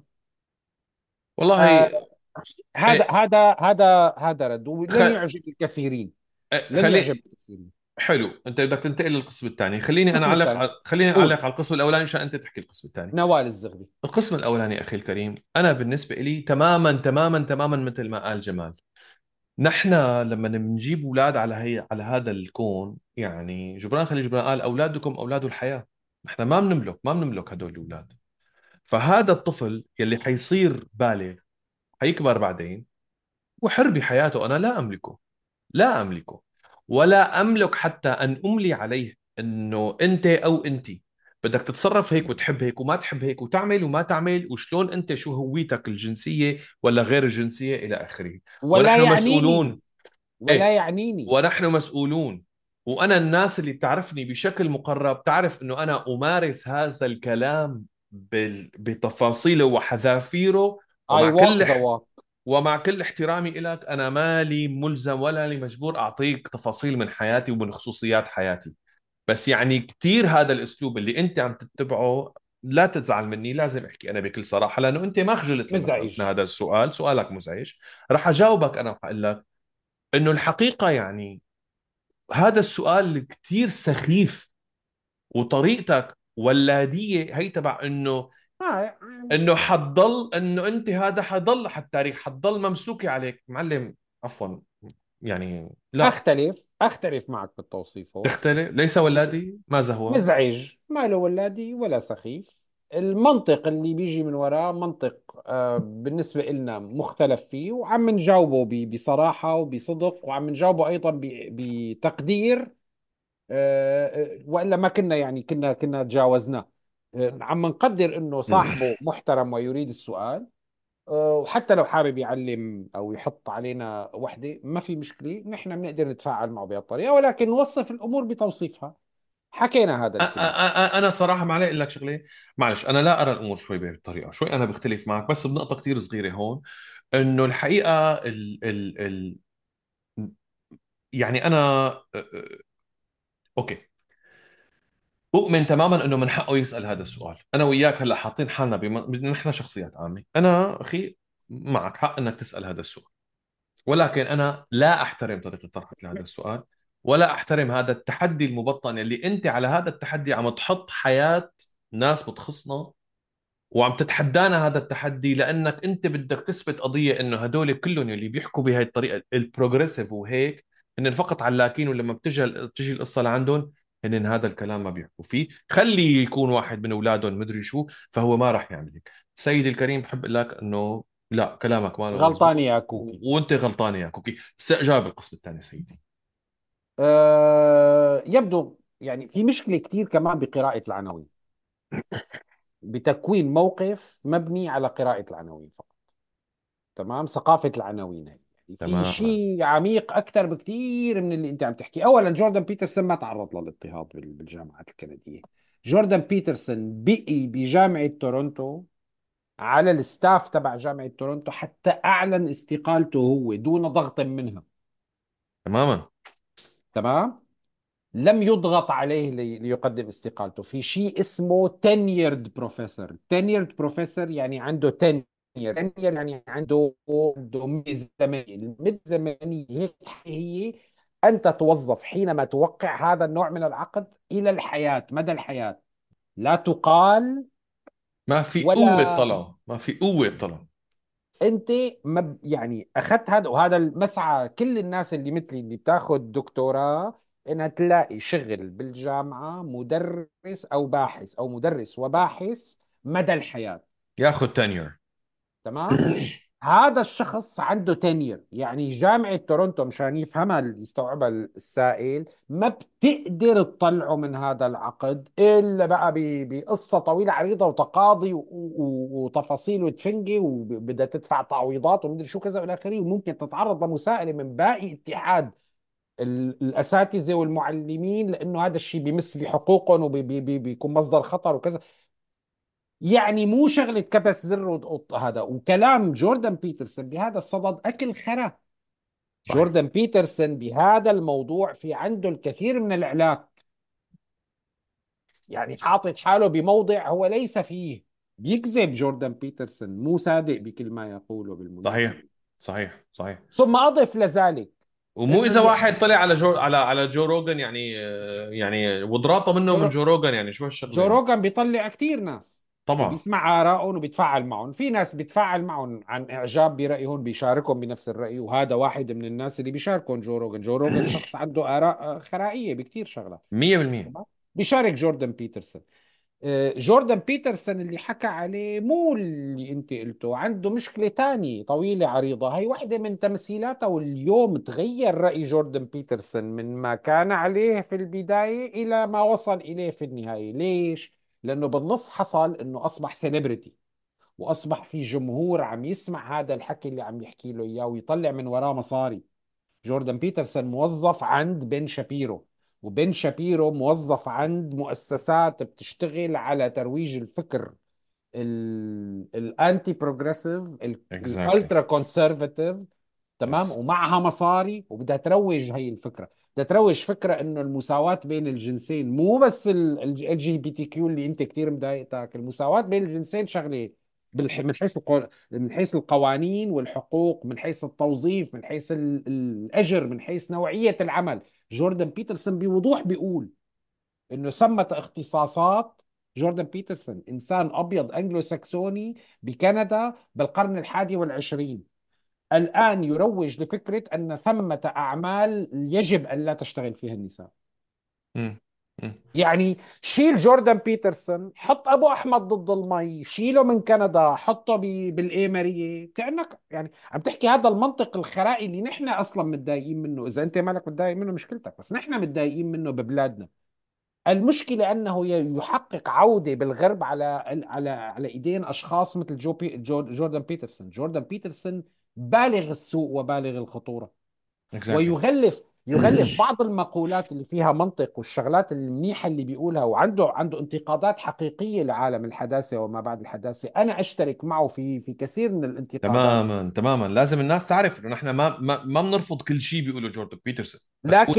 آه والله. هذا إيه، هذا هذا هذا رد خ... ولن يعجب الكثيرين. إيه، لن يعجب خلي. الكثيرين. حلو، انت بدك تنتقل للقسم الثاني، خليني انا القسم اعلق الثاني، على... خليني اعلق قول. على القسم الاولاني عشان انت تحكي القسم الثاني. نوال الزغبي. القسم الاولاني اخي الكريم، انا بالنسبه لي تماما تماما تماما مثل ما قال جمال. نحن لما بنجيب اولاد على هي على هذا الكون، يعني جبران خليل جبران قال اولادكم اولاد الحياه. نحن ما بنملك ما بنملك هدول الاولاد. فهذا الطفل يلي حيصير بالغ، حيكبر بعدين وحر بحياته، انا لا املكه. لا املكه، ولا املك حتى ان املي عليه انه انت او انت بدك تتصرف هيك وتحب هيك وما تحب هيك وتعمل وما تعمل وشلون انت شو هويتك الجنسيه ولا غير الجنسيه الى اخره. ولا ونحن يعنيني. مسؤولون. ولا ايه، يعنيني. ونحن مسؤولون. وانا الناس اللي بتعرفني بشكل مقرب تعرف انه انا امارس هذا الكلام بال- بتفاصيله وحذافيره، I ومع walk كل the اح- walk. ومع كل احترامي لك انا مالي ملزم ولا لي مجبور اعطيك تفاصيل من حياتي ومن خصوصيات حياتي. بس يعني كثير هذا الاسلوب اللي انت عم تتبعه، لا تزعل مني، لازم احكي انا بكل صراحه لانه انت ما خجلت لما سالتنا مزعج. هذا السؤال، سؤالك مزعج. رح اجاوبك انا وحقول لك انه الحقيقه يعني هذا السؤال كثير سخيف، وطريقتك ولاديه هي تبع انه آه. انه حتضل انه انت هذا حضل حالتاريخ حتضل ممسوكه عليك معلم. عفوا، يعني لا. اختلف اختلف معك بالتوصيفه. تختلف، ليس ولادي، ماذا هو؟ مزعج، ما له ولادي ولا سخيف. المنطق اللي بيجي من وراه منطق آه بالنسبة لنا مختلف فيه، وعم نجاوبه ب- بصراحة وبصدق، وعم نجاوبه أيضا ب- بتقدير. آه آه، وإلا ما كنا يعني كنا كنا تجاوزناه. آه عم نقدر إنه صاحبه محترم ويريد السؤال. آه وحتى لو حابب يعلم أو يحط علينا وحدة ما في مشكلة، نحن بنقدر نتفاعل معه بهالطريقة، ولكن نوصف الأمور بتوصيفها. حكينا هذا أ- أ- الكلام. أ- انا صراحه ما علي اقول لك شغله. معلش انا لا ارى الامور شوي بهي الطريقه، شوي انا بختلف معك بس بنقطه كثير صغيره هون. انه الحقيقه ال ال ال يعني انا أ- أ- اوكي، أؤمن تماما أنه من حقه يسأل هذا السؤال. أنا وياك هلا حاطين حالنا بم... نحن شخصيات عامة. أنا أخي معك حق أنك تسأل هذا السؤال، ولكن أنا لا أحترم طريقة طرحك لهذا السؤال، ولا أحترم هذا التحدي المبطن اللي أنت على هذا التحدي عم تحط حياة ناس بتخصنا، وعم تتحدانا هذا التحدي لانك انت بدك تثبت قضيه انه هدول كلهم اللي بيحكوا بهي الطريقه البروجريسيف وهيك هن فقط علاكين، ولما بتجي بتجي القصه لعندهم هن هذا الكلام ما بيحكوا فيه. خلي يكون واحد من اولادهم مدري شو، فهو ما راح يعمل هيك. سيدي الكريم، بحب اقول لك انه لا، كلامك ما له غلطان مزبوط، يا و... كوكي. وانت غلطان يا كوكي. استجاب القسم الثاني سيدي. أه يبدو يعني في مشكلة كتير كمان بقراءة العناوين، بتكوين موقف مبني على قراءة العناوين فقط. تمام، ثقافة العناوين هي يعني في تماما. شيء عميق أكثر بكثير من اللي أنت عم تحكي. أولا جوردن بيترسون ما تعرض للاضطهاد بال- بالجامعات الكندية. جوردن بيترسون بقي بجامعة تورونتو على الستاف تبع جامعة تورونتو حتى أعلن استقالته هو دون ضغط منها. تماما. تمام، لم يضغط عليه لي- ليقدم استقالته في شيء اسمه tenured professor. tenured professor يعني عنده tenure. tenure يعني عنده عنده مدة زمنية. المدة الزمنية هيك هي أنت توظف حينما توقع هذا النوع من العقد إلى الحياة، مدى الحياة. لا تقال ما في قوه ولا. طلب، ما في قوه طلب. انت مب يعني اخذت هذا، وهذا المسعى كل الناس اللي مثلي اللي بتاخذ دكتوراه انها تلاقي شغل بالجامعه مدرس او باحث او مدرس وباحث مدى الحياه. ياخذ تنير. تمام، هذا الشخص عنده تنير. يعني جامعة تورونتو مشان يفهمها اللي يستوعبها السائل ما بتقدر تطلعه من هذا العقد إلا بقى ب- بقصة طويلة عريضة وتقاضي و- و- وتفاصيل وتفنجي وبدها تدفع تعويضات ومدري شو كذا والى اخره، وممكن تتعرض لمساءلة من باقي اتحاد ال- الاساتذه والمعلمين لانه هذا الشيء بيمس بحقوقهم وبيكون مصدر خطر وكذا. يعني مو شغلة كبس زر وتقط هذا. وكلام جوردن بيترسون بهذا الصدد أكل خرا. صحيح. جوردن بيترسون بهذا الموضوع في عنده الكثير من العلاق، يعني حاطط حاله بموضع هو ليس فيه. بيكذب جوردن بيترسون، مو صادق بكل ما يقوله صحيح. بالمناسبة. صحيح. صحيح. ثم أضف لذلك ومو انه اذا اللي واحد طلع على جو على على جو روجن يعني آه، يعني وضراطه منه من جو جو روجن، يعني شو هالشغله جو يعني. روغان بيطلع كثير ناس طبعا. وبيسمع آرائهم وبيتفاعل معهم. في ناس بيتفاعل معهم عن إعجاب برأيهم، بيشاركهم بنفس الرأي، وهذا واحد من الناس اللي بيشاركهم جو روغان. جو روغان شخص عنده آراء آه، خرائية بكثير شغلات. مية بالمية. تمام؟ بيشارك جوردن بيترسون. آه، جوردن بيترسون اللي حكى عليه مو اللي انت قلته. عنده مشكلة تانية طويلة عريضة، هي واحدة من تمثيلاتها. واليوم تغير رأي جوردن بيترسون من ما كان عليه في البداية إلى ما وصل إليه في النهاية. ليش؟ لأنه بالنص حصل أنه أصبح سيلبرتي، وأصبح في جمهور عم يسمع هذا الحكي اللي عم يحكي له إياه ويطلع من وراه مصاري. جوردن بيترسون موظف عند بن شابيرو، وبن شابيرو موظف عند مؤسسات بتشتغل على ترويج الفكر الانتي بروجريسيف، اكزاكتلي. الالترا كونسرفاتيف. تمام، يس. ومعها مصاري وبدها تروج هي الفكره. بدها تروج فكره انه المساواه بين الجنسين، مو بس ال جي بي تي كيو اللي انت كثير مضايقتك. المساواه بين الجنسين شغله بالح- من حيث القو... من حيث القوانين والحقوق، من حيث التوظيف، من حيث ال... الاجر، من حيث نوعيه العمل. جوردن بيترسون بوضوح بيقول انه ثمة اختصاصات. جوردن بيترسون انسان ابيض انجلو ساكسوني بكندا بالقرن الحادي والعشرين، الآن يروج لفكرة أن ثمة أعمال يجب أن لا تشتغل فيها النساء. مم. مم. يعني شيل جوردن بيترسون، حط أبو أحمد ضد المي، شيله من كندا حطه ب- بالإيمارية. كأنك يعني عم تحكي هذا المنطق الخرائي اللي نحن أصلا متضايقين منه. إذا أنت مالك متضايق منه مشكلتك، بس نحن متضايقين منه ببلادنا. المشكلة أنه ي- يحقق عودة بالغرب على على على إيدين أشخاص مثل جو بي جو جوردن بيترسون. جوردن بيترسون بالغ السوء وبالغ الخطورة، اكزاكتلي. ويغلف يغلف بعض المقولات اللي فيها منطق والشغلات المنيحة اللي بيقولها، وعنده عنده انتقادات حقيقية لعالم الحداثة وما بعد الحداثة. أنا أشترك معه في في كثير من الانتقادات. تماما. تماما. لازم الناس تعرف انه نحن ما ما ما بنرفض كل شيء بيقوله جوردن بيترسون، بس لكن قولي.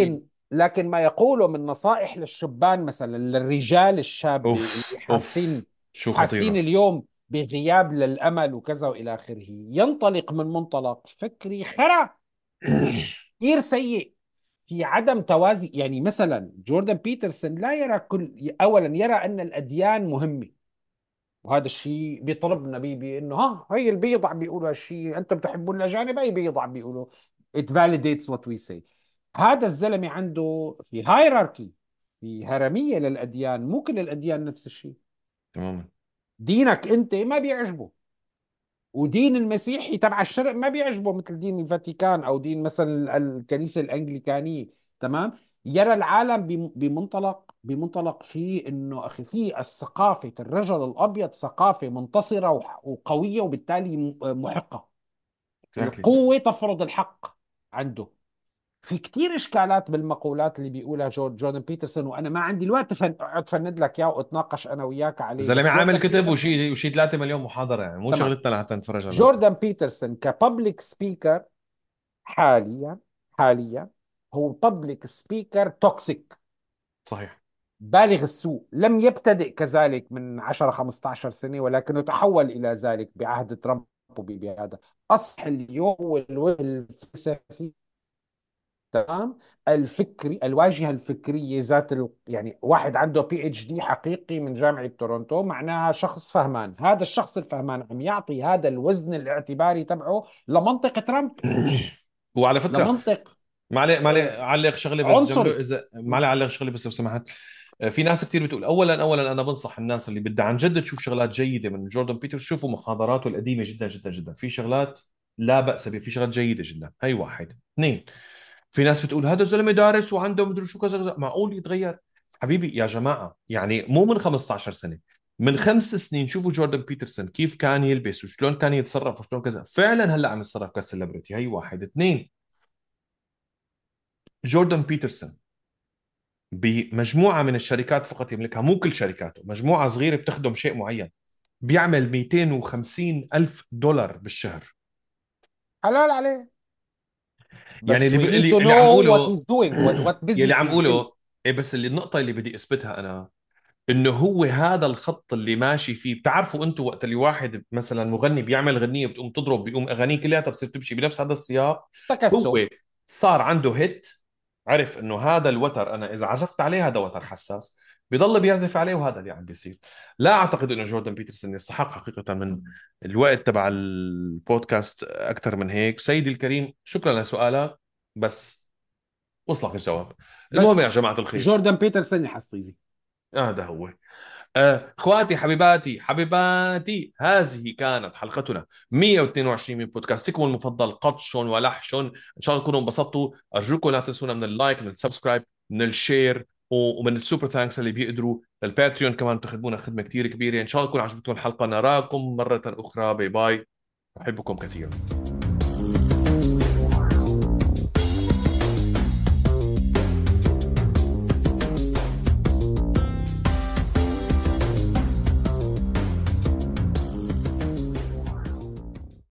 لكن ما يقوله من نصائح للشبان مثلا، للرجال الشابة اللي اوف اوف، حاسين شو حاسين خطيرة. اليوم بغياب للأمل وكذا وإلى آخره، ينطلق من منطلق فكري خرا كثير سيء، في عدم توازي. يعني مثلا جوردن بيترسون لا يرى كل، أولا يرى أن الأديان مهمة، وهذا الشيء بيطربنا بيه بانه ها هي البيض عم بيقولوا هالشيء، انتم بتحبون الاجانب، هي بيض عم بيقولوا it validates what we say. هذا الزلمه عنده في هايراركي، في هرميه للاديان، مو كل الاديان نفس الشيء. تماما. دينك انت ما بيعجبه، ودين المسيحي تبع الشرق ما بيعجبه مثل دين الفاتيكان او دين مثلا الكنيسه الانجليكانيه. تمام. يرى العالم بم- بمنطلق بمنطلق في انه اخي في الثقافه الرجل الابيض ثقافه منتصره وح- وقويه، وبالتالي م- محقه. اكزاكتلي. القوه تفرض الحق عنده. في كتير اشكالات بالمقولات اللي بيقولها جو جوردن بيترسون، وانا ما عندي الوقت فن اقعد فند لك اياه واتناقش انا وياك عليه، الزلمة بس عامل جوردن كتب بيترسون. وشي وشي ثلاثة مليون محاضرة، يعني مو تمام. شغلتنا لحتى نتفرج على الواحد. جوردن بيترسون كبابليك سبيكر حاليا، حاليا هو بابليك سبيكر توكسيك، صحيح. بالغ السوء. لم يبتدئ كذلك من عشرة خمسة عشر سنة، ولكنه تحول إلى ذلك بعهد ترامب وبهذا. أصبح اليوم هو الوجه الفلسفي، تمام، الفكري، الواجهة الفكرية ذات ال... يعني واحد عنده بي اتش دي حقيقي من جامعة تورونتو، معناها شخص فهمان. هذا الشخص الفهمان عم يعطي هذا الوزن الاعتباري تبعه لمنطق ترامب، وعلى فكرة، لمنطق ما عليه ما عليه آه، علق شغله بس جمله، عنصري. اذا ما عليه علق شغله بس لو سمحت. آه، في ناس كثير بتقول، اولا اولا انا بنصح الناس اللي بدها عن جد تشوف شغلات جيده من جوردن بيترز، شوفوا محاضراته القديمه جدا جدا جدا، في شغلات لا باس بها، في شغلات جيده جدا. هي واحد. اثنين، في ناس بتقول هذا الزلمه دارس وعنده مدري شو كذا كذا، معقول يتغير؟ حبيبي يا جماعه، يعني مو من خمسة عشر سنه، من خمس سنين شوفوا جوردن بيترسون كيف كان يلبس وشلون كان يتصرف وشلون كذا، فعلا هلا عم يتصرف كسليبرتي. هي واحد. اثنين، جوردن بيترسون بمجموعة من الشركات فقط يملكها، مو كل شركاته، مجموعة صغيرة بتخدم شيء معين، بيعمل مئتين وخمسين ألف دولار بالشهر. حلال عليه، يعني بس اللي we ب... need اللي to اللي عم know what أقوله he's doing, what, what يلي business عم he's in. أقوله إيه، بس اللي النقطة اللي بدي أثبتها أنا، إنه هو هذا الخط اللي ماشي فيه. بتعرفوا أنتوا وقت اللي واحد مثلا مغني بيعمل غنية بتقوم تضرب، بيقوم أغانيه كلها بتصير تمشي بنفس هذا السياق. هو تكسب. صار عنده هيت، عرف انه هذا الوتر انا اذا عزفت عليه هذا وتر حساس، بيضل بيعزف عليه، وهذا اللي عم بيصير. لا اعتقد انه جوردن بيترسون يستحق حقيقة من الوقت تبع البودكاست اكثر من هيك. سيدي الكريم، شكرا لسؤالك، بس وصلك الجواب. المهم يا بس جماعة الخير، جوردن بيترسون يا حصيزي. هذا هو. آه، اخواتي حبيباتي حبيباتي، هذه كانت حلقتنا مئة واثنين وعشرين من بودكاستكم المفضل قطش ولحش. ان شاء الله تكونوا انبسطتوا. ارجوكم لا تنسونا من اللايك، من السبسكرايب، من الشير، و- ومن السوبر ثانكس اللي بيقدروا. للباتريون كمان تخدمونا خدمه كثير كبيره. ان شاء الله تكون عجبتكم الحلقه. نراكم مره اخرى. باي باي. احبكم كثيرا.